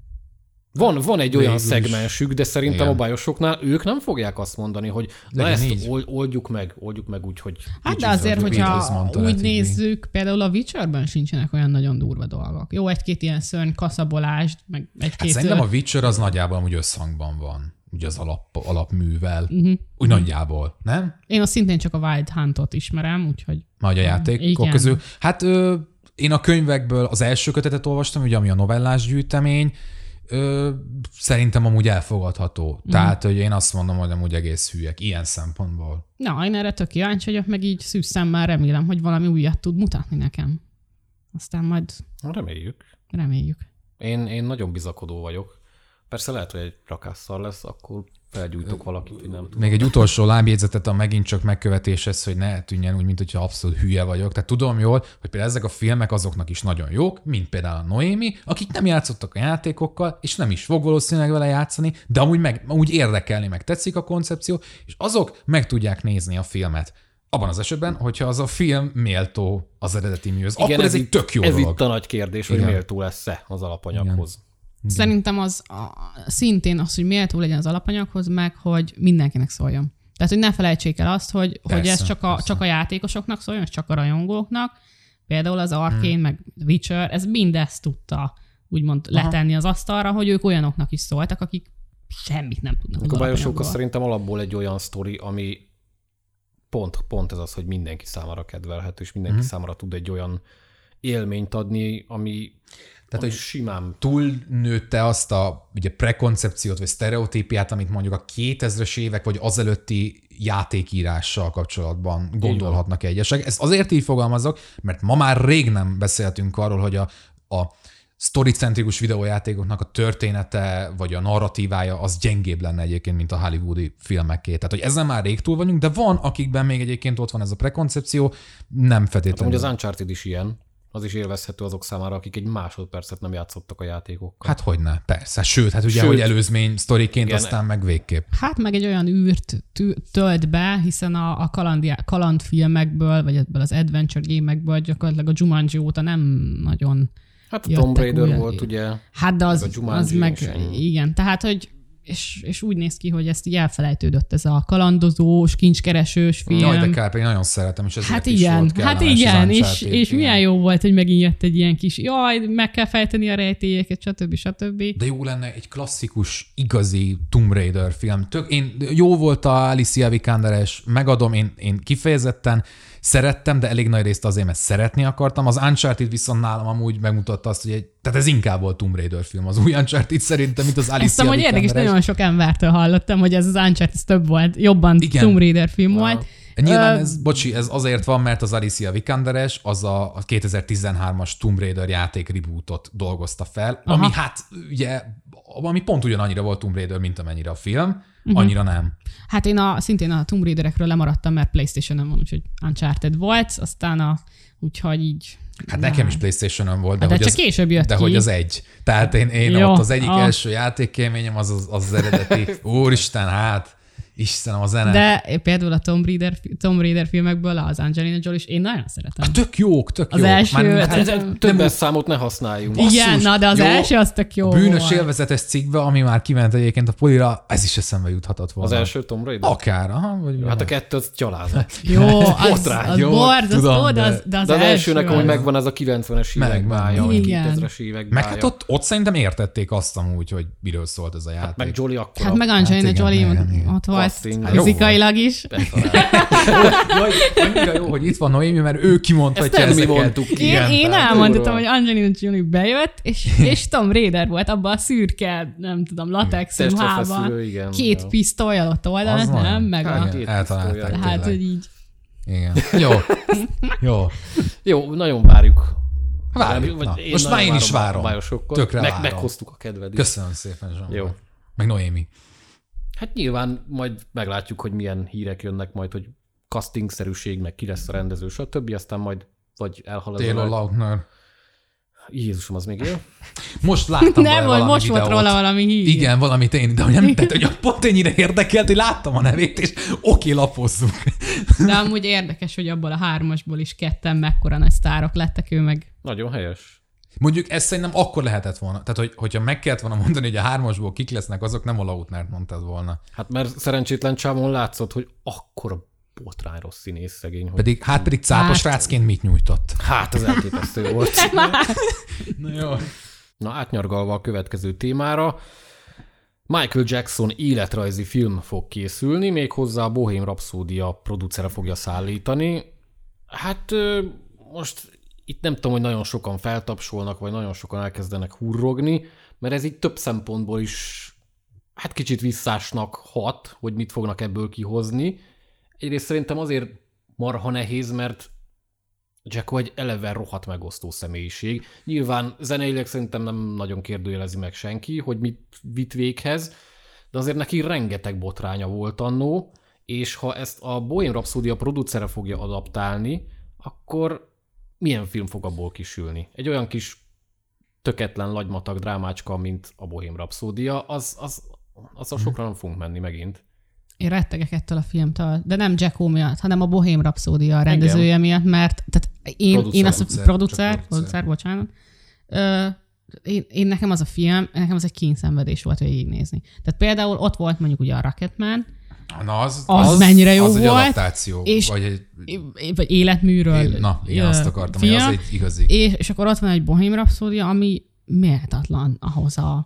[SPEAKER 1] Van, van egy olyan szegmensük, de szerintem igen. a Bioshocknál ők nem fogják azt mondani, hogy na ezt így. oldjuk meg, oldjuk meg úgy, hogy...
[SPEAKER 2] Hát de azért, hogyha úgy nézzük, például a Witcherben sincsenek olyan nagyon durva dolgok. Jó, egy-két ilyen szörny kaszabolást, meg egy-két...
[SPEAKER 3] Hát szerintem a Witcher az nagyjából amúgy összhangban van. Ugye az alap, alapművel. Uh-huh. Úgy nagyjából, nem?
[SPEAKER 2] Én azt szintén csak a Wild Huntot ismerem, úgyhogy...
[SPEAKER 3] Nagy a játékok közül. Hát ö, én a könyvekből az első kötetet olvastam, ugye ami a novellás gyűjtemény, ö, szerintem amúgy elfogadható. Uh-huh. Tehát, hogy én azt mondom, hogy amúgy egész hülyek, ilyen szempontból.
[SPEAKER 2] Na, én erre tök kíváncsi vagyok, meg így szűz szemmel remélem, hogy valami újat tud mutatni nekem. Aztán majd...
[SPEAKER 1] Reméljük.
[SPEAKER 2] Reméljük.
[SPEAKER 1] Én, én nagyon bizakodó vagyok. Persze lehet, hogy egy rakásszal lesz, akkor felgyújtok valakit, hogy nem tudom.
[SPEAKER 3] Még egy utolsó lábjegyzetet a megint csak megkövetéshez, hogy ne tűnjen úgy, mint hogyha abszolút hülye vagyok. Tehát tudom jól, hogy például ezek a filmek azoknak is nagyon jók, mint például a Noémi, akik nem játszottak a játékokkal, és nem is fog valószínűleg vele játszani, de amúgy, meg, amúgy érdekelni, meg tetszik a koncepció, és azok meg tudják nézni a filmet. Abban az esetben, hogyha az a film méltó az eredeti műhöz. Igen, akkor ez, ez egy tök jó
[SPEAKER 1] ez
[SPEAKER 3] dolog.
[SPEAKER 1] Ez itt a nagy kérdés, igen. hogy méltó lesz-e az alapanyaghoz. Igen.
[SPEAKER 2] Igen. Szerintem az a, szintén az, hogy méltó legyen az alapanyaghoz, meg hogy mindenkinek szóljon. Tehát, hogy ne felejtsék el azt, hogy, persze, hogy ez csak a, csak a játékosoknak szóljon, és csak a rajongóknak. Például az Arkane, hmm. meg Witcher, ez mindezt tudta úgymond aha. letenni az asztalra, hogy ők olyanoknak is szóltak, akik semmit nem tudnak.
[SPEAKER 1] A Bioshock szerintem alapból egy olyan sztori, ami pont, pont ez az, hogy mindenki számára kedvelhető, és mindenki hmm. számára tud egy olyan élményt adni, ami...
[SPEAKER 3] Tehát,
[SPEAKER 1] hogy simán
[SPEAKER 3] túlnőtte azt a ugye prekoncepciót, vagy sztereotípiát, amit mondjuk a kétezres évek, vagy azelőtti játékírással kapcsolatban gondolhatnak egyesek. Ezt azért így fogalmazok, mert ma már rég nem beszéltünk arról, hogy a, a sztoricentrikus videójátékoknak a története, vagy a narratívája az gyengébb lenne egyébként, mint a hollywoodi filmeké. Tehát, hogy ezen már rég túl vagyunk, de van, akikben még egyébként ott van ez a prekoncepció, nem feltétlenül.
[SPEAKER 1] Hát, az Uncharted is ilyen. Az is élvezhető azok számára, akik egy másodpercet nem játszottak a játékokkal.
[SPEAKER 3] Hát hogyne, persze. Sőt, hát ugye, Sőt, hogy előzmény sztoriként, igen, aztán meg végképp.
[SPEAKER 2] Hát meg egy olyan űrt tölt be, hiszen a, a kaland, kalandfilmekből, vagy ebből az adventure gémekből gyakorlatilag a Jumanji óta nem nagyon
[SPEAKER 1] hát a Tomb Raider új, volt, ugye?
[SPEAKER 2] Hát de az, az meg, igen. Tehát, hogy És, és úgy néz ki, hogy ezt így elfelejtődött ez a kalandozós, kincskeresős film.
[SPEAKER 3] Jaj, de kár, én nagyon szeretem, és ezért
[SPEAKER 2] hát
[SPEAKER 3] is
[SPEAKER 2] igen,
[SPEAKER 3] volt
[SPEAKER 2] hát igen, és, és milyen jó volt, hogy megint jött egy ilyen kis, jaj, meg kell fejteni a rejtélyeket, stb. stb.
[SPEAKER 3] De jó lenne egy klasszikus, igazi Tomb Raider film. Tök, én, jó volt a Alicia Vikander-es, megadom, én, én kifejezetten szerettem, de elég nagy részt azért, mert szeretni akartam. Az Uncharted viszont nálam amúgy megmutatta azt, hogy egy, tehát ez inkább volt Tomb Raider film, az új Uncharted szerintem, mint az Alicia
[SPEAKER 2] Vikander-es. Ezt amúgy érdekes, nagyon sok embertől hallottam, hogy ez az Uncharted több volt, jobban igen. Tomb Raider film wow. volt.
[SPEAKER 3] Nyilván ez, bocsi, ez azért van, mert az Alicia Vikander-es az a kétezer-tizenhármas Tomb Raider játék rebootot dolgozta fel, aha. ami hát ugye, ami pont ugyanannyira volt Tomb Raider, mint amennyire a film, uh-huh. annyira nem.
[SPEAKER 2] Hát én a, szintén a Tomb Raiderekről lemaradtam, mert PlayStation-on van, úgyhogy Uncharted volt, aztán a, úgyhogy így...
[SPEAKER 3] Hát nekem is PlayStation-on volt, de,
[SPEAKER 2] de
[SPEAKER 3] hogy,
[SPEAKER 2] csak
[SPEAKER 3] az,
[SPEAKER 2] később jött
[SPEAKER 3] de
[SPEAKER 2] ki.
[SPEAKER 3] hogy az egy. Tehát én, én
[SPEAKER 2] jó,
[SPEAKER 3] ott az egyik
[SPEAKER 2] a...
[SPEAKER 3] első játékélményem az az, az, az eredeti. Úristen, hát... Istenem, a zene.
[SPEAKER 2] De például a Tomb Raider, Tomb Raider filmekből az Angelina Jolie is én nagyon szeretem.
[SPEAKER 3] A tök jók, tök
[SPEAKER 2] az
[SPEAKER 3] jók.
[SPEAKER 2] Első,
[SPEAKER 1] Már, hát, többes számot ne használjunk.
[SPEAKER 2] Igen, basszus, na, de az jó, első az tök jó.
[SPEAKER 3] A bűnös volt. Élvezetes cikkbe, ami már kiment egyébként a polira, ez is eszembe juthatott volna.
[SPEAKER 1] Az első Tomb Raider?
[SPEAKER 3] Akár, aha. Vagy
[SPEAKER 1] hát a kettő az gyalázat.
[SPEAKER 2] Jó, az, az borzasztó, de az, de az
[SPEAKER 1] de az elsőnek,
[SPEAKER 2] első
[SPEAKER 1] ahogy megvan ez a kilencvenes évek bája, vagy kétezres évek bája.
[SPEAKER 3] Meg hát ott, ott szerintem értették azt amúgy, hogy miről szólt ez a játék.
[SPEAKER 1] Hát meg Jolie akkor.
[SPEAKER 2] Hát meg Angelina Jolie ott volt fizikailag is.
[SPEAKER 3] Jaj, annyira jó, hogy itt van Noémi, mert ő kimondhatja
[SPEAKER 1] ezeket.
[SPEAKER 3] Ezt
[SPEAKER 1] mi mondtuk ki.
[SPEAKER 2] Én, én elmondhatom, hogy Angelina Jolie bejött, és, és Tomb Raider volt abban a szürke, nem tudom, latex ruhában. Két pisztolyal ott oldalát, nem? Meg
[SPEAKER 3] hát, a... Eltalálták.
[SPEAKER 2] Hát, hogy így.
[SPEAKER 3] Igen. Jó. Jó.
[SPEAKER 1] Jó, nagyon várjuk.
[SPEAKER 3] Várjuk. Most már én is várom. Tökre
[SPEAKER 1] meg,
[SPEAKER 3] várom.
[SPEAKER 1] Meghoztuk a kedved.
[SPEAKER 3] Köszönöm szépen, Zsombor.
[SPEAKER 1] Jó.
[SPEAKER 3] Meg Noémi.
[SPEAKER 1] Hát nyilván majd meglátjuk, hogy milyen hírek jönnek majd, hogy casting-szerűség, meg ki lesz a rendező, stb. Aztán majd vagy elhalad.
[SPEAKER 3] Taylor Lautner.
[SPEAKER 1] Jézusom, az még él?
[SPEAKER 3] Most láttam
[SPEAKER 2] nem,
[SPEAKER 3] valami
[SPEAKER 2] most
[SPEAKER 3] videót.
[SPEAKER 2] volt róla valami hír.
[SPEAKER 3] Igen, valamit én, de nem tehát, hogy a pont ennyire érdekelt, hogy láttam a nevét, és oké, lapozzuk.
[SPEAKER 2] De amúgy érdekes, hogy abból a hármasból is ketten mekkora nagy sztárok lettek, ő meg.
[SPEAKER 1] Nagyon helyes.
[SPEAKER 3] Mondjuk ezt szerintem akkor lehetett volna. Tehát, hogy, hogyha meg kellett volna mondani, hogy a hármasból kik lesznek, azok nem a Lautnert mondtad volna.
[SPEAKER 1] Hát mert szerencsétlen csávon látszott, hogy akkora botrány rossz színész szegény. Hogy...
[SPEAKER 3] Pedig, hát pedig cápa
[SPEAKER 2] Hát-
[SPEAKER 3] srácként mit nyújtott?
[SPEAKER 1] Hát az elképesztő volt.
[SPEAKER 3] Na jó.
[SPEAKER 1] Na átnyargalva a következő témára. Michael Jackson életrajzi film fog készülni, méghozzá a Bohém Rhapsódia producere fogja szállítani. Hát most itt nem tudom, hogy nagyon sokan feltapsolnak, vagy nagyon sokan elkezdenek hurrogni, mert ez így több szempontból is hát kicsit visszásnak hat, hogy mit fognak ebből kihozni. Egyrészt szerintem azért marha nehéz, mert Jacko egy eleve rohadt megosztó személyiség. Nyilván zeneileg szerintem nem nagyon kérdőjelezi meg senki, hogy mit vitt véghez, de azért neki rengeteg botránya volt annó, és ha ezt a Bohém Rhapsódia producere fogja adaptálni, akkor milyen film fog abból kisülni? Egy olyan kis töketlen lagymatag drámácska, mint a Bohém Rhapsódia, az, az, az a sokra nem fogunk menni megint.
[SPEAKER 2] Én rettegek ettől a filmtől, de nem Jacko miatt, hanem a Bohém Rhapsódia a rendezője Engem. miatt, mert tehát én,
[SPEAKER 1] Producer,
[SPEAKER 2] én azt
[SPEAKER 3] producer,
[SPEAKER 2] a producer,
[SPEAKER 3] producer.
[SPEAKER 2] producer, bocsánat, ö, én, én, nekem az a film, nekem az egy kínszenvedés volt végignézni. Tehát például ott volt mondjuk ugye a Rocketman,
[SPEAKER 3] Na az,
[SPEAKER 2] az, az mennyire jó
[SPEAKER 3] az egy
[SPEAKER 2] volt,
[SPEAKER 3] adaptáció.
[SPEAKER 2] és,
[SPEAKER 3] vagy egy,
[SPEAKER 2] vagy életműről.
[SPEAKER 3] én, na, igen, azt akartam,
[SPEAKER 2] film,
[SPEAKER 3] hogy az egy igazi.
[SPEAKER 2] És, és akkor ott van egy Bohém Rhapsódia, ami méltatlan ahhoz a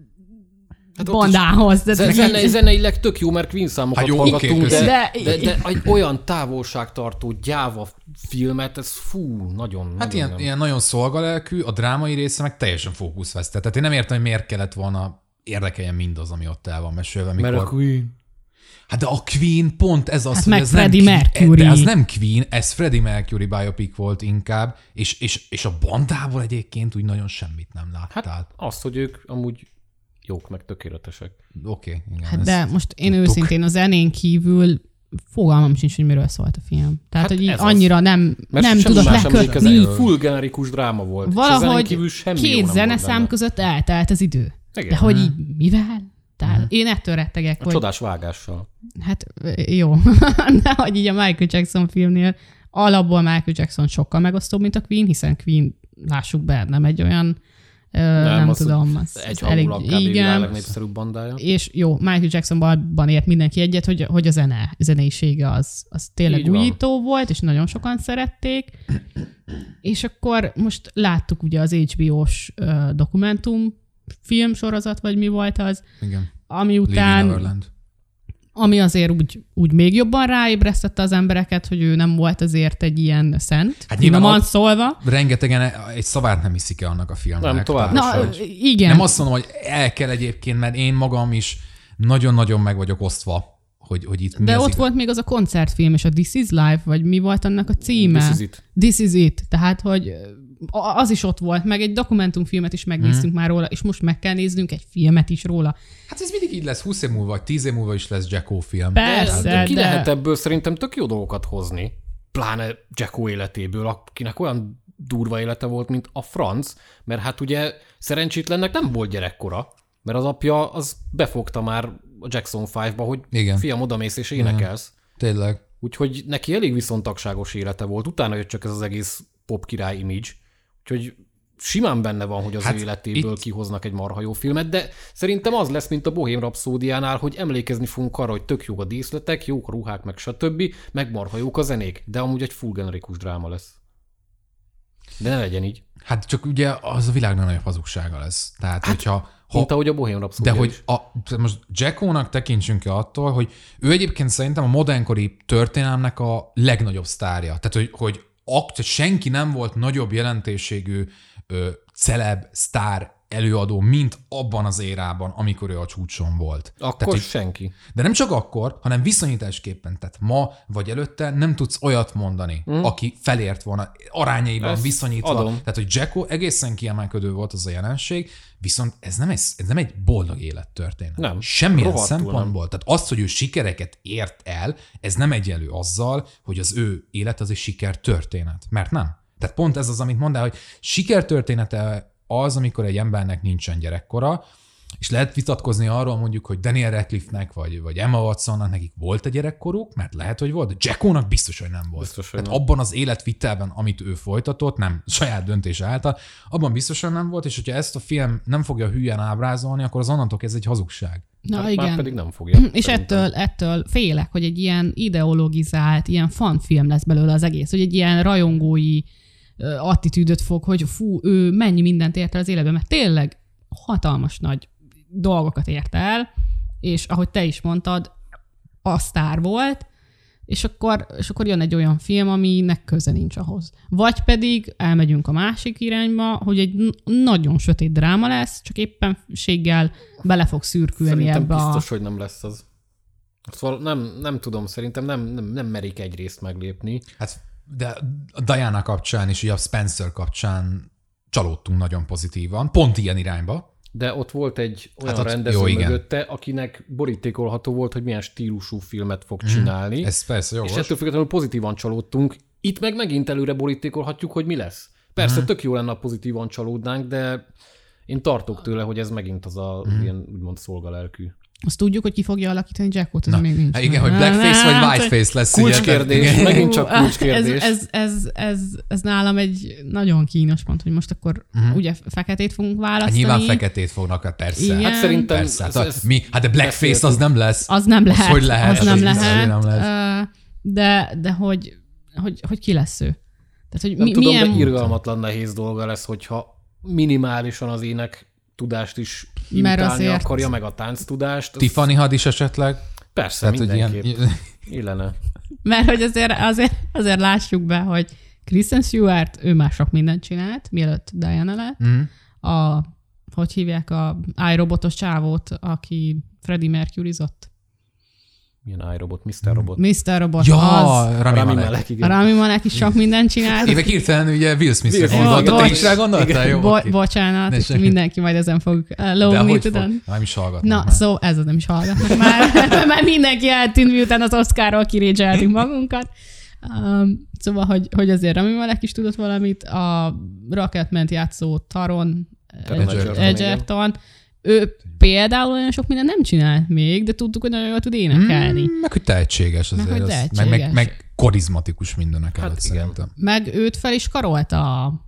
[SPEAKER 1] Hát
[SPEAKER 2] bandához. De
[SPEAKER 1] Zen- zene, zeneileg tök jó, mert Queen számokat
[SPEAKER 3] Hát jó,
[SPEAKER 1] hallgattunk,
[SPEAKER 3] oké,
[SPEAKER 1] de,
[SPEAKER 2] de,
[SPEAKER 1] de, de egy olyan távolságtartó gyáva filmet, ez fú, nagyon...
[SPEAKER 3] Hát
[SPEAKER 1] nagyon
[SPEAKER 3] ilyen,
[SPEAKER 1] nem.
[SPEAKER 3] ilyen nagyon szolgalelkű, a drámai része meg teljesen fókuszvesztett. Tehát én nem értem, hogy miért kellett volna érdekeljen mindaz, ami ott el van mesélve. Amikor...
[SPEAKER 1] Mert a Queen...
[SPEAKER 3] Hát de a Queen pont ez az,
[SPEAKER 2] Hát
[SPEAKER 3] hogy
[SPEAKER 2] meg
[SPEAKER 3] ez
[SPEAKER 2] Freddie
[SPEAKER 3] nem
[SPEAKER 2] Mercury.
[SPEAKER 3] De az nem Queen, ez Freddie Mercury biopic volt inkább, és, és, és a bandából egyébként úgy nagyon semmit nem láttál.
[SPEAKER 1] Hát azt, hogy ők amúgy jók, meg tökéletesek.
[SPEAKER 3] Oké, okay, igen.
[SPEAKER 2] Hát de most én
[SPEAKER 3] tudtuk.
[SPEAKER 2] őszintén a zenén kívül fogalmam sincs, hogy miről szólt a film. Tehát,
[SPEAKER 1] Hát
[SPEAKER 2] hogy így
[SPEAKER 1] ez az.
[SPEAKER 2] annyira nem,
[SPEAKER 1] Mert
[SPEAKER 2] nem
[SPEAKER 1] semmi
[SPEAKER 2] tudott
[SPEAKER 1] más emlékezett,
[SPEAKER 2] lekötni.
[SPEAKER 1] full generikus dráma volt. És a zenén
[SPEAKER 2] Valahogy
[SPEAKER 1] kívül semmi jó
[SPEAKER 2] két
[SPEAKER 1] nem volt
[SPEAKER 2] zeneszám
[SPEAKER 1] benne.
[SPEAKER 2] között eltelt az idő.
[SPEAKER 1] Igen.
[SPEAKER 2] De hogy így mivel? Tehát
[SPEAKER 3] Mhm.
[SPEAKER 2] én ettől rettegek,
[SPEAKER 1] A
[SPEAKER 2] hogy
[SPEAKER 1] csodás vágással.
[SPEAKER 2] hát jó, de hogy így a Michael Jackson filmnél alapból Michael Jackson sokkal megosztóbb, mint a Queen, hiszen Queen, lássuk be, nem egy olyan, nem, nem
[SPEAKER 1] az
[SPEAKER 2] tudom, az,
[SPEAKER 1] Egy
[SPEAKER 2] az elég,
[SPEAKER 1] hangulat kb. Világ
[SPEAKER 2] igen,
[SPEAKER 1] legnépszerűbb bandája.
[SPEAKER 2] és jó, Michael Jacksonban ért mindenki egyet, hogy, hogy a zene, zeneisége az, az tényleg
[SPEAKER 1] Így van.
[SPEAKER 2] újító volt, és nagyon sokan szerették, és akkor most láttuk ugye az há bé ó-s uh, dokumentum filmsorozat, vagy mi volt az,
[SPEAKER 3] Igen.
[SPEAKER 2] ami
[SPEAKER 3] Living
[SPEAKER 2] után,
[SPEAKER 3] Neverland.
[SPEAKER 2] ami azért úgy, úgy még jobban ráébresztette az embereket, hogy ő nem volt azért egy ilyen szent,
[SPEAKER 3] Hát nyilván
[SPEAKER 2] finoman
[SPEAKER 3] a-
[SPEAKER 2] szólva.
[SPEAKER 3] Rengetegen egy szavát nem hiszik el annak a filmnek.
[SPEAKER 1] Nem, tovább
[SPEAKER 3] Tehát,
[SPEAKER 2] Na,
[SPEAKER 3] hogy-
[SPEAKER 2] igen.
[SPEAKER 3] Nem azt mondom, hogy el kell egyébként, mert én magam is nagyon-nagyon meg vagyok osztva, hogy, hogy itt mi
[SPEAKER 2] De
[SPEAKER 3] az
[SPEAKER 2] ott
[SPEAKER 3] igaz.
[SPEAKER 2] volt még az a koncertfilm, és a This is Life, vagy mi volt annak a címe?
[SPEAKER 1] This is it.
[SPEAKER 2] This is it. Tehát, hogy a- az is ott volt, meg egy dokumentumfilmet is megnéztünk hmm. már róla, és most meg kell néznünk egy filmet is róla.
[SPEAKER 3] Hát ez mindig így lesz, húsz év múlva, vagy tíz év múlva is lesz Jacko film.
[SPEAKER 2] Persze,
[SPEAKER 1] De ki
[SPEAKER 2] de-
[SPEAKER 1] lehet ebből szerintem tök jó dolgokat hozni. Pláne Jacko életéből, akinek olyan durva élete volt, mint a franc, mert hát ugye szerencsétlennek nem volt gyerekkora, mert az apja az befogta már a Jackson ötbe, hogy
[SPEAKER 3] Igen.
[SPEAKER 1] fiam, odamész és énekelsz.
[SPEAKER 3] Tényleg.
[SPEAKER 1] Úgyhogy neki elég viszontagságos élete volt. Utána jött csak ez az egész pop király image. Úgyhogy simán benne van, hogy az
[SPEAKER 3] Hát
[SPEAKER 1] ő életéből
[SPEAKER 3] itt-
[SPEAKER 1] kihoznak egy marha jó filmet, de szerintem az lesz, mint a Bohém Rhapsódiánál, hogy emlékezni fogunk arra, hogy tök jók a díszletek, jók a ruhák, meg stb., meg marha jók a zenék, de amúgy egy full generikus dráma lesz. De ne legyen így.
[SPEAKER 3] Hát csak ugye az a világ nagyobb hazugsága lesz. Tehát, hát, hogyha... Ha,
[SPEAKER 1] Mint ahogy a Bohém Rhapsódia
[SPEAKER 3] de hogy
[SPEAKER 1] is.
[SPEAKER 3] a, most Jackónak tekintsünk el attól, hogy ő egyébként szerintem a modernkori történelmnek a legnagyobb sztárja. Tehát, hogy, hogy ak- senki nem volt nagyobb jelentőségű ö, celeb, sztár előadó, mint abban az érában, amikor ő a csúcson volt.
[SPEAKER 1] Akkor
[SPEAKER 3] tehát,
[SPEAKER 1] senki.
[SPEAKER 3] De nem csak akkor, hanem viszonyításképpen. Tehát ma vagy előtte nem tudsz olyat mondani, hmm. aki felért volna arányaiban ezt viszonyítva.
[SPEAKER 1] Adom.
[SPEAKER 3] Tehát, hogy Jacko egészen kiemelkedő volt az a jelenség, viszont ez nem egy, ez nem egy boldog élettörténet.
[SPEAKER 1] Nem.
[SPEAKER 3] Semmilyen szempontból. Nem. Tehát azt, hogy ő sikereket ért el, ez nem egyenlő azzal, hogy az ő élet az egy sikertörténet. Mert nem. Tehát pont ez az, amit mondál, hogy sikertörténete az, amikor egy embernek nincsen gyerekkora, és lehet vitatkozni arról mondjuk, hogy Daniel Radcliffe-nek vagy, vagy Emma Watsonnak nekik volt egy gyerekkoruk, mert lehet, hogy volt, de Jackónak biztos, hogy nem volt.
[SPEAKER 1] Biztos, hogy
[SPEAKER 3] Tehát
[SPEAKER 1] nem.
[SPEAKER 3] abban az életvitelben, amit ő folytatott, nem saját döntése által, abban biztosan nem volt, és hogyha ezt a film nem fogja hülyen ábrázolni, akkor az onnantól ez egy hazugság.
[SPEAKER 2] Na
[SPEAKER 1] hát
[SPEAKER 2] igen.
[SPEAKER 1] már pedig nem fogja.
[SPEAKER 2] És ettől, ettől félek, hogy egy ilyen ideologizált, ilyen fanfilm lesz belőle az egész, hogy egy ilyen rajongói attitűdöt fog, hogy fú, ő mennyi mindent ért el az életben, mert tényleg hatalmas nagy dolgokat ért el, és ahogy te is mondtad, a sztár volt, és akkor, és akkor jön egy olyan film, aminek köze nincs ahhoz. Vagy pedig elmegyünk a másik irányba, hogy egy nagyon sötét dráma lesz, csak éppenséggel bele fog szürkülni
[SPEAKER 1] szerintem
[SPEAKER 2] ebbe
[SPEAKER 1] biztos,
[SPEAKER 2] a...
[SPEAKER 1] hogy nem lesz az. Szóval nem, nem tudom, szerintem nem, nem, nem merik egy részt meglépni.
[SPEAKER 3] Hát, de a Diana kapcsán és ugye a Spencer kapcsán csalódtunk nagyon pozitívan, pont ilyen irányba.
[SPEAKER 1] De ott volt egy olyan
[SPEAKER 3] Hát ott-
[SPEAKER 1] rendező
[SPEAKER 3] jó, igen.
[SPEAKER 1] mögötte, akinek borítékolható volt, hogy milyen stílusú filmet fog csinálni.
[SPEAKER 3] Ez persze jogos.
[SPEAKER 1] És ettől függetlenül pozitívan csalódtunk. Itt meg megint előre borítékolhatjuk, hogy mi lesz. Persze,
[SPEAKER 3] Mhm.
[SPEAKER 1] tök jó lenne, ha pozitívan csalódnánk, de én tartok tőle, hogy ez megint az a
[SPEAKER 3] Mhm.
[SPEAKER 1] ilyen úgymond szolgalelkű.
[SPEAKER 2] Azt tudjuk, hogy ki fogja alakítani Jackot, ez
[SPEAKER 3] Na,
[SPEAKER 2] még nincs.
[SPEAKER 3] hát igen, hogy
[SPEAKER 2] meg.
[SPEAKER 3] blackface vagy
[SPEAKER 2] Hát,
[SPEAKER 3] whiteface lesz.
[SPEAKER 1] Kulcskérdés,
[SPEAKER 3] ugye?
[SPEAKER 1] megint csak
[SPEAKER 2] ez,
[SPEAKER 1] kulcskérdés.
[SPEAKER 2] ez, ez, ez, ez nálam egy nagyon kínos pont, hogy most akkor uh-huh. ugye feketét fogunk
[SPEAKER 3] Hát
[SPEAKER 2] választani.
[SPEAKER 3] nyilván feketét fognak, hát persze.
[SPEAKER 2] Igen.
[SPEAKER 1] Hát szerintem
[SPEAKER 3] Persze, hát,
[SPEAKER 1] ez,
[SPEAKER 3] a,
[SPEAKER 1] ez,
[SPEAKER 3] mi? Hát de blackface az nem lesz.
[SPEAKER 2] Az nem lehet.
[SPEAKER 3] Az hogy lehet?
[SPEAKER 2] Az nem
[SPEAKER 3] Az
[SPEAKER 2] lehet.
[SPEAKER 3] nem lesz.
[SPEAKER 2] Ö, De, de hogy, hogy, hogy ki lesz ő? Tehát, hogy
[SPEAKER 1] nem
[SPEAKER 2] mi,
[SPEAKER 1] tudom,
[SPEAKER 2] milyen...
[SPEAKER 1] de irgalmatlan nehéz dolga lesz, hogyha minimálisan az ének tudást is imitálni
[SPEAKER 2] azért-
[SPEAKER 1] akarja, meg a tánc tudást. Az
[SPEAKER 3] Tiffany had is esetleg.
[SPEAKER 1] persze,
[SPEAKER 3] Tehát, hogy
[SPEAKER 1] mindenképp.
[SPEAKER 3] ilyen,
[SPEAKER 1] Illene.
[SPEAKER 2] Mert hogy azért, azért, azért lássuk be, hogy Kristen Stewart, ő már sok mindent csinált, mielőtt Diana lett.
[SPEAKER 3] mm.
[SPEAKER 2] A, hogy hívják a iRobotos csávót, aki Freddie Mercury-zott?
[SPEAKER 1] Milyen iRobot, miszter Robot.
[SPEAKER 2] miszter Robot,
[SPEAKER 3] Ja,
[SPEAKER 2] az.
[SPEAKER 3] Rami
[SPEAKER 1] Rami
[SPEAKER 3] Malek.
[SPEAKER 1] Malek,
[SPEAKER 2] A
[SPEAKER 1] igen.
[SPEAKER 2] Rami Malek is sok mindent csinált.
[SPEAKER 3] Évek hirtelen ugye Will Smith-re
[SPEAKER 1] Will Smith.
[SPEAKER 3] gondoltad,
[SPEAKER 2] Jó,
[SPEAKER 3] te
[SPEAKER 2] bocs.
[SPEAKER 3] is rá gondoltál? Jó,
[SPEAKER 2] Bo-
[SPEAKER 3] oké.
[SPEAKER 2] bocsánat,
[SPEAKER 3] Ne
[SPEAKER 2] és
[SPEAKER 3] semmi.
[SPEAKER 2] mindenki majd ezen fog uh,
[SPEAKER 3] De
[SPEAKER 2] lógni,
[SPEAKER 3] hogy
[SPEAKER 2] tudod?
[SPEAKER 3] fog? Nem is hallgatnak
[SPEAKER 2] Na,
[SPEAKER 3] már.
[SPEAKER 2] szó, ez az nem is hallgatnak már. Már mindenki eltűnt, miután az Oscarról kirédzseltünk magunkat. Um, szóval, hogy, hogy azért Rami Malek is tudott valamit. A Rocketman-t játszó Taron
[SPEAKER 1] Taron
[SPEAKER 3] Egerton,
[SPEAKER 2] Egerton, ő például olyan sok mindent nem csinált még, de tudtuk, hogy nagyon jól tud énekelni.
[SPEAKER 3] Mm, meg hogy tehetséges
[SPEAKER 2] Meg,
[SPEAKER 3] azért.
[SPEAKER 2] hogy
[SPEAKER 3] az-
[SPEAKER 2] tehetséges.
[SPEAKER 3] Meg, meg, meg karizmatikus mindenek
[SPEAKER 1] Hát
[SPEAKER 3] előtt
[SPEAKER 1] igen.
[SPEAKER 3] szerintem.
[SPEAKER 2] Meg őt fel is karolta a...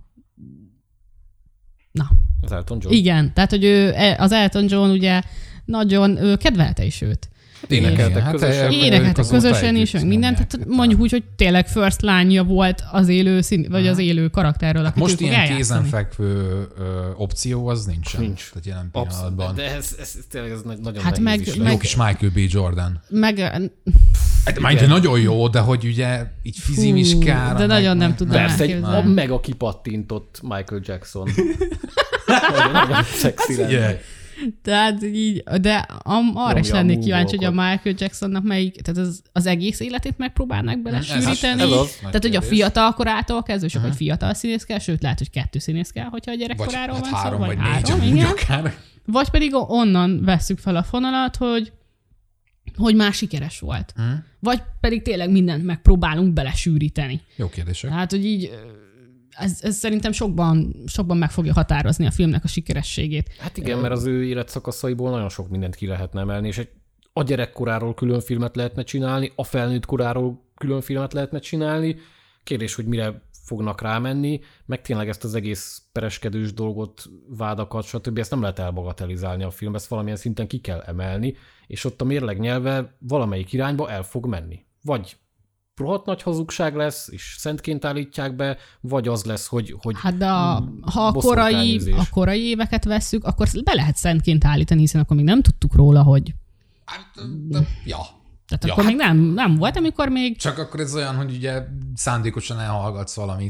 [SPEAKER 2] Na,
[SPEAKER 1] Az Elton John.
[SPEAKER 2] igen. Tehát, hogy ő, az Elton John ugye nagyon ő kedvelte is őt.
[SPEAKER 1] Énekeltek
[SPEAKER 3] Igen, hát
[SPEAKER 1] közösen.
[SPEAKER 3] ők
[SPEAKER 2] Énekeltek
[SPEAKER 3] azóta
[SPEAKER 2] közösen is,
[SPEAKER 3] együtt
[SPEAKER 2] meg mindent.
[SPEAKER 3] nyomják
[SPEAKER 2] Tehát
[SPEAKER 3] őket.
[SPEAKER 2] mondjuk úgy, hogy tényleg first lánya volt az élő szín, vagy az élő karakterről, akit
[SPEAKER 3] Most
[SPEAKER 2] ő fog
[SPEAKER 3] ilyen
[SPEAKER 2] eljátszani.
[SPEAKER 3] kézenfekvő ö, opció az nincsen.
[SPEAKER 1] Nincs.
[SPEAKER 3] Tehát jelen
[SPEAKER 1] Abszolút.
[SPEAKER 3] pillanatban.
[SPEAKER 1] De ez, ez, ez tényleg ez nagy- nagyon
[SPEAKER 2] Hát
[SPEAKER 1] nehéz
[SPEAKER 2] meg-
[SPEAKER 1] is
[SPEAKER 2] meg-
[SPEAKER 3] Jó
[SPEAKER 1] lehet.
[SPEAKER 3] kis Michael B. Jordan.
[SPEAKER 2] Meg,
[SPEAKER 3] Hát, majd nagyon jó, de hogy ugye így fizimiskkára.
[SPEAKER 2] de nagyon nem tudnám
[SPEAKER 1] Persze, egy, a
[SPEAKER 2] elképzelni.
[SPEAKER 1] mega kipattintott Michael Jackson. nagyon, nagyon szexi lenne.
[SPEAKER 3] Yeah.
[SPEAKER 2] Tehát így, de am, arra is
[SPEAKER 1] Nyomja a
[SPEAKER 2] lennék kíváncsi, hogy a
[SPEAKER 1] moonwalkot.
[SPEAKER 2] Michael Jacksonnak melyik, tehát az, az egész életét megpróbálnak belesűríteni.
[SPEAKER 1] ez az.
[SPEAKER 2] Tehát, hogy a fiatal korától kezdve, csak hogy fiatal színész kell, sőt, lehet, hogy kettő színész kell, hogyha a
[SPEAKER 3] Vagy
[SPEAKER 2] gyerekkoráról
[SPEAKER 3] hát
[SPEAKER 2] van szó,
[SPEAKER 3] három, vagy négy,
[SPEAKER 2] három,
[SPEAKER 3] amúgy
[SPEAKER 2] igen.
[SPEAKER 3] akár.
[SPEAKER 2] Vagy pedig onnan vesszük fel a fonalat, hogy, hogy már sikeres volt.
[SPEAKER 3] Hm?
[SPEAKER 2] Vagy pedig tényleg mindent megpróbálunk belesűríteni.
[SPEAKER 3] Jó kérdések.
[SPEAKER 2] Tehát, hogy így ez, ez szerintem sokban, sokban meg fogja határozni a filmnek a sikerességét.
[SPEAKER 1] Hát igen, mert az ő életszakaszaiból nagyon sok mindent ki lehetne emelni, és egy, a gyerekkoráról külön filmet lehetne csinálni, a felnőtt koráról külön filmet lehetne csinálni. Kérdés, hogy mire fognak rámenni, meg tényleg ezt az egész pereskedős dolgot, vádakat, stb. Ezt nem lehet elbagatelizálni a filmbe, ezt valamilyen szinten ki kell emelni, és ott a mérleg nyelve valamelyik irányba el fog menni. Vagy rohadt nagy hazugság lesz, és szentként állítják be, vagy az lesz, hogy... hogy
[SPEAKER 2] Hát de a, ha a korai,
[SPEAKER 1] boszorkányüzés.
[SPEAKER 2] a korai éveket vesszük, akkor be lehet szentként állítani, hiszen akkor még nem tudtuk róla, hogy...
[SPEAKER 3] Hát, de- ja.
[SPEAKER 2] Tehát
[SPEAKER 3] Ja,
[SPEAKER 2] akkor
[SPEAKER 3] hát-
[SPEAKER 2] még nem, nem volt, amikor még...
[SPEAKER 3] Csak akkor ez olyan, hogy ugye szándékosan elhallgatsz valamit,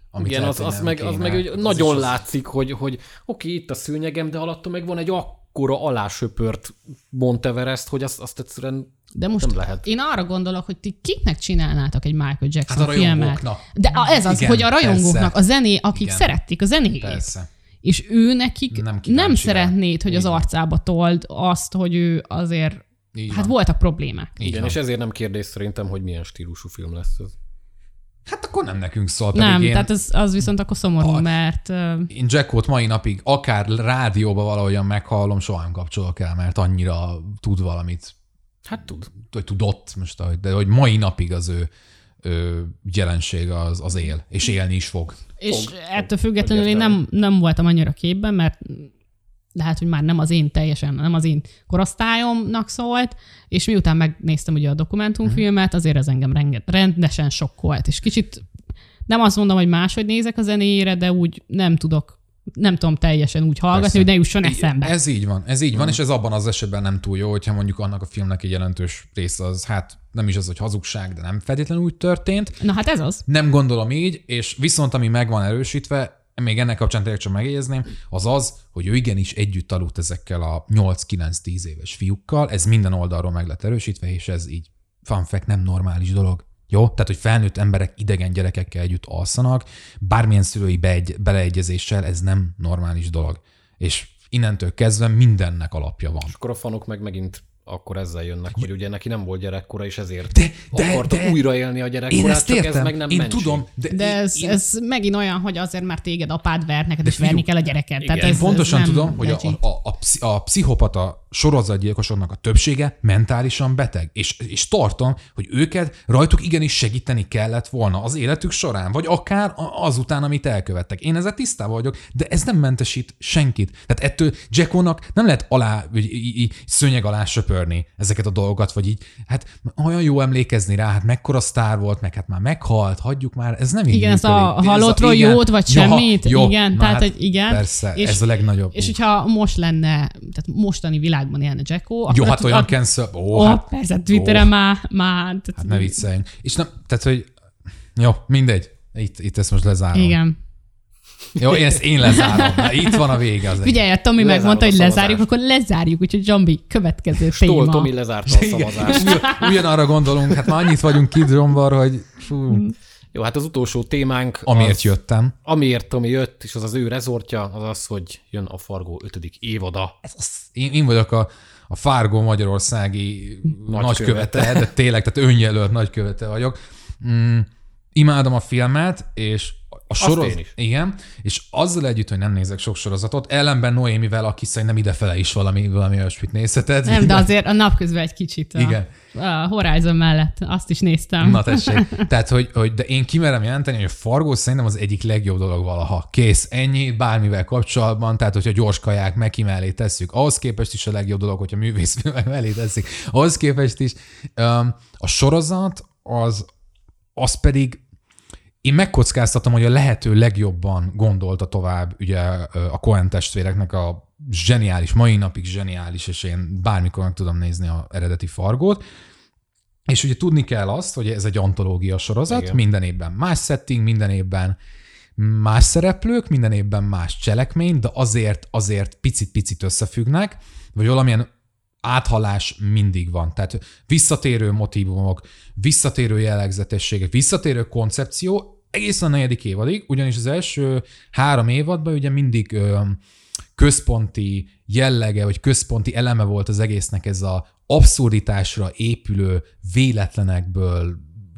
[SPEAKER 1] Amit igen, lehet, az, az, meg, az meg hogy az nagyon az... látszik, hogy, hogy oké, itt a szőnyegem, de alatta meg van egy akkora alásöpört Monteverest, hogy azt, azt egyszerűen
[SPEAKER 2] de most
[SPEAKER 1] nem lehet.
[SPEAKER 2] Én arra gondolok, hogy ti kiknek csinálnátok egy Michael Jackson
[SPEAKER 3] hát a
[SPEAKER 2] filmet? De ez az, igen, hogy a rajongóknak, persze. A zené, akik igen. szerették a zenéjét. Persze. És ő nekik nem, nem szeretnéd, hogy igen. az arcába told azt, hogy ő azért, igen. hát voltak problémák.
[SPEAKER 1] Igen, igen, és ezért nem kérdés szerintem, hogy milyen stílusú film lesz ez.
[SPEAKER 3] Hát akkor nem nekünk szól.
[SPEAKER 2] Nem,
[SPEAKER 3] én,
[SPEAKER 2] tehát az, az viszont akkor szomorú, a, mert...
[SPEAKER 3] Én Jackot mai napig akár rádióban valahogyan meghallom, soha nem kapcsolok el, mert annyira tud valamit.
[SPEAKER 1] Hát tud.
[SPEAKER 3] Hogy tudott most, de hogy mai napig az ő, ő jelenség az, az él, és élni is fog.
[SPEAKER 2] És
[SPEAKER 3] fog,
[SPEAKER 2] ettől függetlenül én nem, nem voltam annyira képben, mert lehet, hogy már nem az én teljesen, nem az én korosztályomnak szólt, és miután megnéztem ugye a dokumentumfilmet, azért ez engem renget, rendesen sokkolt, és kicsit nem azt mondom, hogy máshogy nézek a zenéjére, de úgy nem tudok, nem tudom teljesen úgy hallgatni, persze. hogy ne jusson eszembe.
[SPEAKER 3] Ez így van, ez így van, hmm. és ez abban az esetben nem túl jó, hogyha mondjuk annak a filmnek egy jelentős része az, hát nem is az, hogy hazugság, de nem feltétlenül úgy történt.
[SPEAKER 2] Na hát ez az.
[SPEAKER 3] Nem gondolom így, és viszont ami meg van erősítve, még ennek kapcsán tényleg csak megjegyezném, az az, hogy ő igenis együtt aludt ezekkel a nyolc-kilenc-tíz éves fiúkkal, ez minden oldalról meg lett erősítve, és ez így fun fact, nem normális dolog. Jó? Tehát, hogy felnőtt emberek idegen gyerekekkel együtt alszanak, bármilyen szülői beegy, beleegyezéssel, ez nem normális dolog. És innentől kezdve mindennek alapja van.
[SPEAKER 1] És akkor a fanok meg megint akkor ezzel jönnek, hogy ugye neki nem volt gyerekkora, és ezért de, de, akarta de, újraélni a gyerekkorát, csak értem. Ez meg nem
[SPEAKER 3] én
[SPEAKER 1] mentség.
[SPEAKER 3] Tudom,
[SPEAKER 2] de, de ez, én... ez megint olyan, hogy azért már téged apád ver, neked is verni kell a gyereket. Tehát ez,
[SPEAKER 3] én pontosan
[SPEAKER 2] ez
[SPEAKER 3] tudom, hogy a, a, a, a pszichopata sorozatgyilkosoknak a többsége mentálisan beteg, és, és tartom, hogy őket rajtuk igenis segíteni kellett volna az életük során, vagy akár azután, amit elkövettek. Én ezzel tisztában vagyok, de ez nem mentesít senkit. Tehát ettől Jackónak nem lehet alá, vagy í, í, szőnyeg alá söpörni ezeket a dolgokat, vagy így, hát olyan jó emlékezni rá, hát mekkora sztár volt, meg hát már meghalt, hagyjuk már, ez nem így
[SPEAKER 2] igen,
[SPEAKER 3] működik.
[SPEAKER 2] Ez a halottról igen, jót, vagy ja, semmit,
[SPEAKER 3] jó,
[SPEAKER 2] igen, tehát, hát, hogy igen.
[SPEAKER 3] Persze, és, ez a legnagyobb.
[SPEAKER 2] És hogyha most lenne, tehát mostani világban élne Jacko,
[SPEAKER 3] jó, hát olyan cancel, ó,
[SPEAKER 2] ó, hát, persze, Twitteren ó, már, már. Tehát,
[SPEAKER 3] hát ne vicceljünk. És nem, tehát, hogy jó, mindegy, itt, itt ezt most lezárom.
[SPEAKER 2] Igen.
[SPEAKER 3] Jó, én ezt én lezárom. Na, itt van a vége. Az
[SPEAKER 2] Figyelj, a Tomi megmondta, hogy lezárjuk, akkor lezárjuk, úgyhogy Zsombi, következő
[SPEAKER 1] Stol,
[SPEAKER 2] téma.
[SPEAKER 1] Tomi lezárta a szavazást.
[SPEAKER 3] Ugyanarra gondolunk, hát már annyit vagyunk Kid Zsombar, hogy fú.
[SPEAKER 1] Jó, hát az utolsó témánk...
[SPEAKER 3] Amiért
[SPEAKER 1] az,
[SPEAKER 3] jöttem.
[SPEAKER 1] Amiért Tomi jött, és az az ő rezortja, az az, hogy jön a Fargo ötödik évada.
[SPEAKER 3] Ez az, én, én vagyok a, a Fargo magyarországi nagykövete, nagy de tényleg, tehát önjelölt nagykövete vagyok. Mm, imádom a filmet, és a sorozat, igen, és azzal együtt, hogy nem nézek sok sorozatot, ellenben Noémivel, aki szerintem idefele is valami, valami olyasmit nézhetett.
[SPEAKER 2] Nem, de azért a napközben egy kicsit a, igen. a Horizon mellett azt is néztem.
[SPEAKER 3] Na tessék. Tehát, hogy, hogy de én kimerem jelenteni, hogy a Fargo szerintem az egyik legjobb dolog valaha. Kész, ennyi, bármivel kapcsolatban, tehát hogyha gyors kaják Meki mellé tesszük, ahhoz képest is a legjobb dolog, hogyha művészfilmek mellé teszik, ahhoz képest is. A sorozat az, az pedig én megkockáztatom, hogy a lehető legjobban gondolta tovább ugye a Coen testvéreknek a zseniális, mai napig zseniális, és én bármikor meg tudom nézni az eredeti Fargót. És ugye tudni kell azt, hogy ez egy antológia sorozat, igen. Minden évben más setting, minden évben más szereplők, minden évben más cselekmény, de azért, azért picit-picit összefüggnek, vagy valamilyen áthalás mindig van. Tehát visszatérő motívumok, visszatérő jellegzetességek, visszatérő koncepció, egészen a negyedik évadig, ugyanis az első három évadban ugye mindig ö, központi jellege, vagy központi eleme volt az egésznek ez a abszurditásra épülő, véletlenekből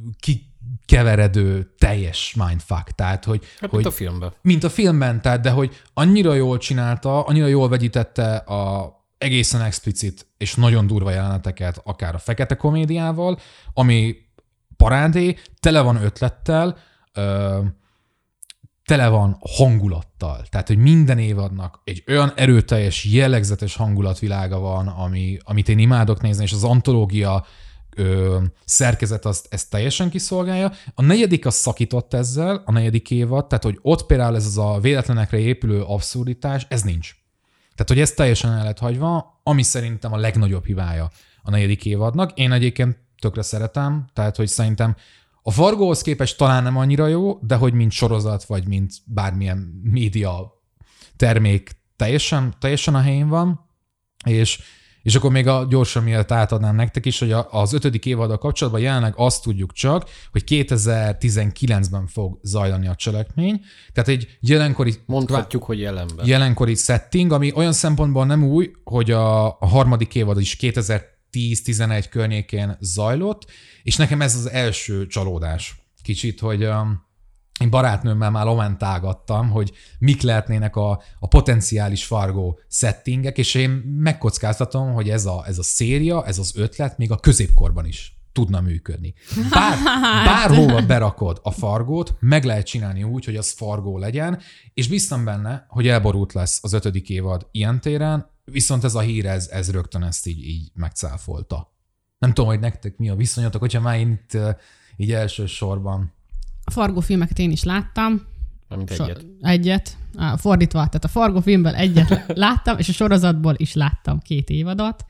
[SPEAKER 3] kikeveredő teljes mindfuck. Tehát, hogy,
[SPEAKER 1] hát
[SPEAKER 3] hogy,
[SPEAKER 1] mint a filmben.
[SPEAKER 3] Mint a filmben, tehát, de hogy annyira jól csinálta, annyira jól vegyítette a egészen explicit és nagyon durva jeleneteket, akár a fekete komédiával, ami parádé, tele van ötlettel, ö, tele van hangulattal. Tehát, hogy minden évadnak egy olyan erőteljes, jellegzetes hangulatvilága van, ami, amit én imádok nézni, és az antológia ö, szerkezet azt, ezt teljesen kiszolgálja. A negyedik az szakított ezzel, a negyedik évad, tehát, hogy ott például ez az a véletlenekre épülő abszurditás, ez nincs. Tehát, hogy ez teljesen el lett hagyva, ami szerintem a legnagyobb hibája a negyedik évadnak. Én egyébként tökre szeretem, tehát, hogy szerintem A Fargóhoz képest talán nem annyira jó, de hogy mint sorozat, vagy mint bármilyen média termék teljesen, teljesen a helyén van, és, és akkor még a gyorsan miatt átadnám nektek is, hogy az ötödik évaddal kapcsolatban jelenleg azt tudjuk csak, hogy kétezer-tizenkilencben fog zajlani a cselekmény, tehát egy jelenkori...
[SPEAKER 1] Mondhatjuk, hogy jelenben.
[SPEAKER 3] Jelenkori setting, ami olyan szempontból nem új, hogy a, a harmadik évad is kétezer-tíz-tizenegy környékén zajlott, és nekem ez az első csalódás kicsit, hogy... Um, Én barátnőmmel már lamentálgattam, hogy mik lehetnének a, a potenciális Fargo settingek, és én megkockáztatom, hogy ez a, ez a széria, ez az ötlet még a középkorban is tudna működni. Bár, bárhova berakod a Fargót, meg lehet csinálni úgy, hogy az Fargo legyen, és biztos benne, hogy elborult lesz az ötödik évad ilyen téren, viszont ez a hír, ez, ez rögtön ezt így, így megcáfolta. Nem tudom, hogy nektek mi a viszonyatok, hogyha már én itt így elsősorban...
[SPEAKER 2] A Fargo filmeket én is láttam.
[SPEAKER 1] Mint egyet.
[SPEAKER 2] So, egyet. Fordítva, tehát a Fargo filmből egyet láttam, és a sorozatból is láttam két évadot.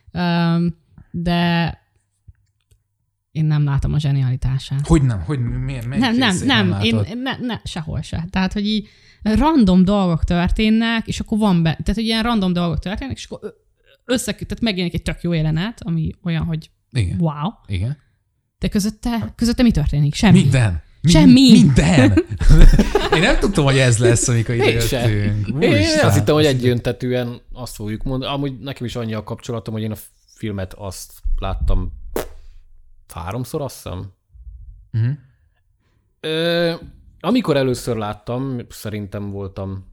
[SPEAKER 2] De én nem látom a zsenialitását.
[SPEAKER 3] Hogy nem? Hogy miért?
[SPEAKER 2] Nem, nem, nem, nem én ne, ne, sehol se. Tehát, hogy így random dolgok történnek, és akkor van be, tehát, hogy ilyen random dolgok történnek, és akkor összeküt, tehát megjelenik egy tök jó jelenet, ami olyan, hogy
[SPEAKER 3] igen.
[SPEAKER 2] Wow.
[SPEAKER 3] Igen.
[SPEAKER 2] De közötte, közötte mi történik? Semmi.
[SPEAKER 3] Minden.
[SPEAKER 2] Semmi.
[SPEAKER 3] Minden. Én nem tudtam, hogy ez lesz, amikor ide jöttünk.
[SPEAKER 1] Én, én azt hittem, hogy egyöntetűen azt fogjuk mondani. Amúgy nekem is annyi a kapcsolatom, hogy én a filmet azt láttam háromszor, azt hiszem. Uh-huh. Ö, amikor először láttam, szerintem voltam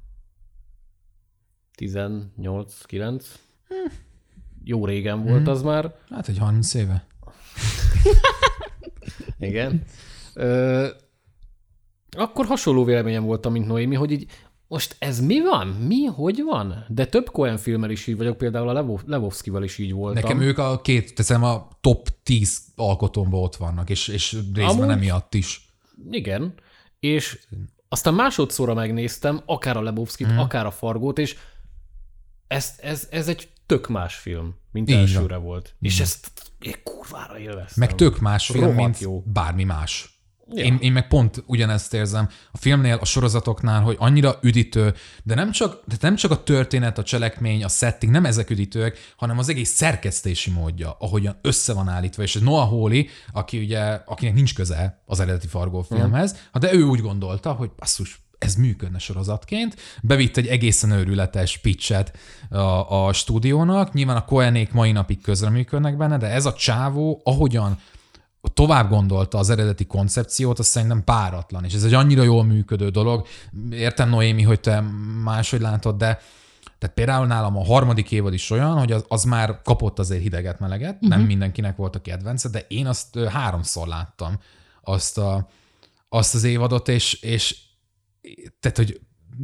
[SPEAKER 1] tizennyolc kilenc. Hm. Jó régen volt uh-huh. az már.
[SPEAKER 3] Hát egy harminc éve.
[SPEAKER 1] Igen. Ö, akkor hasonló véleményem voltam, mint Noémi, hogy így most ez mi van? Mi? Hogy van? De több Coen filmmel is így vagyok, például a Lewowskival is így voltam.
[SPEAKER 3] Nekem ők a két, teszem a top tíz alkotómban ott vannak, és, és részben Amúgy, emiatt is.
[SPEAKER 1] Igen. És aztán másodszorra megnéztem, akár a Lebowskit, hmm. akár a Fargót, és ez, ez, ez egy tök más film, mint így elsőre van. Volt. Hmm. És ezt én kurvára élveztem.
[SPEAKER 3] Meg tök más film, Rohadt mint jó. Bármi más. Ja. Én, én meg pont ugyanezt érzem a filmnél, a sorozatoknál, hogy annyira üdítő, de nem csak, de nem csak a történet, a cselekmény, a setting, nem ezek üdítőek, hanem az egész szerkesztési módja, ahogyan össze van állítva. És Noah Hawley, aki ugye, akinek nincs köze az eredeti Fargo filmhez, mm. de ő úgy gondolta, hogy basszus, ez működne sorozatként. Bevitt egy egészen őrületes pitchet a, a stúdiónak. Nyilván a Coenék mai napig közreműködnek benne, de ez a csávó, ahogyan tovább gondolta az eredeti koncepciót, az szerintem páratlan, és ez egy annyira jól működő dolog. Értem, Noémi, hogy te máshogy látod, de tehát például nálam a harmadik évad is olyan, hogy az, az már kapott azért hideget-meleget, uh-huh. nem mindenkinek volt a kedvence, de én azt ö, háromszor láttam, azt, a, azt az évadot, és, és tehát, hogy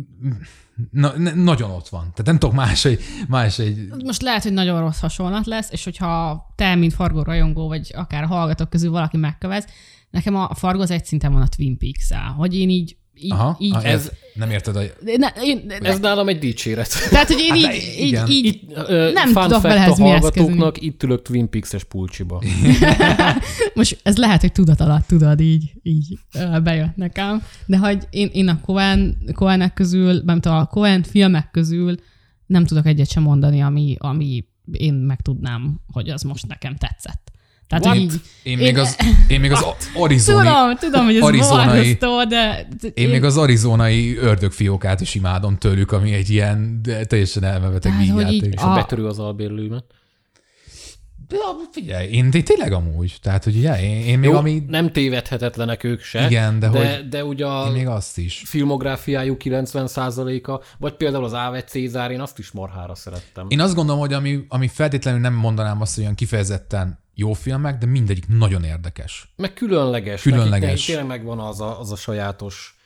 [SPEAKER 3] na, ne, nagyon ott van. Tehát nem tudok más egy, más egy...
[SPEAKER 2] Most lehet, hogy nagyon rossz hasonlat lesz, és hogyha te, mint Fargo rajongó, vagy akár a hallgatók közül valaki megkövez, nekem a Fargo az egy szinten van a Twin Peaks-el, hogy én így Így,
[SPEAKER 3] Aha,
[SPEAKER 2] így,
[SPEAKER 3] ez, ez nem érted a...
[SPEAKER 2] Ne, én, ne,
[SPEAKER 1] ez nálam egy dicséret.
[SPEAKER 2] Tehát, hogy én
[SPEAKER 3] hát,
[SPEAKER 2] így, így, így
[SPEAKER 1] itt, uh,
[SPEAKER 2] nem tudok velehez
[SPEAKER 1] a hallgatóknak, itt ülök Twin Peaks-es pulcsiba.
[SPEAKER 2] Most ez lehet, hogy tudat alatt tudod, így, így uh, bejött nekem. De hogy én, én a Coen, Coenek közül, nem tudom, a Coen filmek közül nem tudok egyet sem mondani, ami, ami én meg tudnám, hogy az most nekem tetszett. Tehát, így,
[SPEAKER 3] én, még az, én még az arizonai...
[SPEAKER 2] Tudom, tudom, hogy ez
[SPEAKER 3] arizonai,
[SPEAKER 2] borzasztó, de...
[SPEAKER 3] Én, én még az arizonai ördögfiókát is imádom tőlük, ami egy ilyen teljesen elmebeteg vígjáték.
[SPEAKER 1] És a... betörő az albérlőmet.
[SPEAKER 3] De figyelj, én tényleg amúgy. Tehát, hogy ugye, én, én még
[SPEAKER 1] Jó,
[SPEAKER 3] ami...
[SPEAKER 1] nem tévedhetetlenek ők se.
[SPEAKER 3] Igen, de,
[SPEAKER 1] de,
[SPEAKER 3] hogy
[SPEAKER 1] de ugye a
[SPEAKER 3] még azt is.
[SPEAKER 1] filmográfiájuk kilencven százaléka, vagy például az Áve Cézár, én azt is marhára szerettem.
[SPEAKER 3] Én azt gondolom, hogy ami, ami feltétlenül nem mondanám azt, hogy olyan kifejezetten jó filmek, de mindegyik nagyon érdekes.
[SPEAKER 1] Meg különleges.
[SPEAKER 3] Különleges.
[SPEAKER 1] Nekik tényleg megvan az a, az a sajátos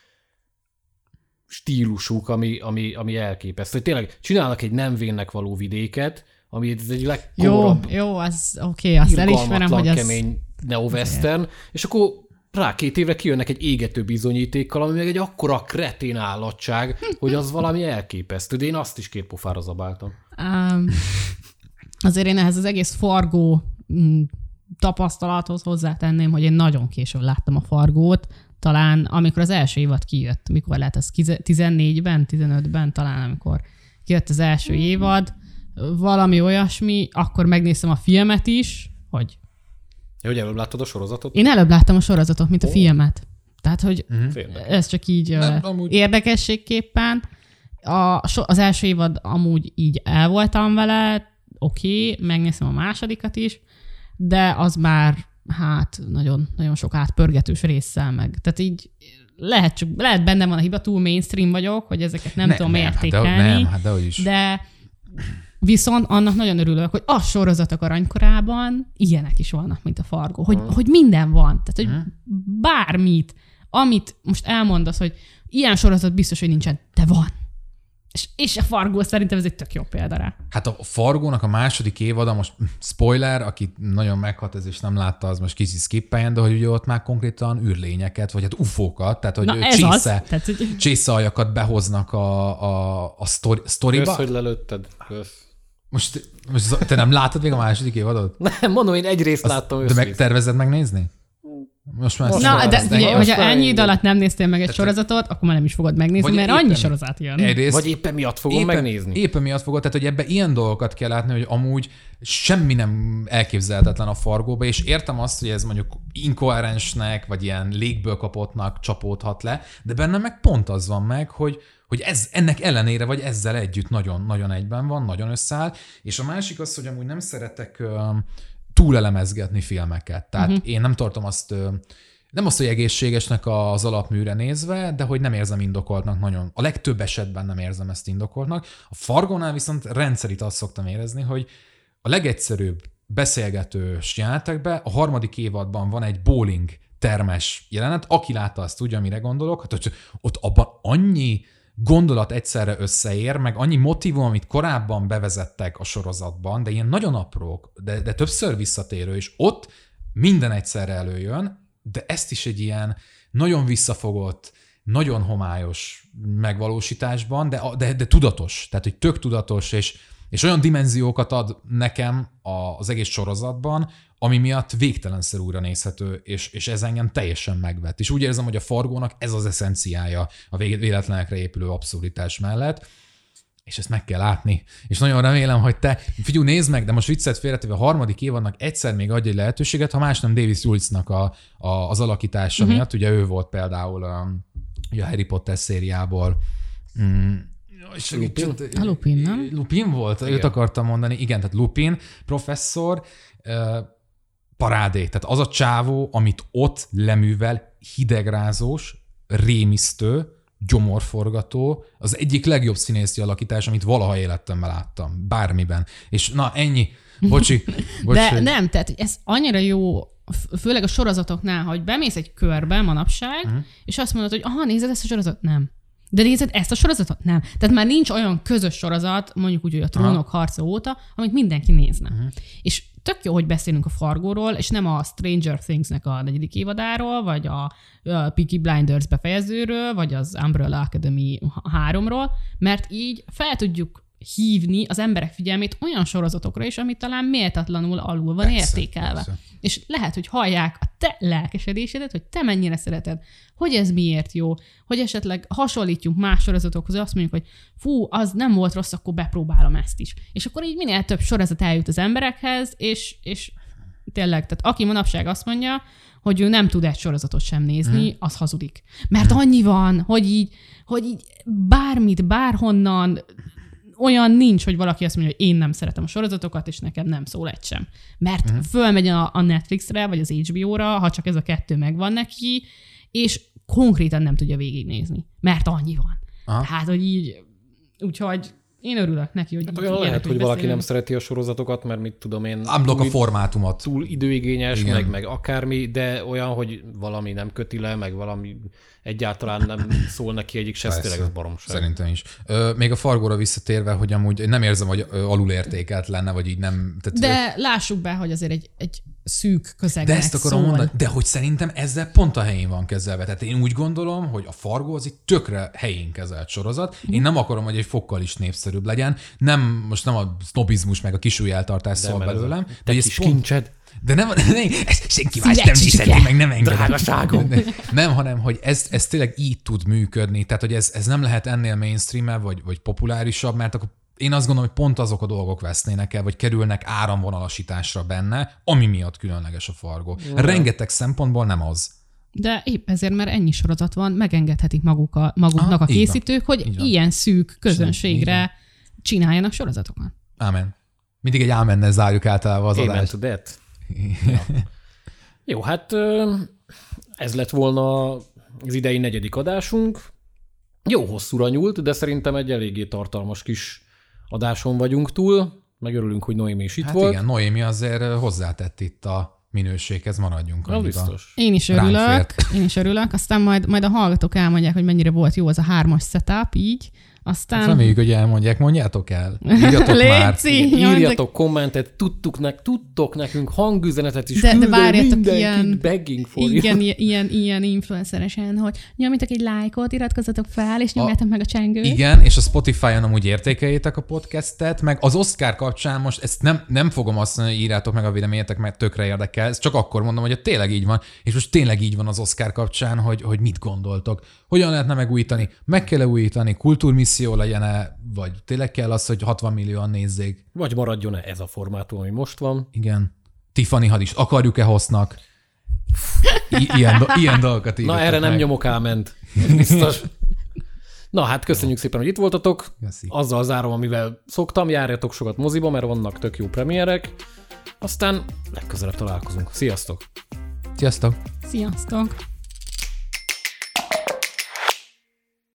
[SPEAKER 1] stílusuk, ami, ami, ami elképesztő. Hogy tényleg csinálnak egy nem vénnek való vidéket, ami ez egy legkomorabb,
[SPEAKER 2] jó, jó, az oké, okay, azt elismerem, hogy az...
[SPEAKER 1] kemény neo-western, és akkor rá két évre kijönnek egy égető bizonyítékkal, ami meg egy akkora kretén állatság, hogy az valami elképesztő, de én azt is két pofára zabáltam.
[SPEAKER 2] Um, azért én ehhez az egész Fargo tapasztalathoz hozzátenném, hogy én nagyon későn láttam a Fargót, talán amikor az első évad kijött, mikor lehet ez tizennégyben, tizenötben, talán amikor kijött az első évad, valami olyasmi, akkor megnéztem a filmet is, hogy...
[SPEAKER 1] Ja, hogy előbb láttad a sorozatot?
[SPEAKER 2] Én előbb láttam a sorozatot, mint a oh. filmet. Tehát, hogy uh-huh. ez csak így nem, amúgy... érdekességképpen. A, az első évad amúgy így el voltam vele, oké, okay, megnéztem a másodikat is, de az már hát nagyon, nagyon sok átpörgetős résszel meg. Tehát így lehet, csak, lehet benne van a hiba, túl mainstream vagyok, hogy ezeket nem ne, tudom nem, értékelni, hát de, nem, hát de, is. de viszont annak nagyon örülök, hogy a sorozatok aranykorában ilyenek is vannak, mint a Fargo, hogy, hmm. hogy minden van. Tehát, hogy hmm. bármit, amit most elmondasz, hogy ilyen sorozat biztos, hogy nincsen, de van. És, és a Fargo szerintem ez egy tök jó példa rá.
[SPEAKER 3] Hát a Fargónak a második évada, most spoiler, aki nagyon meghat ez és nem látta, az most kicsit skippeljen, de hogy ugye ott már konkrétan űrlényeket, vagy hát ufókat, tehát hogy csésze, tehát, hogy... csészealjakat behoznak a, a, a sztori, sztoriba.
[SPEAKER 1] Kösz, hogy lelőtted. Kösz.
[SPEAKER 3] Most, most te nem láttad még a második évadot?
[SPEAKER 1] Nem, mondom, én egy részt láttam.
[SPEAKER 3] De megtervezed megnézni?
[SPEAKER 2] Most már Na, de ugye, hogyha ennyi idő alatt nem néztél meg egy Te sorozatot, akkor már nem is fogod megnézni, mert annyi sorozat jön.
[SPEAKER 1] Egyrészt, vagy éppen miatt fogom
[SPEAKER 3] éppen,
[SPEAKER 1] megnézni.
[SPEAKER 3] Éppen miatt fogod, tehát hogy ebbe ilyen dolgokat kell látni, hogy amúgy semmi nem elképzelhetetlen a Fargóba, és értem azt, hogy ez mondjuk inkoherensnek, vagy ilyen légből kapottnak csapódhat le, de benne meg pont az van meg, hogy hogy ez, ennek ellenére, vagy ezzel együtt nagyon-nagyon egyben van, nagyon összeáll, és a másik az, hogy amúgy nem szeretek túlelemezgetni filmeket. Tehát uh-huh. én nem tartom azt, nem azt, hogy egészségesnek az alapműre nézve, de hogy nem érzem indokoltnak nagyon. A legtöbb esetben nem érzem ezt indokoltnak. A Fargónál viszont rendszerint azt szoktam érezni, hogy a legegyszerűbb beszélgetős jelenetekben a harmadik évadban van egy bowling termes jelenet. Aki látta, azt tudja, mire gondolok. Hát, hogy ott abban annyi gondolat egyszerre összeér, meg annyi motívum, amit korábban bevezettek a sorozatban, de ilyen nagyon aprók, de, de többször visszatérő, és ott minden egyszerre előjön, de ezt is egy ilyen nagyon visszafogott, nagyon homályos megvalósításban, de, de, de tudatos, tehát hogy tök tudatos, és, és olyan dimenziókat ad nekem az egész sorozatban, ami miatt végtelenszer újra nézhető, és, és ez engem teljesen megvett. És úgy érzem, hogy a Fargónak ez az eszenciája a véletlenekre épülő abszurditás mellett, és ezt meg kell látni. És nagyon remélem, hogy te, figyelj, nézd meg, de most viccet félretéve a harmadik évadnak egyszer még adj egy lehetőséget, ha más nem David Schultznak a, a, az alakítása uh-huh. miatt, ugye ő volt például a, a Harry Potter szériából. Mm.
[SPEAKER 2] Lupin? A Lupin, nem?
[SPEAKER 3] Lupin volt, igen. Őt akartam mondani. Igen, tehát Lupin professzor, parádé. Tehát az a csávó, amit ott leművel, hidegrázós, rémisztő, gyomorforgató, az egyik legjobb színészi alakítás, amit valaha életemben láttam. Bármiben. És na, ennyi. Bocsi. Bocsi.
[SPEAKER 2] De nem, tehát ez annyira jó, főleg a sorozatoknál, hogy bemész egy körbe manapság, uh-huh. és azt mondod, hogy aha, nézed ezt a sorozatot? Nem. De nézed ezt a sorozatot? Nem. Tehát már nincs olyan közös sorozat, mondjuk úgy, hogy a Trónok Aha. harca óta, amit mindenki nézne. Uh-huh. És tök jó, hogy beszélünk a Fargóról, és nem a Stranger Things-nek a negyedik évadáról, vagy a, a Peaky Blinders befejezőről, vagy az Umbrella Academy háromról, mert így fel tudjuk hívni az emberek figyelmét olyan sorozatokra is, ami talán méltatlanul alul van persze, értékelve. Persze. És lehet, hogy hallják a te lelkesedésedet, hogy te mennyire szereted, hogy ez miért jó, hogy esetleg hasonlítjunk más sorozatokhoz, azt mondjuk, hogy fú, az nem volt rossz, akkor bepróbálom ezt is. És akkor így minél több sorozat eljut az emberekhez, és, és tényleg, tehát aki manapság azt mondja, hogy ő nem tud egy sorozatot sem nézni, hmm. az hazudik. Mert hmm. annyi van, hogy így, hogy így bármit, bárhonnan olyan nincs, hogy valaki azt mondja, hogy én nem szeretem a sorozatokat, és nekem nem szól egy sem. Mert uh-huh. fölmegy a, a Netflixre, vagy az há bé ó-ra, ha csak ez a kettő megvan neki, és konkrétan nem tudja végignézni. Mert annyi van. Aha. Tehát, hogy így, úgyhogy én örülök neki, hogy
[SPEAKER 1] hát olyan lehet, hogy beszélünk. Valaki nem szereti a sorozatokat, mert mit tudom én...
[SPEAKER 3] Unblock a formátumot.
[SPEAKER 1] Túl időigényes, meg, meg akármi, de olyan, hogy valami nem köti le, meg valami egyáltalán nem szól neki egyik se, ez tényleg az baromság.
[SPEAKER 3] Szerintem is. Ö, még a Fargóra visszatérve, hogy amúgy nem érzem, hogy alulértékelt lenne, vagy így nem...
[SPEAKER 2] Tehát, de lássuk be, hogy azért egy, egy szűk közegnek
[SPEAKER 3] De ezt akarom
[SPEAKER 2] szól.
[SPEAKER 3] mondani, de hogy szerintem ezzel pont a helyén van kezelve. Tehát én úgy gondolom, hogy a Fargo az egy tökre helyén kezelt sorozat. Én nem akarom, hogy egy fokkal is népszerűbb legyen. Nem, most nem a sznobizmus meg a kisúlyeltartás szól belőlem.
[SPEAKER 1] De, de kis pont... kincsed.
[SPEAKER 3] De nem, nem ezt senki más nem viszeti, meg nem engedem.
[SPEAKER 1] Drágaságom.
[SPEAKER 3] Nem, hanem, hogy ez, ez tényleg így tud működni. Tehát, hogy ez, ez nem lehet ennél mainstream vagy, vagy populárisabb, mert akkor én azt gondolom, hogy pont azok a dolgok vesznének el, vagy kerülnek áramvonalasításra benne, ami miatt különleges a Fargo. Ja. Rengeteg szempontból nem az.
[SPEAKER 2] De épp ezért, mert ennyi sorozat van, megengedhetik maguk a, maguknak ah, a készítők, van. hogy ilyen szűk közönségre csináljanak sorozatokat.
[SPEAKER 3] Ámen. Mindig egy ámennel zárjuk általában az
[SPEAKER 1] Amen
[SPEAKER 3] adást.
[SPEAKER 1] To that. Ja. Jó, hát ez lett volna az idei negyedik adásunk. Jó hosszúra nyúlt, de szerintem egy eléggé tartalmas kis adáson vagyunk túl. Megörülünk, hogy Noémi is itt
[SPEAKER 3] hát
[SPEAKER 1] volt.
[SPEAKER 3] Igen, Noémi azért hozzátett itt a minőséghez, maradjunk
[SPEAKER 1] annyiba. Biztos.
[SPEAKER 2] Én is örülök, én is örülök, aztán majd, majd a hallgatók elmondják, hogy mennyire volt jó az a hármas setup, így. Aztán...
[SPEAKER 3] Reméljük, hogy elmondják, mondjátok el. Írjatok már.
[SPEAKER 1] Írjatok kommentet, tudtuk nek, tudtok nekünk hangüzenetet is
[SPEAKER 2] de,
[SPEAKER 1] küldeni,
[SPEAKER 2] de várjatok ilyen,
[SPEAKER 1] begging for
[SPEAKER 2] igen, you. ilyen, ilyen influenceresen, hogy nyomjatok egy lájkot, iratkozzatok fel, és nyomjátok a, meg a csengőt.
[SPEAKER 3] Igen, és a Spotify-on amúgy értékeljétek a podcastet, meg az Oscar kapcsán most ezt nem, nem fogom azt mondani, hogy írjátok meg a véleményetek, mert tökre érdekel, ezt csak akkor mondom, hogy tényleg így van, és most tényleg így van az Oscar kapcsán, hogy, hogy mit gondoltok. Hogyan lehetne megújítani? Meg kell újítani, kultúrmisszió legyen-e, vagy tényleg kell az, hogy hatvan millióan nézzék?
[SPEAKER 1] Vagy maradjon-e ez a formátum, ami most van?
[SPEAKER 3] Igen. Tiffany hadis, akarjuk-e hossznak? I- ilyen, do- ilyen dolgokat írjatok.
[SPEAKER 1] Na erre
[SPEAKER 3] meg.
[SPEAKER 1] nem nyomok áment. Biztos. Na hát köszönjük jó. szépen, hogy itt voltatok.
[SPEAKER 3] Köszi.
[SPEAKER 1] Azzal zárom, amivel szoktam, járjatok sokat moziba, mert vannak tök jó premierek. Aztán legközelebb találkozunk. Sziasztok!
[SPEAKER 3] Sziasztok!
[SPEAKER 2] Sziasztok!